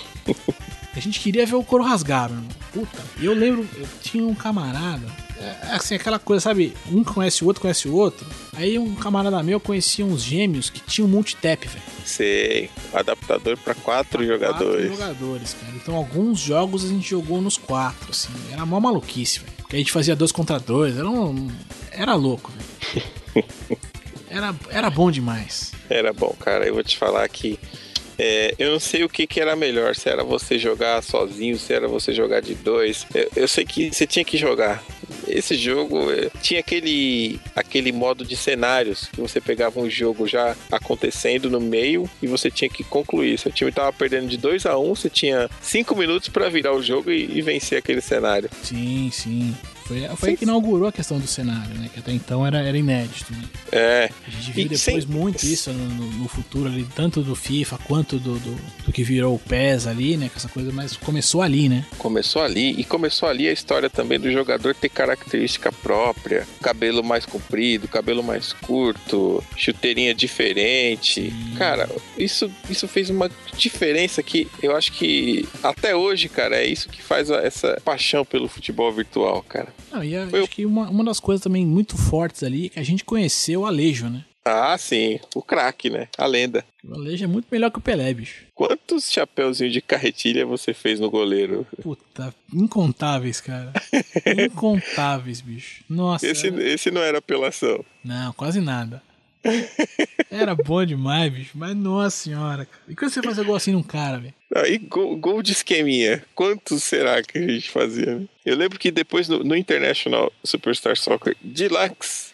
A gente queria ver o couro rasgar, meu irmão. Puta. E eu lembro, eu tinha um camarada, é, assim, aquela coisa, sabe? Um conhece o outro, conhece o outro. Aí um camarada meu conhecia uns gêmeos que tinham multitap, velho. Sei, adaptador pra quatro pra jogadores. Quatro jogadores, cara. Então alguns jogos a gente jogou nos quatro, assim. Era mó maluquice, velho. Porque a gente fazia dois contra dois. Era, um... era louco, velho. era, era bom demais. Era bom, cara. Eu vou te falar que É, eu não sei o que, que era melhor, se era você jogar sozinho, se era você jogar de dois. Eu, eu sei que você tinha que jogar. Esse jogo é, tinha aquele, aquele modo de cenários, que você pegava um jogo já acontecendo no meio e você tinha que concluir. Seu time tava perdendo de dois a um, você tinha cinco minutos para virar o jogo e, e vencer aquele cenário. Sim, sim. Foi, foi aí que inaugurou a questão do cenário, né? Que até então era, era inédito, né? É. A gente viu e depois sem... muito isso no, no, no futuro ali, tanto do FIFA quanto do, do, do que virou o P E S ali, né? Com essa coisa, mas começou ali, né? Começou ali. E começou ali a história também do jogador ter característica própria. Cabelo mais comprido, cabelo mais curto, chuteirinha diferente. Sim. Cara, isso, isso fez uma diferença que eu acho que até hoje, cara, é isso que faz essa paixão pelo futebol virtual, cara. Não, e a, Foi acho eu... que uma, uma das coisas também muito fortes ali é que a gente conheceu o Alejo, né? Ah, sim. O craque, né? A lenda. O Alejo é muito melhor que o Pelé, bicho. Quantos chapéuzinhos de carretilha você fez no goleiro? Puta, incontáveis, cara. Incontáveis, bicho. Nossa. Esse, era... esse não era apelação. Não, quase nada. Era bom demais, bicho. Mas nossa senhora, cara. E quando você fazia gol assim num cara, velho? E gol, gol de esqueminha. Quantos será que a gente fazia? Né? Eu lembro que depois no, no International Superstar Soccer Deluxe...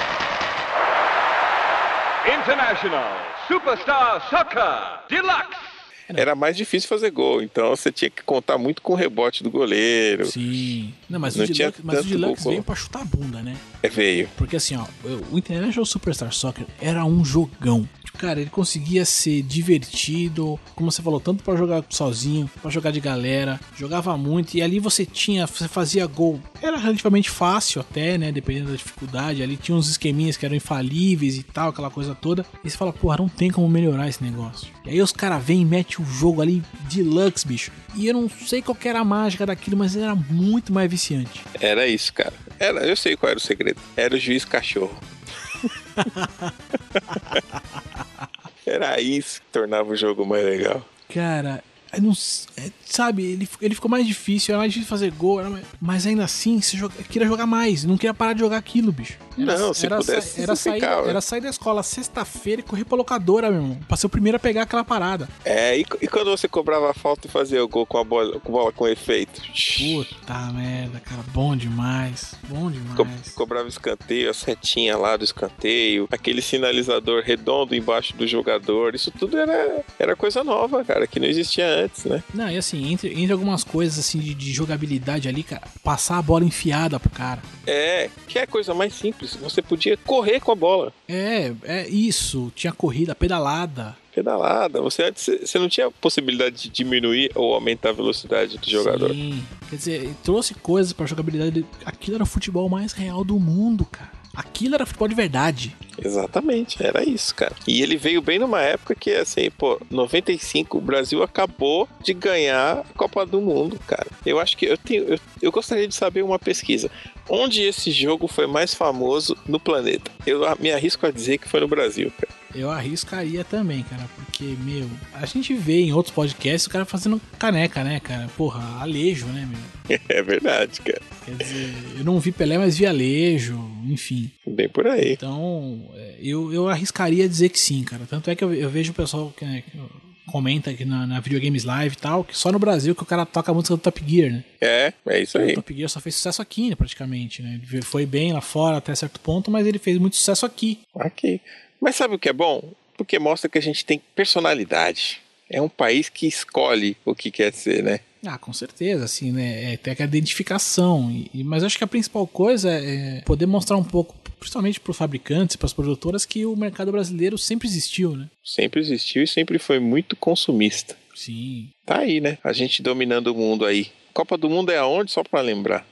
International Superstar Soccer Deluxe. Era mais difícil fazer gol, então você tinha que contar muito com o rebote do goleiro. Sim. Não, mas Não o Deluxe, mas o Deluxe gol. veio pra chutar a bunda, né? É, veio. Porque assim, ó, o International Superstar Soccer era um jogão. Cara, ele conseguia ser divertido, como você falou, tanto pra jogar sozinho, pra jogar de galera, jogava muito, e ali você tinha, você fazia gol. Era relativamente fácil até, né, dependendo da dificuldade, ali tinha uns esqueminhas que eram infalíveis e tal, aquela coisa toda, e você fala, porra, não tem como melhorar esse negócio. E aí os caras vêm e metem o jogo ali deluxe, bicho, e eu não sei qual que era a mágica daquilo, mas era muito mais viciante. Era isso, cara. Era, eu sei qual era o segredo. Era o juiz cachorro. Era isso que tornava o jogo mais legal. Cara, eu não, é, sabe, ele, ele ficou mais difícil, era mais difícil fazer gol, era mais, mas ainda assim, você joga, queria jogar mais, não queria parar de jogar aquilo, bicho. Era, não, se era, pudesse, sa, era, sair, ficava. era sair da escola sexta-feira e correr pra locadora, meu irmão, pra ser o primeiro a pegar aquela parada. É, e, e quando você cobrava a falta e fazia o gol com a bola com, bola com efeito? Puta merda, cara, bom demais, bom demais. Co cobrava escanteio, a setinha lá do escanteio, aquele sinalizador redondo embaixo do jogador, isso tudo era, era coisa nova, cara, que não existia antes, né? Não, e assim, entre, entre algumas coisas assim de, de jogabilidade ali, cara, passar a bola enfiada pro cara. É, que é a coisa mais simples, você podia correr com a bola. É, é isso, tinha corrida, pedalada. Pedalada, você antes você não tinha possibilidade de diminuir ou aumentar a velocidade do jogador. Sim, quer dizer, trouxe coisas pra jogabilidade, aquilo era o futebol mais real do mundo, cara. Aquilo era futebol de verdade. Exatamente, era isso, cara. E ele veio bem numa época que, assim, pô, noventa e cinco, o Brasil acabou de ganhar a Copa do Mundo, cara. Eu acho que eu tenho. Eu, eu gostaria de saber uma pesquisa. Onde esse jogo foi mais famoso no planeta? Eu me arrisco a dizer que foi no Brasil, cara. Eu arriscaria também, cara, porque, meu, a gente vê em outros podcasts o cara fazendo caneca, né, cara? Porra, Alejo, né, meu? É verdade, cara. Quer dizer, eu não vi Pelé, mas vi Alejo, enfim. Bem por aí. Então, eu, eu arriscaria dizer que sim, cara. Tanto é que eu, eu vejo o pessoal que, né, que comenta aqui na, na Videogames Live e tal, que só no Brasil que o cara toca a música do Top Gear, né? É, é isso aí. O Top Gear só fez sucesso aqui, né, praticamente, né? Ele foi bem lá fora até certo ponto, mas ele fez muito sucesso aqui. Aqui. Mas sabe o que é bom? Porque mostra que a gente tem personalidade. É um país que escolhe o que quer ser, né? Ah, com certeza, assim, né? É, tem aquela identificação. E, mas acho que a principal coisa é poder mostrar um pouco, principalmente para os fabricantes, para as produtoras, que o mercado brasileiro sempre existiu, né? Sempre existiu e sempre foi muito consumista. Sim. Tá aí, né? A gente dominando o mundo aí. Copa do Mundo é aonde? Só pra lembrar.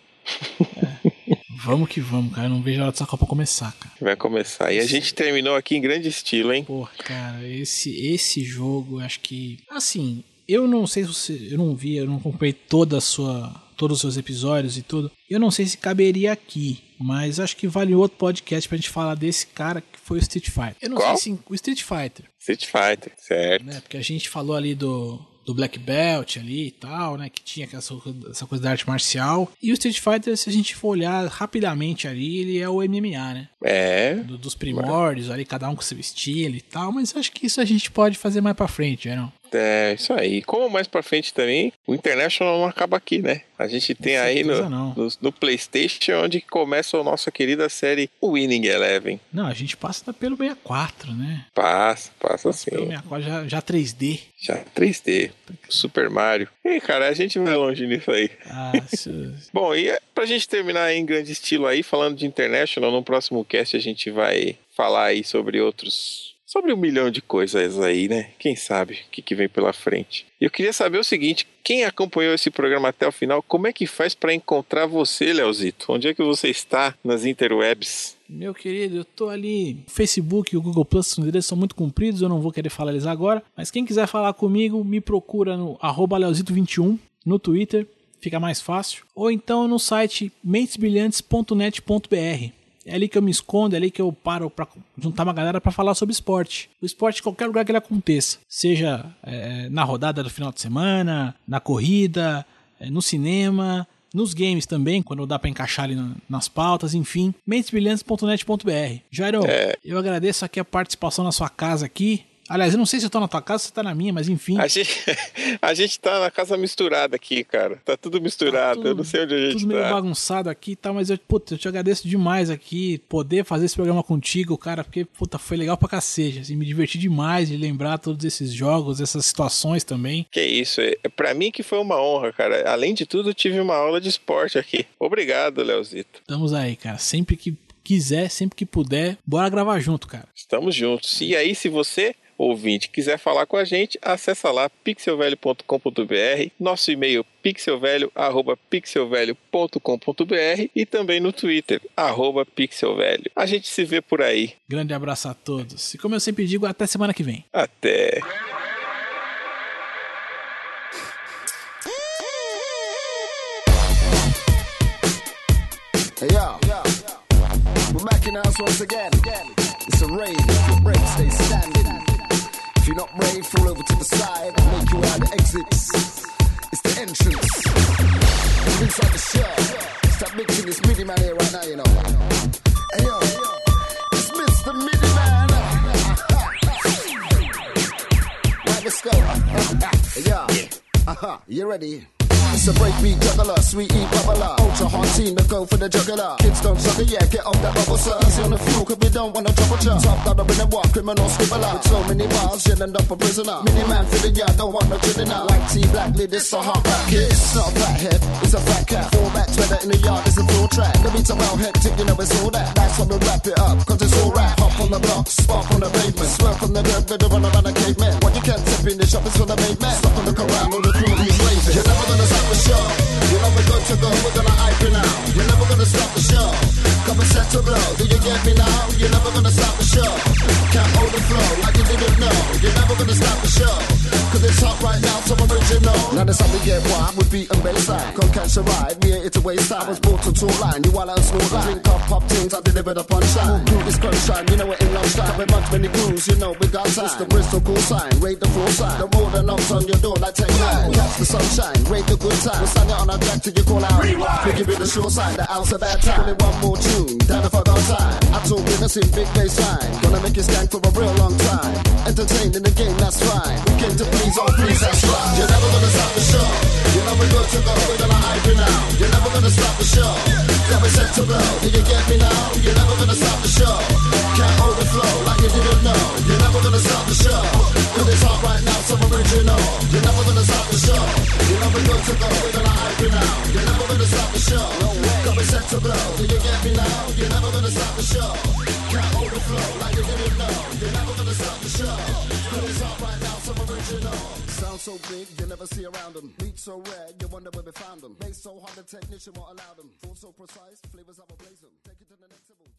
É. Vamos que vamos, cara. Eu não vejo a hora dessa Copa começar, cara. Vai começar. E a gente terminou aqui em grande estilo, hein? Porra, cara, esse, esse jogo, eu acho que... Assim, eu não sei se você... Eu não vi, eu não acompanhei toda a sua, todos os seus episódios e tudo. Eu não sei se caberia aqui, mas acho que vale outro podcast pra gente falar desse cara que foi o Street Fighter. Eu não Qual? sei se... O Street Fighter. Street Fighter, certo. Né? Porque a gente falou ali do... do Black Belt ali e tal, né, que tinha essa, essa coisa da arte marcial. E o Street Fighter, se a gente for olhar rapidamente ali, ele é o M M A, né? É. Do, dos primórdios ali, cada um com seu estilo e tal, mas acho que isso a gente pode fazer mais pra frente, não? É, isso aí. Como mais pra frente também, o International não acaba aqui, né? A gente tem aí no, no, no PlayStation, onde começa a nossa querida série Winning Eleven. Não, a gente passa pelo sessenta e quatro, né? Passa, passa, passa sim. Pelo sessenta e quatro, já, já três D. Já três D. Super Mario. E, cara, a gente vai longe nisso aí. Ah, isso... Bom, e pra gente terminar em grande estilo aí, falando de International, no próximo cast a gente vai falar aí sobre outros... Sobre um milhão de coisas aí, né? Quem sabe o que, que vem pela frente. E eu queria saber o seguinte, quem acompanhou esse programa até o final, como é que faz pra encontrar você, Leozito? Onde é que você está nas interwebs? Meu querido, eu tô ali, o Facebook e o Google Plus, os endereços são muito compridos, eu não vou querer falar eles agora, mas quem quiser falar comigo, me procura no arroba leozito vinte e um, no Twitter, fica mais fácil, ou então no site mentes brilhantes ponto net ponto b r. é ali que eu me escondo, é ali que eu paro pra juntar uma galera pra falar sobre esporte. O esporte em qualquer lugar que ele aconteça. Seja é, na rodada do final de semana, na corrida, é, no cinema, nos games também, quando dá pra encaixar ali no, nas pautas, enfim. mentes brilhantes ponto net ponto b r. Jairo, é. eu agradeço aqui a participação na sua casa aqui. Aliás, eu não sei se eu tô na tua casa ou se você tá na minha, mas enfim. A gente, a gente tá na casa misturada aqui, cara. Tá tudo misturado, tá tudo, eu não sei onde a gente tudo tá. Tudo meio bagunçado aqui e tá, tal, mas eu, puta, eu te agradeço demais aqui, poder fazer esse programa contigo, cara, porque, puta, foi legal pra cacete, assim, me diverti demais de lembrar todos esses jogos, essas situações também. Que isso, é, pra mim que foi uma honra, cara. Além de tudo, tive uma aula de esporte aqui. Obrigado, Leozito. Estamos aí, cara, sempre que quiser, sempre que puder, bora gravar junto, cara. Estamos juntos. E aí, se você... ouvinte, quiser falar com a gente, acessa lá pixelvelho ponto com ponto b r, nosso e-mail pixelvelho arroba pixelvelho ponto com ponto b r e também no Twitter, arroba pixelvelho. A gente se vê por aí. Grande abraço a todos. E como eu sempre digo, até semana que vem. Até. Hey, yo. We're back in the house once again. It's a rave. If you break, stay standing. If you're not brave, fall over to the side. Make your way out the exits. It's the entrance. It's inside the show. Stop mixing this MIDI man here right now, you know. Hey, yo. It's Mister MIDI man. Right, let's go. Hey, yo. Uh-huh. You ready? It's a breakbeat juggler, sweetie bubbler. Ultra hot team that go for the juggler. Kids don't suck it, yeah, get off that bubble, sir. Easy on the fuel, cause we don't want no trouble, chum. Top dollar in the walk, criminal scribbler. With so many bars, you'll end up a prisoner. Mini man for the yard, don't want no chilling out. White tea, black lid, it's a hot rap kid. It's not a flathead, it's a fat cat. Four backs, better in the yard, it's a floor track. The beats are well hectic, you know it's all that. That's why we wrap it up, cause it's all rap. Hop on the block, spark on the pavement. Swerve on the dirt, better run around the caveman. What you can't step in the shop is for the made man. Stop on the corral, all the crew who's raving. You're never gonna stop the show. You're never good to go, we're gonna hype you now. You're never gonna stop the show. Come and set to blow, do you get me now? You're never gonna stop the show. Can't hold the flow like you didn't know. You're never gonna stop the show. Cause it's hot right now, so original. Now that's how we get wild with beat and bassline. Come catch a ride, we ain't here to waste time. I was brought to talk line, you while I snort line. Drink up, pop things, I deliver the punchline. Crew is crunch time, you know we're in lunchtime. Coming much many crews, you know we got time. It's the Bristol call sign, rate the floor sign. The road and knocks on your door like ten nine. Catch the sunshine, rate the good time. We'll stand it on our track till you call out. Rewind. We give it the short sign, the house a bad time. Only one more tune, down if I got time. I talk with us in big bass line. Gonna make it skank for a real long time. Entertained in the game, that's fine. We came to please, oh please, that's right. You're never gonna stop the show. You know we're good to go, we're gonna hype you now. You're never gonna stop the show. Yeah, we're set to blow. Do you get me now? You're never gonna stop the show. Can't hold the flow like you didn't know. You're never gonna stop the show. Cause it's hot right now, so original. You're never gonna stop the show. You know we're good to go, we're gonna hype you now. You're never gonna stop the show. Cause we're set to blow. Do you get me now? You're never gonna stop the show. Can't hold the flow like you didn't know. You're never gonna stop the show. Cause it's hot right now, so original. Sound so big, you never see around them. Beats so rare, you wonder where we found them. Bass so hard, the technician won't allow them. Thoughts so precise, flavors have a blaze them. Take it to the next level.